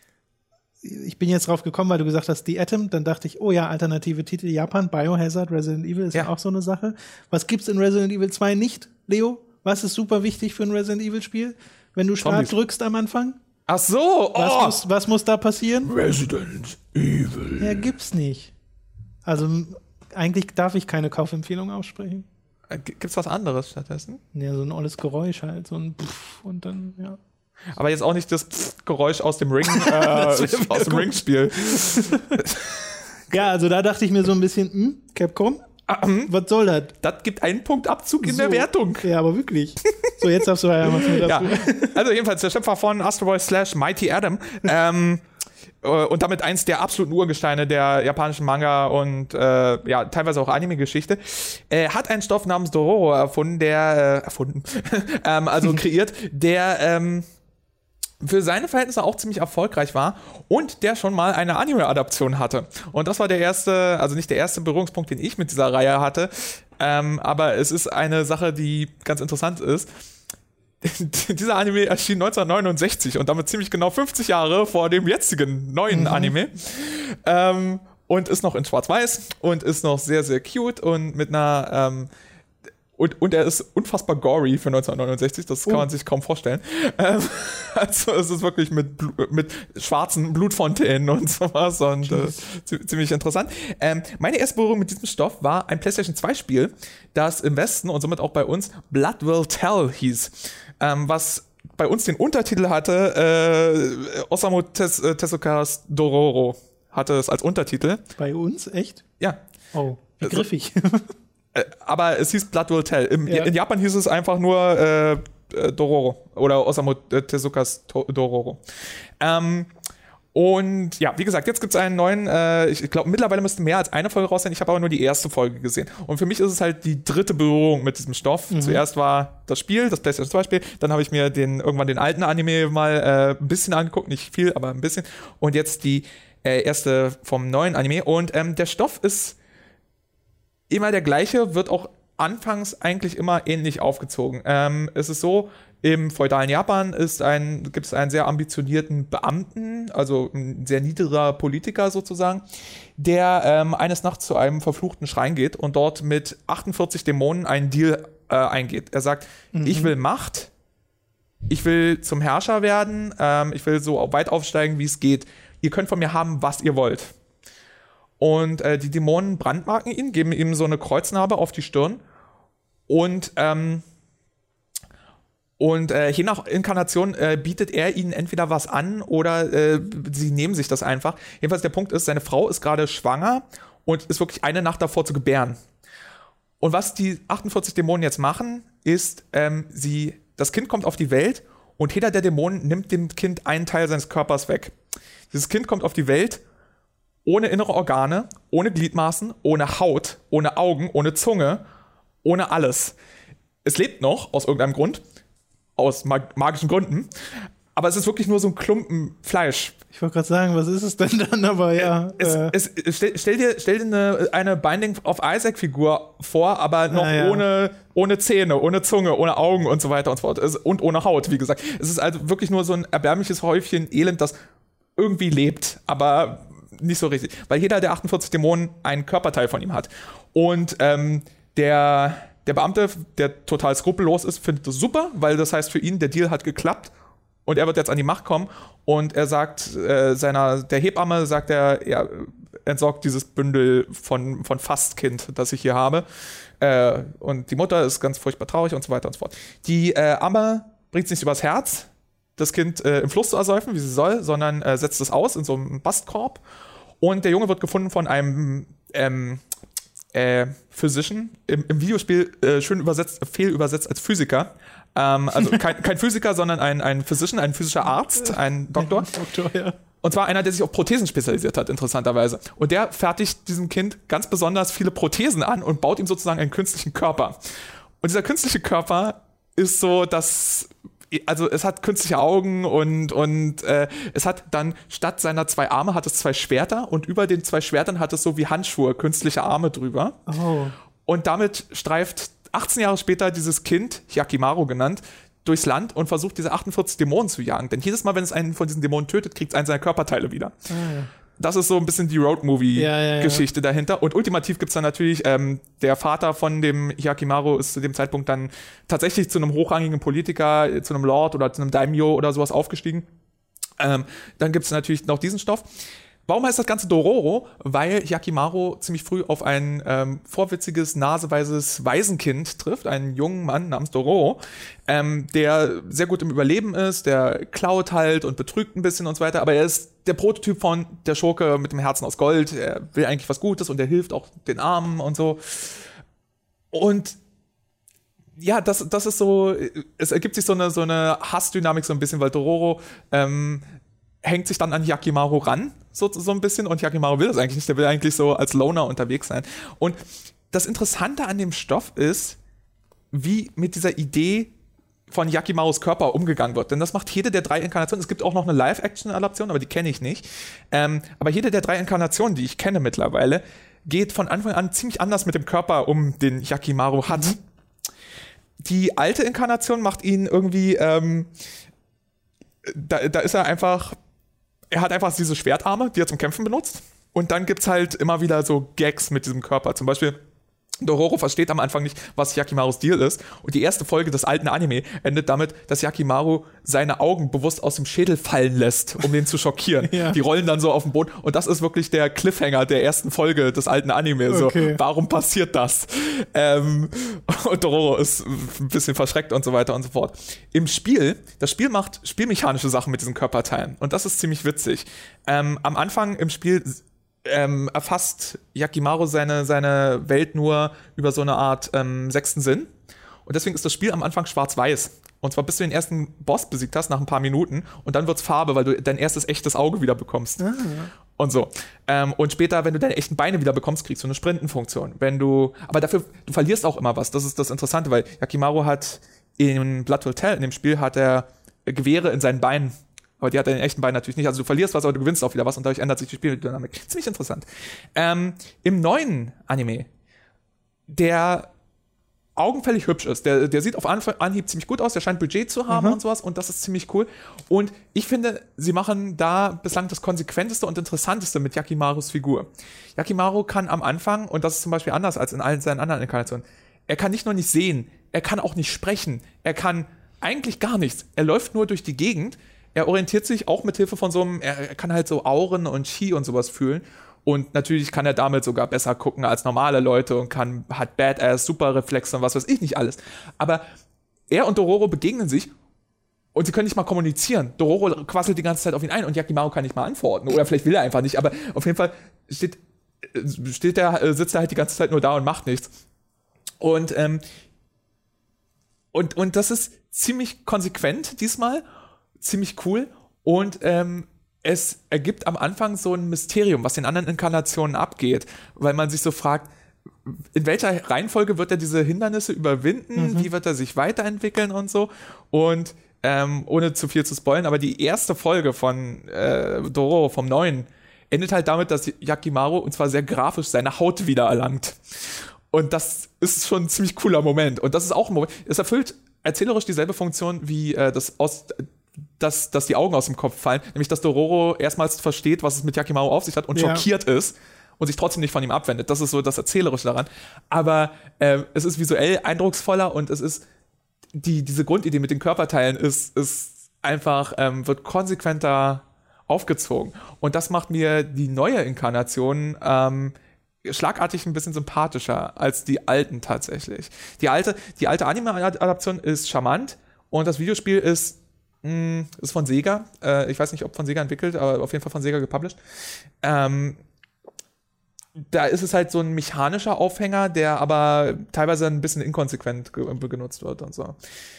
ich bin jetzt drauf gekommen, weil du gesagt hast, The Atom, dann dachte ich, oh ja, alternative Titel Japan, Biohazard, Resident Evil ist ja, ja auch so eine Sache. Was gibt's in Resident Evil zwei nicht, Leo? Was ist super wichtig für ein Resident Evil Spiel? Wenn du Start drückst am Anfang? Ach so, oh. Was muss, was muss da passieren? Resident Evil. Ja, gibt's nicht. Also eigentlich darf ich keine Kaufempfehlung aussprechen. Gibt's was anderes stattdessen? Ja, so ein olles Geräusch halt, so ein Pfff und dann, ja. Aber jetzt auch nicht das Geräusch aus dem Ring, äh, aus dem Ring-Spiel. Ja, also da dachte ich mir so ein bisschen, hm, Capcom, um, was soll das? Das gibt einen Punkt Abzug in so, der Wertung. Ja, aber wirklich. So, jetzt darfst du ja was mit dazu. Ja, also jedenfalls der Schöpfer von Astro Boy slash Mighty Atom. ähm, und damit eins der absoluten Urgesteine der japanischen Manga und äh, ja, teilweise auch Anime-Geschichte, äh, hat einen Stoff namens Dororo erfunden, der äh, erfunden, ähm, also kreiert, der ähm, für seine Verhältnisse auch ziemlich erfolgreich war und der schon mal eine Anime-Adaption hatte. Und das war der erste, also nicht der erste Berührungspunkt, den ich mit dieser Reihe hatte, ähm, aber es ist eine Sache, die ganz interessant ist. Dieser Anime erschien neunzehnhundertneunundsechzig und damit ziemlich genau fünfzig Jahre vor dem jetzigen neuen mhm. Anime. Ähm, und ist noch in Schwarz-Weiß und ist noch sehr, sehr cute und mit einer ähm, und, und er ist unfassbar gory für neunzehnhundertneunundsechzig, das kann oh. man sich kaum vorstellen. Ähm, also es ist wirklich mit, Blu- mit schwarzen Blutfontänen und sowas und äh, ziemlich interessant. Ähm, meine erste Berührung mit diesem Stoff war ein PlayStation zwei Spiel, das im Westen und somit auch bei uns Blood Will Tell hieß. Ähm, was bei uns den Untertitel hatte, äh, Osamu Tes- äh, Tezuka's Dororo hatte es als Untertitel. Bei uns? Echt? Ja. Oh, wie griffig. Äh, aber es hieß Blood Will Tell. Im, ja. In Japan hieß es einfach nur äh, äh, Dororo oder Osamu Tezuka's to- Dororo. Ähm, Und ja, wie gesagt, jetzt gibt es einen neuen, äh, ich glaube, mittlerweile müsste mehr als eine Folge raus sein. Ich habe aber nur die erste Folge gesehen. Und für mich ist es halt die dritte Berührung mit diesem Stoff. Mhm. Zuerst war das Spiel, das PlayStation zwei Spiel. Dann habe ich mir den irgendwann den alten Anime mal äh, ein bisschen angeguckt. Nicht viel, aber ein bisschen. Und jetzt die äh, erste vom neuen Anime. Und ähm, der Stoff ist immer der gleiche, wird auch anfangs eigentlich immer ähnlich aufgezogen. Ähm, es ist so, im feudalen Japan ist ein, gibt es einen sehr ambitionierten Beamten, also ein sehr niederer Politiker sozusagen, der ähm, eines Nachts zu einem verfluchten Schrein geht und dort mit achtundvierzig Dämonen einen Deal äh, eingeht. Er sagt, mhm. ich will Macht, ich will zum Herrscher werden, ähm, ich will so weit aufsteigen, wie es geht. Ihr könnt von mir haben, was ihr wollt. Und äh, die Dämonen brandmarken ihn, geben ihm so eine Kreuznarbe auf die Stirn und ähm, Und äh, je nach Inkarnation äh, bietet er ihnen entweder was an oder äh, sie nehmen sich das einfach. Jedenfalls der Punkt ist, seine Frau ist gerade schwanger und ist wirklich eine Nacht davor zu gebären. Und was die achtundvierzig Dämonen jetzt machen, ist, ähm, sie, das Kind kommt auf die Welt und jeder der Dämonen nimmt dem Kind einen Teil seines Körpers weg. Dieses Kind kommt auf die Welt ohne innere Organe, ohne Gliedmaßen, ohne Haut, ohne Augen, ohne Zunge, ohne alles. Es lebt noch, aus irgendeinem Grund, aus mag- magischen Gründen, aber es ist wirklich nur so ein Klumpen Fleisch. Ich wollte gerade sagen, was ist es denn dann, aber ja. Es, äh. es, es, stell, stell dir, stell dir eine, eine Binding of Isaac-Figur vor, aber noch ah, ja. ohne, ohne Zähne, ohne Zunge, ohne Augen und so weiter und so fort. Es, und ohne Haut, wie gesagt. Es ist also wirklich nur so ein erbärmliches Häufchen Elend, das irgendwie lebt, aber nicht so richtig. Weil jeder der achtundvierzig Dämonen einen Körperteil von ihm hat. Und ähm, der... Der Beamte, der total skrupellos ist, findet das super, weil das heißt für ihn, der Deal hat geklappt und er wird jetzt an die Macht kommen und er sagt äh, seiner, der Hebamme sagt er, ja, entsorgt dieses Bündel von, von Fastkind, das ich hier habe. Äh, und die Mutter ist ganz furchtbar traurig und so weiter und so fort. Die äh, Amme bringt es nicht übers Herz, das Kind äh, im Fluss zu ersäufen, wie sie soll, sondern äh, setzt es aus in so einem Bastkorb und der Junge wird gefunden von einem ähm, Äh, Physician, im, im Videospiel äh, schön übersetzt, fehl übersetzt als Physiker. Ähm, also kein, kein Physiker, sondern ein, ein Physician, ein physischer Arzt, ein Doktor. Doktor, ja. Und zwar einer, der sich auf Prothesen spezialisiert hat, interessanterweise. Und der fertigt diesem Kind ganz besonders viele Prothesen an und baut ihm sozusagen einen künstlichen Körper. Und dieser künstliche Körper ist so, dass also es hat künstliche Augen und, und äh, es hat dann statt seiner zwei Arme hat es zwei Schwerter und über den zwei Schwertern hat es so wie Handschuhe künstliche Arme drüber. Oh. Und damit streift achtzehn Jahre später dieses Kind, Hyakimaru genannt, durchs Land und versucht diese achtundvierzig Dämonen zu jagen. Denn jedes Mal, wenn es einen von diesen Dämonen tötet, kriegt es einen seiner Körperteile wieder. Ah. Das ist so ein bisschen die Road-Movie-Geschichte ja, ja, ja. dahinter. Und ultimativ gibt es dann natürlich, ähm, der Vater von dem Hyakimaru ist zu dem Zeitpunkt dann tatsächlich zu einem hochrangigen Politiker, zu einem Lord oder zu einem Daimyo oder sowas aufgestiegen. Ähm, dann gibt es natürlich noch diesen Stoff. Warum heißt das Ganze Dororo? Weil Hyakimaru ziemlich früh auf ein ähm, vorwitziges, naseweises Waisenkind trifft, einen jungen Mann namens Dororo, ähm, der sehr gut im Überleben ist, der klaut halt und betrügt ein bisschen und so weiter, aber er ist der Prototyp von der Schurke mit dem Herzen aus Gold, er will eigentlich was Gutes und er hilft auch den Armen und so. Und ja, das, das ist so, es ergibt sich so eine, so eine Hassdynamik so ein bisschen, weil Dororo ähm, hängt sich dann an Hyakimaru ran, so, so ein bisschen, und Hyakimaru will das eigentlich nicht, der will eigentlich so als Loner unterwegs sein. Und das Interessante an dem Stoff ist, wie mit dieser Idee von Hyakimarus Körper umgegangen wird. Denn das macht jede der drei Inkarnationen. Es gibt auch noch eine Live-Action-Adaption, aber die kenne ich nicht. Ähm, aber jede der drei Inkarnationen, die ich kenne mittlerweile, geht von Anfang an ziemlich anders mit dem Körper um, den Hyakimaru hat. Mhm. Die alte Inkarnation macht ihn irgendwie, ähm, da, da ist er einfach, er hat einfach diese Schwertarme, die er zum Kämpfen benutzt. Und dann gibt's halt immer wieder so Gags mit diesem Körper. Zum Beispiel Dororo versteht am Anfang nicht, was Hyakimarus Deal ist. Und die erste Folge des alten Anime endet damit, dass Hyakimaru seine Augen bewusst aus dem Schädel fallen lässt, um den zu schockieren. Ja. Die rollen dann so auf den Boden. Und das ist wirklich der Cliffhanger der ersten Folge des alten Anime. Okay. So, warum passiert das? Ähm, und Dororo ist ein bisschen verschreckt und so weiter und so fort. Im Spiel, das Spiel macht spielmechanische Sachen mit diesen Körperteilen. Und das ist ziemlich witzig. Ähm, am Anfang im Spiel Ähm, erfasst Hyakimaru seine, seine Welt nur über so eine Art ähm, sechsten Sinn. Und deswegen ist das Spiel am Anfang schwarz-weiß. Und zwar bis du den ersten Boss besiegt hast, nach ein paar Minuten. Und dann wird's Farbe, weil du dein erstes echtes Auge wieder bekommst. Ah. Und so. Ähm, und später, wenn du deine echten Beine wieder bekommst, kriegst du eine Sprintenfunktion. Wenn du, aber dafür, du verlierst auch immer was. Das ist das Interessante, weil Yakimaru hat in Blood Hotel, in dem Spiel, hat er Gewehre in seinen Beinen. Aber die hat er in den echten Beinen natürlich nicht. Also du verlierst was, aber du gewinnst auch wieder was und dadurch ändert sich die Spieldynamik. Ziemlich interessant. Ähm, im neuen Anime, der augenfällig hübsch ist. Der, der sieht auf Anhieb ziemlich gut aus, der scheint Budget zu haben mhm. und sowas und das ist ziemlich cool. Und ich finde, sie machen da bislang das konsequenteste und interessanteste mit Yakimarus Figur. Yakimaru kann am Anfang, und das ist zum Beispiel anders als in allen seinen anderen Inkarnationen, er kann nicht nur nicht sehen, er kann auch nicht sprechen, er kann eigentlich gar nichts. Er läuft nur durch die Gegend, er orientiert sich auch mit Hilfe von so einem, er, er kann halt so Auren und Chi und sowas fühlen. Und natürlich kann er damit sogar besser gucken als normale Leute und kann, hat Badass, Superreflexe und was weiß ich nicht alles. Aber er und Dororo begegnen sich und sie können nicht mal kommunizieren. Dororo quasselt die ganze Zeit auf ihn ein und Yakimaru kann nicht mal antworten. Oder vielleicht will er einfach nicht, aber auf jeden Fall steht, steht er, sitzt er halt die ganze Zeit nur da und macht nichts. Und, ähm, und, und das ist ziemlich konsequent diesmal, ziemlich cool und, ähm, es ergibt am Anfang so ein Mysterium, was den anderen Inkarnationen abgeht, weil man sich so fragt, in welcher Reihenfolge wird er diese Hindernisse überwinden, mhm. wie wird er sich weiterentwickeln und so. Und ähm, ohne zu viel zu spoilern, aber die erste Folge von äh, Dororo, vom Neuen, endet halt damit, dass Yakimaru, und zwar sehr grafisch, seine Haut wiedererlangt. Und das ist schon ein ziemlich cooler Moment. Und das ist auch ein Moment, es erfüllt erzählerisch dieselbe Funktion wie äh, das aus Dass, dass die Augen aus dem Kopf fallen, nämlich dass Dororo erstmals versteht, was es mit Yakimaru auf sich hat und ja. schockiert ist und sich trotzdem nicht von ihm abwendet. Das ist so das Erzählerische daran. Aber äh, es ist visuell eindrucksvoller und es ist die, diese Grundidee mit den Körperteilen ist, ist einfach, ähm, wird konsequenter aufgezogen. Und das macht mir die neue Inkarnation ähm, schlagartig ein bisschen sympathischer als die alten tatsächlich. Die alte, die alte Anime-Adaption ist charmant und das Videospiel ist ist von Sega. Äh, ich weiß nicht, ob von Sega entwickelt, aber auf jeden Fall von Sega gepublished. Ähm, da ist es halt so ein mechanischer Aufhänger, der aber teilweise ein bisschen inkonsequent ge- genutzt wird und so.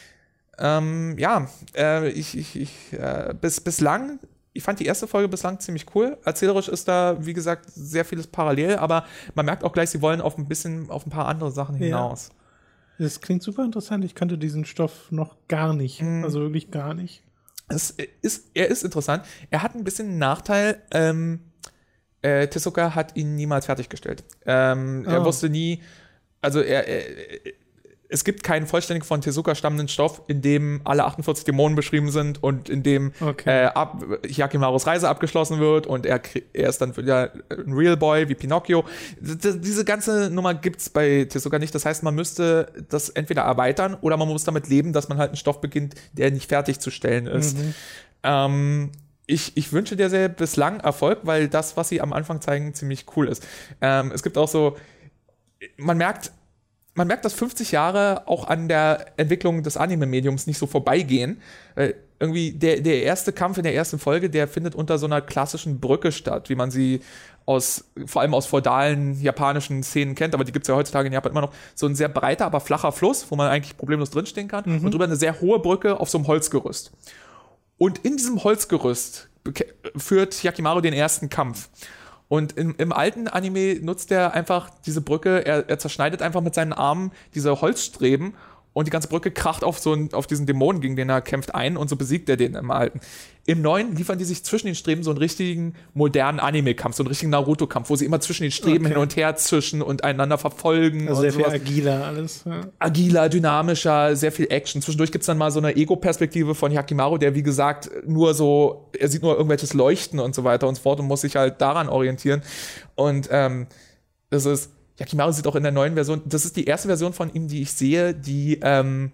Ähm, ja, äh, ich, ich, ich äh, bis, bislang, ich fand die erste Folge bislang ziemlich cool. Erzählerisch ist da, wie gesagt, sehr vieles parallel, aber man merkt auch gleich, sie wollen auf ein bisschen, auf ein paar andere Sachen hinaus. Ja. Das klingt super interessant. Ich kannte diesen Stoff noch gar nicht. Mm. Also wirklich gar nicht. Es ist, er ist interessant. Er hat ein bisschen einen Nachteil. Ähm, äh, Tezuka hat ihn niemals fertiggestellt. Ähm, oh. Er wusste nie, also er, er es gibt keinen vollständig von Tezuka stammenden Stoff, in dem alle achtundvierzig Dämonen beschrieben sind und in dem okay. äh, ab, Yakimarus Reise abgeschlossen wird und er, er ist dann wieder ein Real Boy wie Pinocchio. D- diese ganze Nummer gibt's bei Tezuka nicht. Das heißt, man müsste das entweder erweitern oder man muss damit leben, dass man halt einen Stoff beginnt, der nicht fertigzustellen ist. Mhm. Ähm, ich, ich wünsche dir sehr bislang Erfolg, weil das, was sie am Anfang zeigen, ziemlich cool ist. Ähm, es gibt auch so, man merkt, Man merkt, dass fünfzig Jahre auch an der Entwicklung des Anime-Mediums nicht so vorbeigehen. Äh, irgendwie der, der erste Kampf in der ersten Folge, der findet unter so einer klassischen Brücke statt, wie man sie aus, vor allem aus feudalen japanischen Szenen kennt, aber die gibt es ja heutzutage in Japan immer noch. So ein sehr breiter, aber flacher Fluss, wo man eigentlich problemlos drinstehen kann. Mhm. Und drüber eine sehr hohe Brücke auf so einem Holzgerüst. Und in diesem Holzgerüst führt Yakimaru den ersten Kampf. Und im, im alten Anime nutzt er einfach diese Brücke, er, er zerschneidet einfach mit seinen Armen diese Holzstreben und die ganze Brücke kracht auf so einen, auf diesen Dämonen, gegen den er kämpft, ein und so besiegt er den im alten. Im neuen liefern die sich zwischen den Streben so einen richtigen modernen Anime-Kampf, so einen richtigen Naruto-Kampf, wo sie immer zwischen den Streben okay. hin und her zischen und einander verfolgen. Also und sehr sowas. Viel agiler alles. Ja. Agiler, dynamischer, sehr viel Action. Zwischendurch gibt's dann mal so eine Ego-Perspektive von Yakimaru, der wie gesagt nur so, er sieht nur irgendwelches Leuchten und so weiter und so fort und muss sich halt daran orientieren. Und ähm, das ist, Yakimaru sieht auch in der neuen Version, das ist die erste Version von ihm, die ich sehe, die ähm,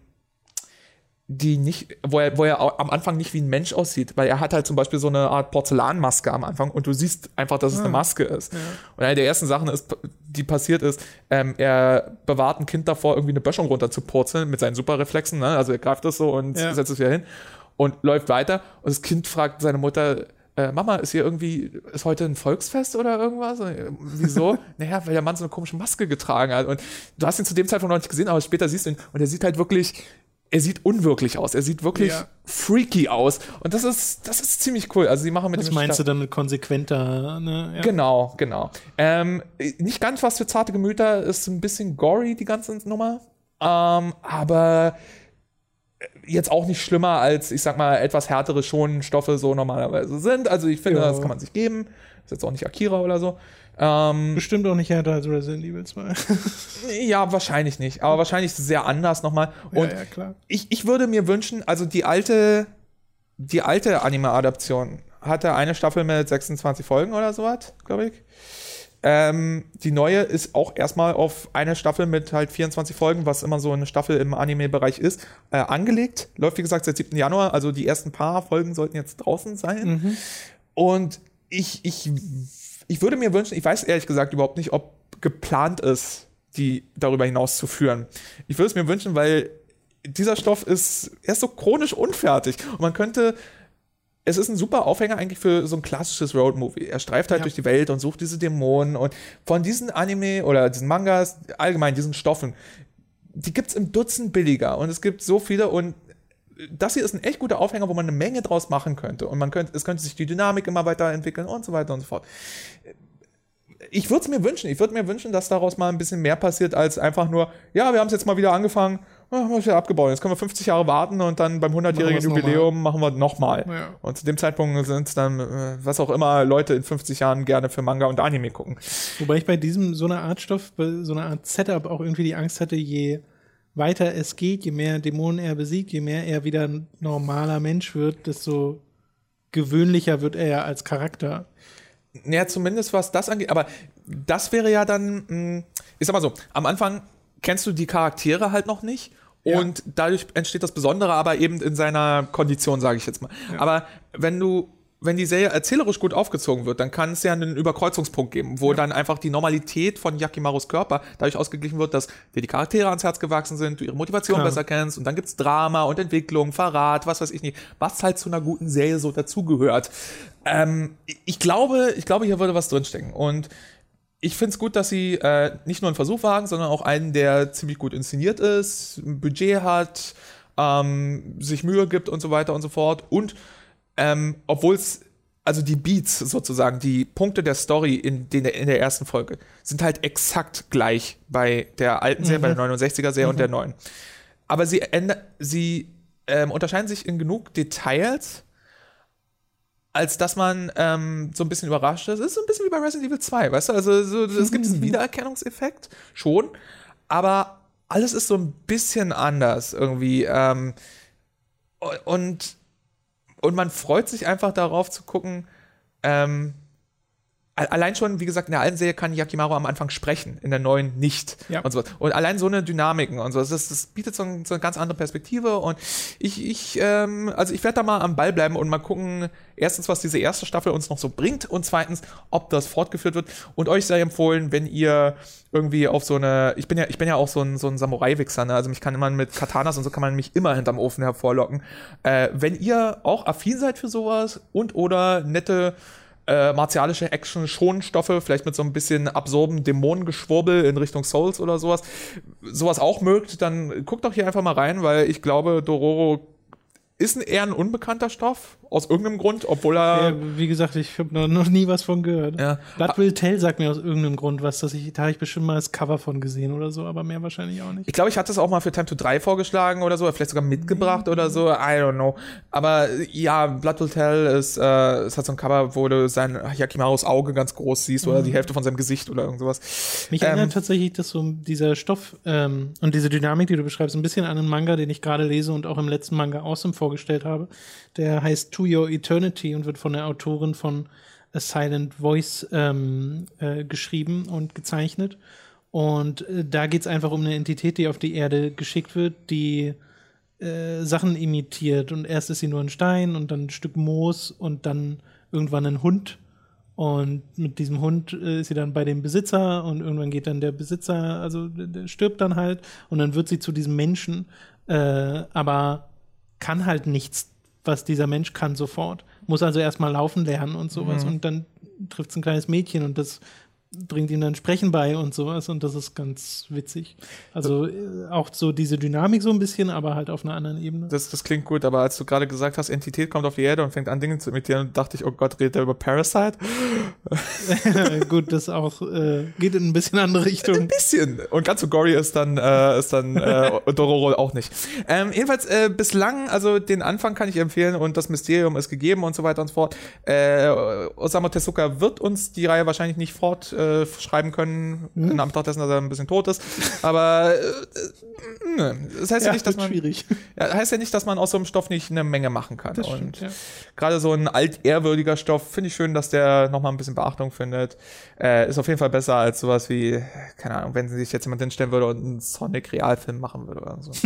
die nicht, wo er, wo er am Anfang nicht wie ein Mensch aussieht, weil er hat halt zum Beispiel so eine Art Porzellanmaske am Anfang und du siehst einfach, dass es ah, eine Maske ist. Ja. Und eine der ersten Sachen ist, die passiert ist, ähm, er bewahrt ein Kind davor, irgendwie eine Böschung runter zu purzeln mit seinen Superreflexen, ne? Also er greift das so und ja. setzt es wieder hin und läuft weiter und das Kind fragt seine Mutter, äh, Mama, ist hier irgendwie, ist heute ein Volksfest oder irgendwas? Und, wieso? Naja, weil der Mann so eine komische Maske getragen hat und du hast ihn zu dem Zeitpunkt noch nicht gesehen, aber später siehst du ihn und er sieht halt wirklich er sieht unwirklich aus. Er sieht wirklich ja. freaky aus. Und das ist, das ist ziemlich cool. Also sie machen mit Was dem meinst Sta- du damit konsequenter? Ne? Ja. Genau, genau. Ähm, nicht ganz was für zarte Gemüter, ist ein bisschen gory, die ganze Nummer. Ähm, aber jetzt auch nicht schlimmer als, ich sag mal, etwas härtere Schonstoffe so normalerweise sind. Also ich finde, ja. das kann man sich geben. Ist jetzt auch nicht Akira oder so. Ähm, Bestimmt auch nicht härter als Resident Evil zwei. Ja, wahrscheinlich nicht. Aber wahrscheinlich sehr anders nochmal. Und ja, ja, klar. Ich, ich würde mir wünschen, also die alte, die alte Anime-Adaption hatte eine Staffel mit sechsundzwanzig Folgen oder sowas, glaube ich. Ähm, die neue ist auch erstmal auf eine Staffel mit halt vierundzwanzig Folgen, was immer so eine Staffel im Anime-Bereich ist, äh, angelegt. Läuft, wie gesagt, seit siebten Januar. Also die ersten paar Folgen sollten jetzt draußen sein. Mhm. Und ich, ich Ich würde mir wünschen, ich weiß ehrlich gesagt überhaupt nicht, ob geplant ist, die darüber hinaus zu führen. Ich würde es mir wünschen, weil dieser Stoff ist, er ist so chronisch unfertig. Und man könnte, es ist ein super Aufhänger eigentlich für so ein klassisches Road-Movie. Er streift halt ja. durch die Welt und sucht diese Dämonen. Und von diesen Anime oder diesen Mangas, allgemein diesen Stoffen, die gibt es im Dutzend billiger. Und es gibt so viele und das hier ist ein echt guter Aufhänger, wo man eine Menge draus machen könnte. Und man könnte, es könnte sich die Dynamik immer weiterentwickeln und so weiter und so fort. Ich würde es mir wünschen. Ich würde mir wünschen, dass daraus mal ein bisschen mehr passiert, als einfach nur, ja, wir haben es jetzt mal wieder angefangen, haben wir wieder abgebaut. Jetzt können wir fünfzig Jahre warten und dann beim hundertjährigen Jubiläum machen wir nochmal. Ja. Und zu dem Zeitpunkt sind es dann, was auch immer, Leute in fünfzig Jahren gerne für Manga und Anime gucken. Wobei ich bei diesem, so einer Art Stoff, bei so einer Art Setup auch irgendwie die Angst hatte, je weiter es geht, je mehr Dämonen er besiegt, je mehr er wieder ein normaler Mensch wird, desto gewöhnlicher wird er ja als Charakter. Ja, zumindest was das angeht. Aber das wäre ja dann, ich sag mal so, am Anfang kennst du die Charaktere halt noch nicht. Ja. Und dadurch entsteht das Besondere, aber eben in seiner Kondition, sage ich jetzt mal. Ja. Aber wenn du wenn die Serie erzählerisch gut aufgezogen wird, dann kann es ja einen Überkreuzungspunkt geben, wo ja. dann einfach die Normalität von Yakimarus Körper dadurch ausgeglichen wird, dass dir die Charaktere ans Herz gewachsen sind, du ihre Motivation Klar. besser kennst und dann gibt's Drama und Entwicklung, Verrat, was weiß ich nicht, was halt zu einer guten Serie so dazugehört. Ähm, ich glaube, ich glaube, hier würde was drinstecken und ich finde es gut, dass sie äh, nicht nur einen Versuch wagen, sondern auch einen, der ziemlich gut inszeniert ist, ein Budget hat, ähm, sich Mühe gibt und so weiter und so fort und Ähm, obwohl es, also die Beats sozusagen, die Punkte der Story in, den, in der ersten Folge sind halt exakt gleich bei der alten Serie, mhm. bei der neunundsechziger-Serie mhm. und der neuen. Aber sie, sie ähm, unterscheiden sich in genug Details, als dass man ähm, so ein bisschen überrascht ist. Es ist so ein bisschen wie bei Resident Evil zwei, weißt du? Also so, es gibt diesen Wiedererkennungseffekt schon, aber alles ist so ein bisschen anders irgendwie. Ähm, und Und man freut sich einfach darauf zu gucken, ähm, allein schon, wie gesagt, in der alten Serie kann Yakimaru am Anfang sprechen, in der neuen nicht. Ja. Und, so. Und allein so eine Dynamiken und so, das, das bietet so, ein, so eine ganz andere Perspektive und ich, ich ähm, also ich werde da mal am Ball bleiben und mal gucken, erstens, was diese erste Staffel uns noch so bringt und zweitens, ob das fortgeführt wird und euch sei empfohlen, wenn ihr irgendwie auf so eine, ich bin ja, ich bin ja auch so ein, so ein Samurai-Wichser, ne? Also mich kann man mit Katanas und so kann man mich immer hinterm Ofen hervorlocken. Äh, wenn ihr auch affin seid für sowas und oder nette Äh, martialische Action-Schonstoffe, vielleicht mit so ein bisschen absurden Dämonengeschwurbel in Richtung Souls oder sowas, sowas auch mögt, dann guckt doch hier einfach mal rein, weil ich glaube, Dororo ist ein eher ein unbekannter Stoff, aus irgendeinem Grund, obwohl er... Ja, wie gesagt, ich habe noch, noch nie was von gehört. Ja. Blood Will Tell sagt mir aus irgendeinem Grund was, dass ich, da habe ich bestimmt mal das Cover von gesehen oder so, aber mehr wahrscheinlich auch nicht. Ich glaube, ich hatte es auch mal für Time to drei vorgeschlagen oder so, oder vielleicht sogar mitgebracht mhm. oder so, I don't know. Aber ja, Blood Will Tell ist, äh, es hat so ein Cover, wo du sein Yakimarus Auge ganz groß siehst mhm. oder die Hälfte von seinem Gesicht oder irgend sowas. Mich ähm, erinnert tatsächlich, dass so dieser Stoff ähm, und diese Dynamik, die du beschreibst, ein bisschen an einen Manga, den ich gerade lese und auch im letzten Manga Awesome vorgestellt habe. Der heißt To Your Eternity und wird von der Autorin von A Silent Voice ähm, äh, geschrieben und gezeichnet. Und äh, da geht es einfach um eine Entität, die auf die Erde geschickt wird, die äh, Sachen imitiert. Und erst ist sie nur ein Stein und dann ein Stück Moos und dann irgendwann ein Hund. Und mit diesem Hund äh, ist sie dann bei dem Besitzer und irgendwann geht dann der Besitzer, also der stirbt dann halt und dann wird sie zu diesem Menschen, äh, aber kann halt nichts, was dieser Mensch kann sofort. Muss also erstmal laufen lernen und sowas. Mhm. Und dann trifft es ein kleines Mädchen und das bringt ihm dann Sprechen bei und sowas und das ist ganz witzig. Also äh, auch so diese Dynamik so ein bisschen, aber halt auf einer anderen Ebene. Das, das klingt gut, aber als du gerade gesagt hast, Entität kommt auf die Erde und fängt an, Dinge zu imitieren, dachte ich, oh Gott, redet er über Parasite? Gut, das auch äh, geht in ein bisschen andere Richtung. Ein bisschen. Und ganz so gory ist dann, äh, ist dann äh, Dororo auch nicht. Ähm, jedenfalls äh, bislang, also den Anfang kann ich empfehlen und das Mysterium ist gegeben und so weiter und so fort. Äh, Osamu Tezuka wird uns die Reihe wahrscheinlich nicht fort Äh, schreiben können, mhm. in Anbetracht dessen, dass er ein bisschen tot ist. Aber äh, äh, das heißt ja, ja nicht, dass man schwierig. Ja, heißt ja nicht, dass man aus so einem Stoff nicht eine Menge machen kann. Das und stimmt, ja. Gerade so ein altehrwürdiger Stoff finde ich schön, dass der nochmal ein bisschen Beachtung findet. Äh, ist auf jeden Fall besser als sowas wie, keine Ahnung, wenn sich jetzt jemand hinstellen würde und einen Sonic-Realfilm machen würde oder so.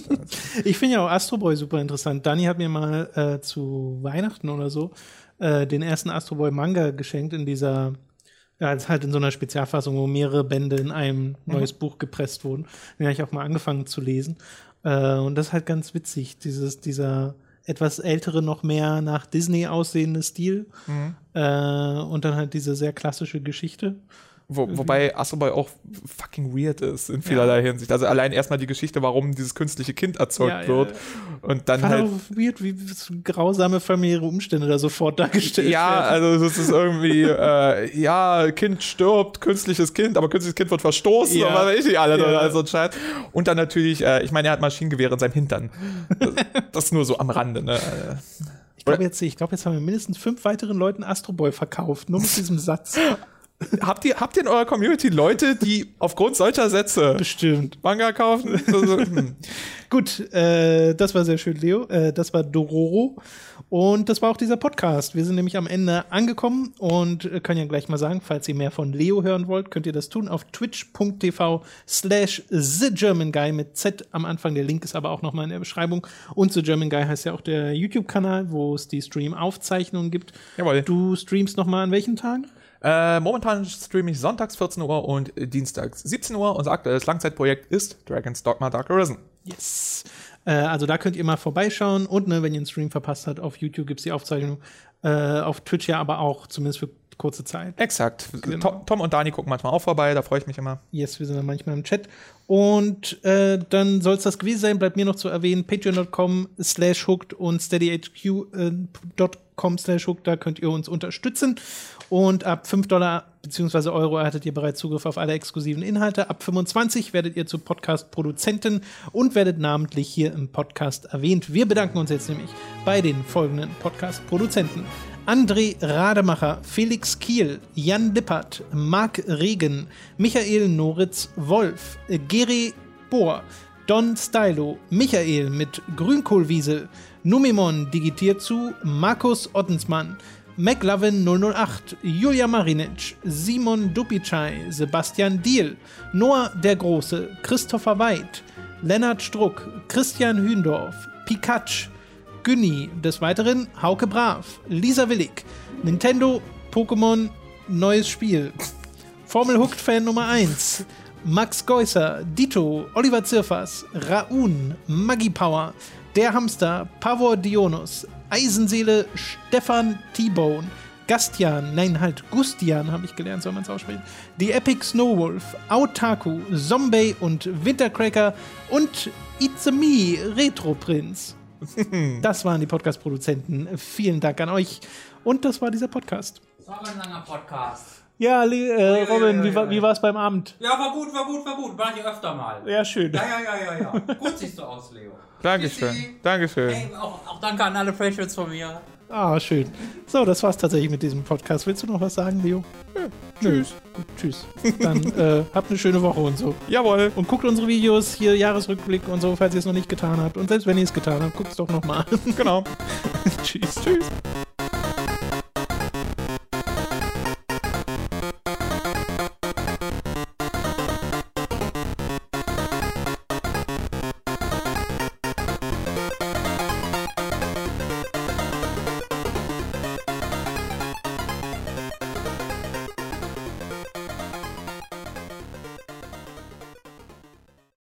Ich finde ja auch Astro Boy super interessant. Dani hat mir mal äh, zu Weihnachten oder so äh, den ersten Astro Boy Manga geschenkt in dieser Ja, es ist halt in so einer Spezialfassung, wo mehrere Bände in einem neues mhm. Buch gepresst wurden. Den habe ich auch mal angefangen zu lesen. Äh, und das ist halt ganz witzig, dieses, dieser etwas ältere, noch mehr nach Disney aussehende Stil. Mhm. Äh, und dann halt diese sehr klassische Geschichte. Wo, wobei Astro Boy auch fucking weird ist in vielerlei ja. Hinsicht. Also allein erstmal die Geschichte, warum dieses künstliche Kind erzeugt ja, wird. Ja, ja. Und dann Fand halt. Auch weird, wie grausame familiäre Umstände da sofort dargestellt ja, werden. Ja, also es ist irgendwie, äh, ja, Kind stirbt, künstliches Kind, aber künstliches Kind wird verstoßen, ja. aber weiß ich alle. Ja. Also Scheiß. Und dann natürlich, äh, ich meine, er hat Maschinengewehre in seinem Hintern. Das, das ist nur so am Rande, ne? Ich glaube, jetzt, ich glaub, jetzt haben wir mindestens fünf weiteren Leuten Astro Boy verkauft, nur mit diesem Satz. Habt ihr, habt ihr in eurer Community Leute, die aufgrund solcher Sätze bestimmt Manga kaufen? Also, hm. Gut, äh, das war sehr schön, Leo. Äh, das war Dororo. Und das war auch dieser Podcast. Wir sind nämlich am Ende angekommen und äh, können ja gleich mal sagen, falls ihr mehr von Leo hören wollt, könnt ihr das tun auf twitch.tv slash The German Guy mit Z am Anfang. Der Link ist aber auch nochmal in der Beschreibung. Und The German Guy heißt ja auch der YouTube-Kanal, wo es die Stream-Aufzeichnungen gibt. Jawohl. Du streamst nochmal an welchen Tagen? Äh, momentan streame ich sonntags vierzehn Uhr und dienstags siebzehn Uhr. Unser aktuelles Langzeitprojekt ist Dragon's Dogma Dark Arisen. Yes. Äh, also da könnt ihr mal vorbeischauen. Und ne, wenn ihr einen Stream verpasst habt, auf YouTube gibt es die Aufzeichnung. Äh, auf Twitch ja aber auch, zumindest für kurze Zeit. Exakt. Genau. Tom, Tom und Dani gucken manchmal auch vorbei, da freue ich mich immer. Yes, wir sind dann manchmal im Chat. Und äh, dann soll es das gewesen sein. Bleibt mir noch zu erwähnen, patreon.com slash hooked und steadyhq.com slash hooked. Da könnt ihr uns unterstützen. Und ab fünf Dollar bzw. Euro erhaltet ihr bereits Zugriff auf alle exklusiven Inhalte. Ab fünfundzwanzig werdet ihr zu Podcast-Produzenten und werdet namentlich hier im Podcast erwähnt. Wir bedanken uns jetzt nämlich bei den folgenden Podcast-Produzenten: André Rademacher, Felix Kiel, Jan Lippert, Marc Regen, Michael Noritz-Wolf, Geri Bohr, Don Stylo, Michael mit Grünkohlwiesel, Numimon digitiert zu, Markus Ottensmann, McLovin null null acht, Julia Marinic, Simon Dupicai, Sebastian Diehl, Noah der Große, Christopher Weid, Lennart Struck, Christian Hündorf, Pikachu, Günni, des Weiteren Hauke Brav, Lisa Willig, Nintendo, Pokémon, neues Spiel, Formel Hooked Fan Nummer eins, Max Geusser, Dito, Oliver Zirfas, Raun, Maggie Power, Der Hamster, Pavor Dionus, Eisenseele, Stefan T-Bone, Gastian, nein halt, Gustian habe ich gelernt, soll man es aussprechen, die Epic Snowwolf, Autaku, Zombie und Wintercracker und It's a Me, Retro Prinz. Das waren die Podcast-Produzenten. Vielen Dank an euch. Und das war dieser Podcast. Das war ein langer Podcast. Ja, äh, ja, Robin, ja, ja, wie, war, wie war es beim Abend? Ja, war gut, war gut, war gut. Mach ich öfter mal. Ja, schön. Ja, ja, ja, ja, ja. Gut siehst du aus, Leo. Dankeschön. Dankeschön. Hey, auch, auch danke an alle Patrons von mir. Ah, schön. So, das war's tatsächlich mit diesem Podcast. Willst du noch was sagen, Leo? Ja, tschüss. Gut, tschüss. Dann äh, habt eine schöne Woche und so. Jawohl. Und guckt unsere Videos, hier Jahresrückblick und so, falls ihr es noch nicht getan habt. Und selbst wenn ihr es getan habt, guckt es doch nochmal an. Genau. Tschüss. Tschüss.